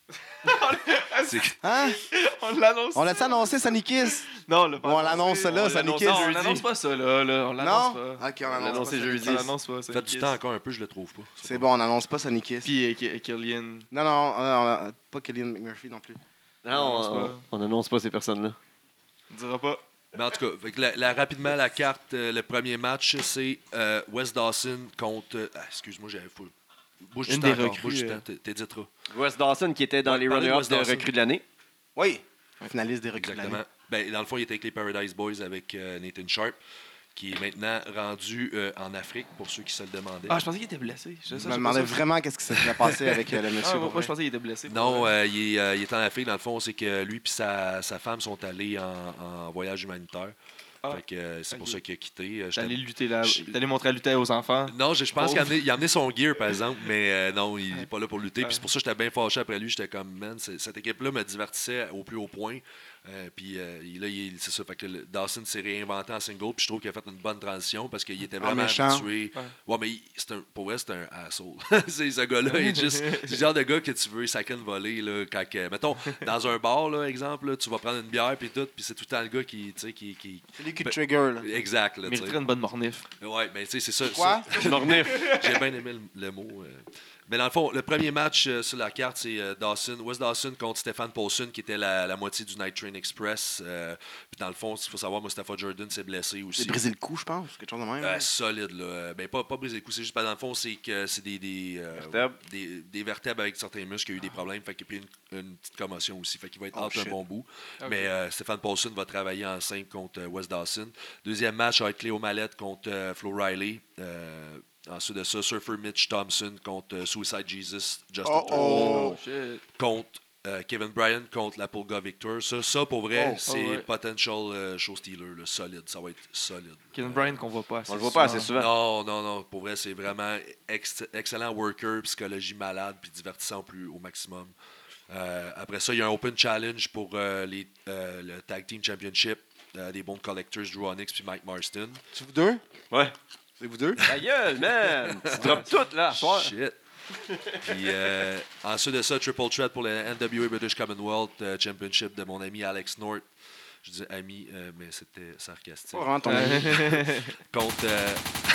C'est- Hein? On l'annonce. On l'a-tu annoncé, Sonny Kiss? Non, on l'a pas Ou on annoncé. l'annonce là, On Sonny l'annonce- Kiss? Non, on jeudi. l'annonce pas ça, là. là. On l'annonce Non? pas. Ok, on On l'a l'annonce annoncé pas. jeudi. On l'annonce pas. Sonny Faites du Kiss. temps encore un peu, je le trouve pas. C'est bon, on n'annonce pas Sonny Kiss. Puis euh, Ki- Killian. Non, non, on a- on a- pas Killian McMurphy non plus. Non, On on annonce on n'annonce pas ces personnes-là. On dira pas. Mais en tout cas, fait que la- la- rapidement, la carte, euh, le premier match, c'est euh, Wes Dawson contre. euh, ah, excuse-moi, j'avais fou. Bouge du Une temps des encore, recrues, bouge du euh, temps, t'é- t'éditeras. Wes Dawson qui était dans Ouais, les parlez de runner-up Wes de Dawson. recrues de l'année. Oui. Finaliste des recrues de l'année. Exactement. Ben, dans le fond, il était avec les Paradise Boys avec euh, Nathan Sharp, qui est maintenant rendu euh, en Afrique, pour ceux qui se le demandaient. Ah, je pensais qu'il était blessé. Je, Je ça, me j'ai demandais pas ça. vraiment qu'est-ce qui s'était passé avec euh, le Ah, monsieur. moi, pour moi, vrai. je pensais qu'il était blessé. Non, euh, il, est, euh, il est en Afrique. Dans le fond, c'est que lui et sa, sa femme sont allés en, en voyage humanitaire. Ah. Fait que, euh, c'est pour Ok. ça qu'il a quitté. Euh, T'es j'étais- allé lutter là. Je- T'es allé montrer à lutter aux enfants. Non, je, je pense Oh. qu'il a amené, il a amené son gear, par exemple, mais euh, non, il n'est pas là pour lutter. Ouais. Puis c'est pour ça que j'étais bien fâché après lui. J'étais comme, man, c'est- cette équipe-là me divertissait au plus haut point. Euh, puis euh, il- là, il- c'est ça. Fait que le- Dawson s'est réinventé en single. Puis je trouve qu'il a fait une bonne transition parce qu'il était En vraiment méchant. habitué. Ouais. Ouais, mais il- c'est un, pour vrai, c'est un asshole. c'est ce gars-là. il est juste- C'est le genre de gars que tu veux sacrer une volée. Là, quand, que- mettons, dans un bar, là, exemple, là, tu vas prendre une bière. Puis tout. Puis c'est tout le temps le gars qui. tu sais, qui, qui... C'est lui qui Ben, trigger. Là. Exact. Là, tu sais. Mériterait une bonne mornif. Ouais, mais tu sais, c'est ça. Quoi? ça- J'ai bien aimé le, le mot. euh. Mais dans le fond, le premier match euh, sur la carte, c'est euh, Dawson, Wes Dawson contre Stephen Paulson, qui était la, la moitié du Night Train Express. Euh, puis dans le fond, il faut savoir, Mustafa Jordan s'est blessé aussi. J'ai brisé le cou, je pense. Quelque chose de même. Euh, solide, là. Euh, Ben, pas, pas brisé le cou, c'est juste pas dans le fond, c'est que c'est des, des, euh, Vertèbres. des, des vertèbres avec certains muscles qui ont eu des problèmes. Fait qu'il y a eu une, une petite commotion aussi. Fait qu'il va être Oh, out un shit. bon bout. Ok. Mais euh, Stephen Paulson va travailler en simple contre euh, Wes Dawson. Deuxième match, ça va être Cléo Mallette contre euh, Flo Riley. Euh, ensuite de ça, Surfer Mitch Thompson contre euh, Suicide Jesus, Justin Oh, Turner. oh. shit. Contre euh, Kevin Bryant contre la Polga Victor. Ça, ça pour vrai, Oh, c'est oh, ouais. potential euh, show stealer, là, solide. Ça va être solide. Kevin Bryant qu'on voit pas assez On le voit pas assez souvent. Non, non, non. Pour vrai, c'est vraiment ex- excellent worker, psychologie malade, puis divertissant au, plus, au maximum. Euh, après ça, il y a un Open Challenge pour euh, les, euh, le Tag Team Championship euh, des bons collectors, Drew Onyx puis Mike Marston. C'est vous deux? Ouais. C'est vous deux? Ta gueule, man! Tu drops tout, là, à soir. Shit. Puis euh, ensuite de ça, Triple Threat pour le N W A British Commonwealth euh, Championship de mon ami Alex North. Je dis ami, euh, mais c'était sarcastique. Pas vraiment ton ami. Contre euh,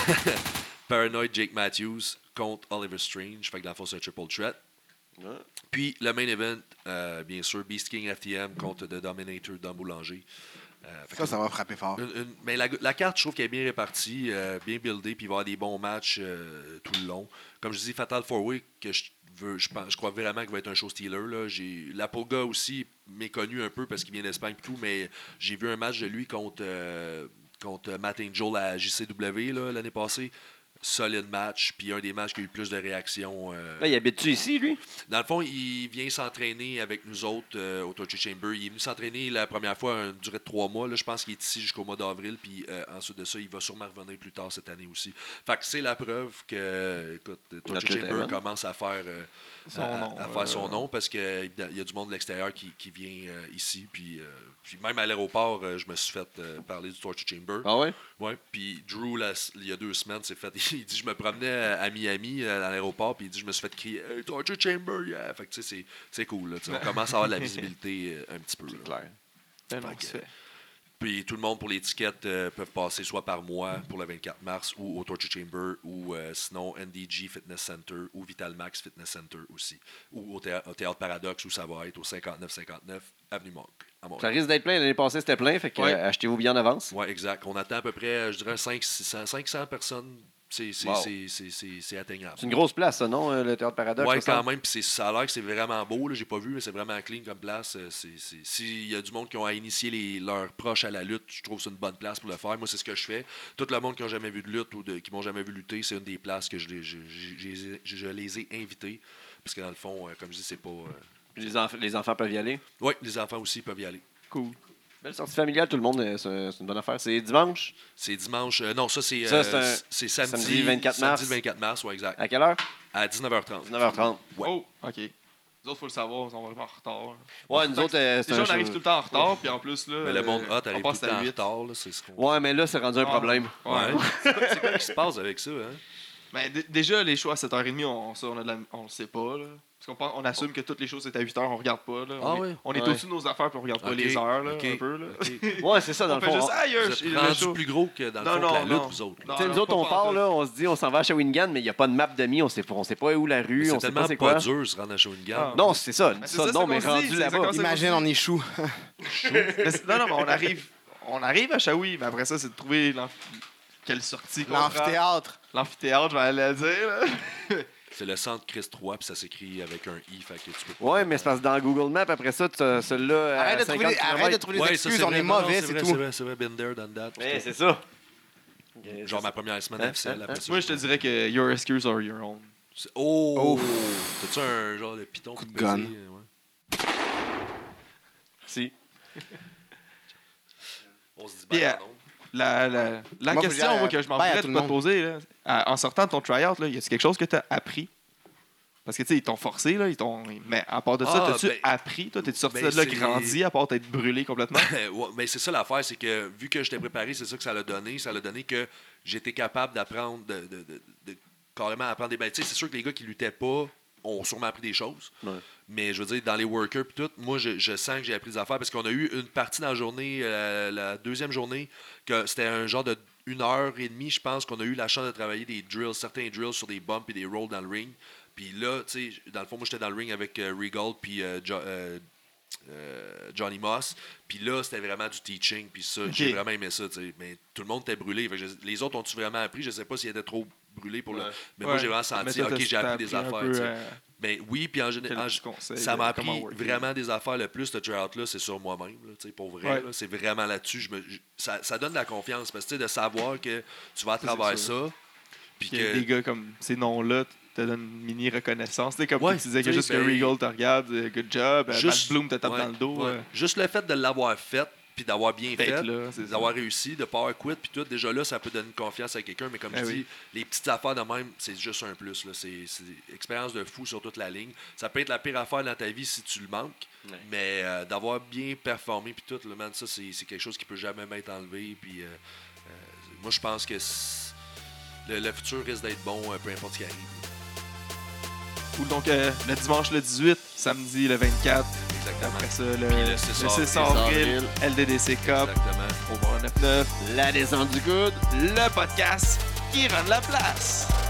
Paranoid Jake Matthews contre Oliver Strange. Fait que dans le fond, c'est un Triple Threat. Ouais. Puis le main event, euh, bien sûr, Beast King F T M contre The Dominator Dom Boulanger. Euh, fait Ça, que- ça va frapper fort. Une- une- mais la, la carte, je trouve qu'elle est bien répartie, euh, bien buildée, puis il va y avoir des bons matchs euh, tout le long. Comme je dis, Fatal four Way, que je, veux, je, pense, je crois vraiment qu'il va être un show stealer. Là. J'ai, la Polga aussi, méconnu un peu parce qu'il vient d'Espagne et tout, mais j'ai vu un match de lui contre, euh, contre Matt Angel à J C W là, l'année passée. Solide match, puis un des matchs qui a eu le plus de réactions. euh, Là, il habite-tu ici, lui? Dans le fond, il vient s'entraîner avec nous autres euh, au Torture Chamber. Il est venu s'entraîner la première fois une durée de trois mois. Là, je pense qu'il est ici jusqu'au mois d'avril. Puis euh, ensuite de ça, il va sûrement revenir plus tard cette année aussi. Fait que c'est la preuve que écoute, Torture Notre Chamber Diamond. commence à faire, euh, Son à, nom, à faire euh, son nom parce qu'il y a du monde de l'extérieur qui, qui vient euh, ici. Puis, euh, puis même à l'aéroport, euh, je me suis fait euh, parler du Torture Chamber. Ah ouais? Ouais, puis Drew, là, il y a deux semaines, s'est fait. Il dit je me promenais à Miami, euh, à l'aéroport, puis il dit je me suis fait crier Hey, Torture Chamber, yeah! Fait que tu sais, c'est- c'est cool. Là, tu sais, on commence à avoir de la visibilité euh, un petit peu. là. Clair. Ben non, Fait que- c'est fait. Puis tout le monde pour l'étiquette euh, peuvent passer soit par mois pour le vingt-quatre mars ou au Torture Chamber ou euh, sinon N D G Fitness Center ou Vitalmax Fitness Center aussi. Ou au, théâ- au Théâtre Paradoxe où ça va être au cinquante-neuf cinquante-neuf Avenue Monk à Ça Montréal. risque d'être plein. L'année passée, c'était plein. Fait que Ouais. euh, achetez-vous bien en avance. Oui, exact. On attend à peu près, euh, je dirais, cinq cents cinq cents personnes. C'est c'est- Wow. c'est- c'est- c'est- c'est atteignable. C'est une grosse place, ça, non, euh, le Théâtre Paradoxe? Oui, me semble? quand même. Puis c'est- ça a l'air que c'est vraiment beau. Là, j'ai pas vu, mais c'est vraiment clean comme place. Euh, c'est- c'est- S'il y a du monde qui ont à initier les, leurs proches à la lutte, je trouve que c'est une bonne place pour le faire. Moi, c'est ce que je fais. Tout le monde qui n'a jamais vu de lutte ou de, qui m'ont jamais vu lutter, c'est une des places que je, les- je, je- je- je- je les ai invités. Parce que dans le fond, euh, comme je dis, c'est pas. euh, Les, enf- les enfants peuvent y aller. Oui, les enfants aussi peuvent y aller. Cool. Belle sortie familiale, tout le monde, euh, c'est c'est une bonne affaire. C'est dimanche. C'est dimanche. euh, non, ça, c'est Ça, euh, c'est un- c'est samedi. samedi vingt-quatre mars. Samedi vingt-quatre mars, oui, exact. À quelle heure? À dix-neuf heures trente. dix-neuf heures trente. Ouais. Oh, OK. Nous autres, faut le savoir, on va vraiment en retard. Ouais, nous autres, euh, c'est Déjà, un on arrive show- tout le temps en retard, puis en plus, là. Mais le monde euh, hot arrive on tout passe le temps à en huit. retard. là, C'est ce qu'on. Ouais, mais là, c'est rendu un Ah. problème. Ouais. Ouais. C'est quoi- c'est quoi qui se passe avec ça, hein? Ben, d- déjà, les shows à sept heures trente, on, ça, on, a de la- on le sait pas. Là. Parce qu'on pense- on assume que toutes les choses c'est à huit heures, on regarde pas. Là. Ah on est, ouais? on est Ouais. au-dessus de nos affaires, puis on regarde pas Ok, les heures, là, ok, un peu. Là. ok. Ouais, c'est ça, dans On le fait fond. juste, ah, il y a un- Vous il y êtes a un rendu show. plus gros que dans le Non, fond non, que la lutte, non. vous autres. là. Non, Tu sais, nous non, autres, pas on part, pantoute. là, on se dit, on s'en va à Shawinigan, mais il n'y a pas de map de mi, on sait pas, on sait pas où la rue, C'est on sait tellement pas c'est pas quoi. dur se rendre à Shawinigan. Ah. Non, c'est ça. c'est ça, ça, non, c'est mais qu'on se dit, rendu c'est là-bas. ça qu'on- Imagine, on échoue. Mais c'est- non, non, mais on arrive, on arrive à Shawi, mais après ça, c'est de trouver l'amphi- quelle sortie qu'on prend. L'amphithéâtre. L'amphithéâtre, je vais aller le dire. Là. C'est le centre Christ trois, puis ça s'écrit avec un I. Fait que tu peux pas- Ouais, mais c'est parce que dans Google Maps, après ça, tu as celui-là. à Arrête de, trouver, cinquante arrête de kilomètres. trouver Ouais, des ça, excuses, c'est on vrai. est Non, non, mauvais, c'est vrai, tout. C'est vrai, c'est vrai. Been there, done that. Ouais, c'est ça. Genre ma première semaine Hein, officielle. hein, après hein. ça, Moi, je te dirais que your excuse or your own. C'est- Oh! Oh. T'as-tu un genre de piton Coup de pour te gun. baiser, ouais? Si. On se dit Puis, ben, euh, non. La, la, la Moi, faut question dire, moi, que je m'en bye à voudrais tout de le pas te poser, là, à- en sortant de ton tryout, là, y a-t-il quelque chose que tu as appris? Parce que, tu sais, ils t'ont forcé, là, ils t'ont... Mais à part de ça, Ah, t'as-tu ben- appris? Toi, t'es-tu sorti ben, de là c'est- grandi, à part t'être brûlé complètement? Ouais, mais c'est ça l'affaire, c'est que vu que j'étais préparé, c'est ça que ça l'a donné. Ça l'a donné que j'étais capable d'apprendre, de, de, de- de carrément apprendre des bêtises. C'est sûr que les gars qui luttaient pas ont sûrement appris des choses. Ouais. Mais je veux dire, dans les workers puis tout, moi, je, je sens que j'ai appris des affaires parce qu'on a eu une partie dans la journée, euh, la deuxième journée, que c'était un genre de une heure et demie, je pense, qu'on a eu la chance de travailler des drills, certains drills sur des bumps et des rolls dans le ring. Puis là, tu sais, dans le fond, moi, j'étais dans le ring avec euh, Regal puis euh, Jo- euh, euh, Johnny Moss. Puis là, c'était vraiment du teaching. Puis ça, j'ai vraiment aimé ça, tu sais. Mais tout le monde était brûlé. Fait que je- les autres ont-tu vraiment appris? Je sais pas s'ils étaient trop brûlés pour le... Ouais. Mais moi, Ouais. j'ai vraiment Mais senti, toi, OK, t'as- j'ai appris t'as des un affaires, peu, tu sais. euh, Mais oui, puis en quel général, petit conseil ça de m'a appris comment worker. vraiment des affaires. Le plus, ce tryout-là, c'est sur moi-même. Là, tu sais, pour vrai, Ouais. là, c'est vraiment là-dessus. Je me, je- ça, ça donne de la confiance. Parce que tu sais, de savoir que tu vas à C'est travers sûr. ça. Puis Puis que que. des gars comme ces noms-là te donnent une mini reconnaissance. Tu sais, comme Ouais, tu disais que tu sais, juste que ben, Regal te regarde, euh, good job, euh, Juste- Matt Bloom te tape ouais, dans le dos. ouais. euh, Juste le fait de l'avoir fait, puis d'avoir bien Fait fait, que là, c'est ça. d'avoir réussi, de pas avoir quit, puis tout, déjà là, ça peut donner une confiance à quelqu'un. Mais comme Ben je oui. dis, les petites affaires de même, c'est juste un plus. là. C'est c'est une expérience de fou sur toute la ligne. Ça peut être la pire affaire dans ta vie si tu le manques, Ouais. mais euh, d'avoir bien performé, puis tout, là, man, ça, c'est c'est quelque chose qui peut jamais m'être enlevé. Puis euh, euh, moi, je pense que c'est- le, le futur risque d'être bon, euh, peu importe ce qui arrive. Cool. Donc, euh, le dimanche le dix-huit, samedi le vingt-quatre. Exactement. Après ça, le, Puis le le six six avril. avril, L D D C Cup, Exactement. au bar neuf neuf, La descente du coude. le podcast qui rend la place.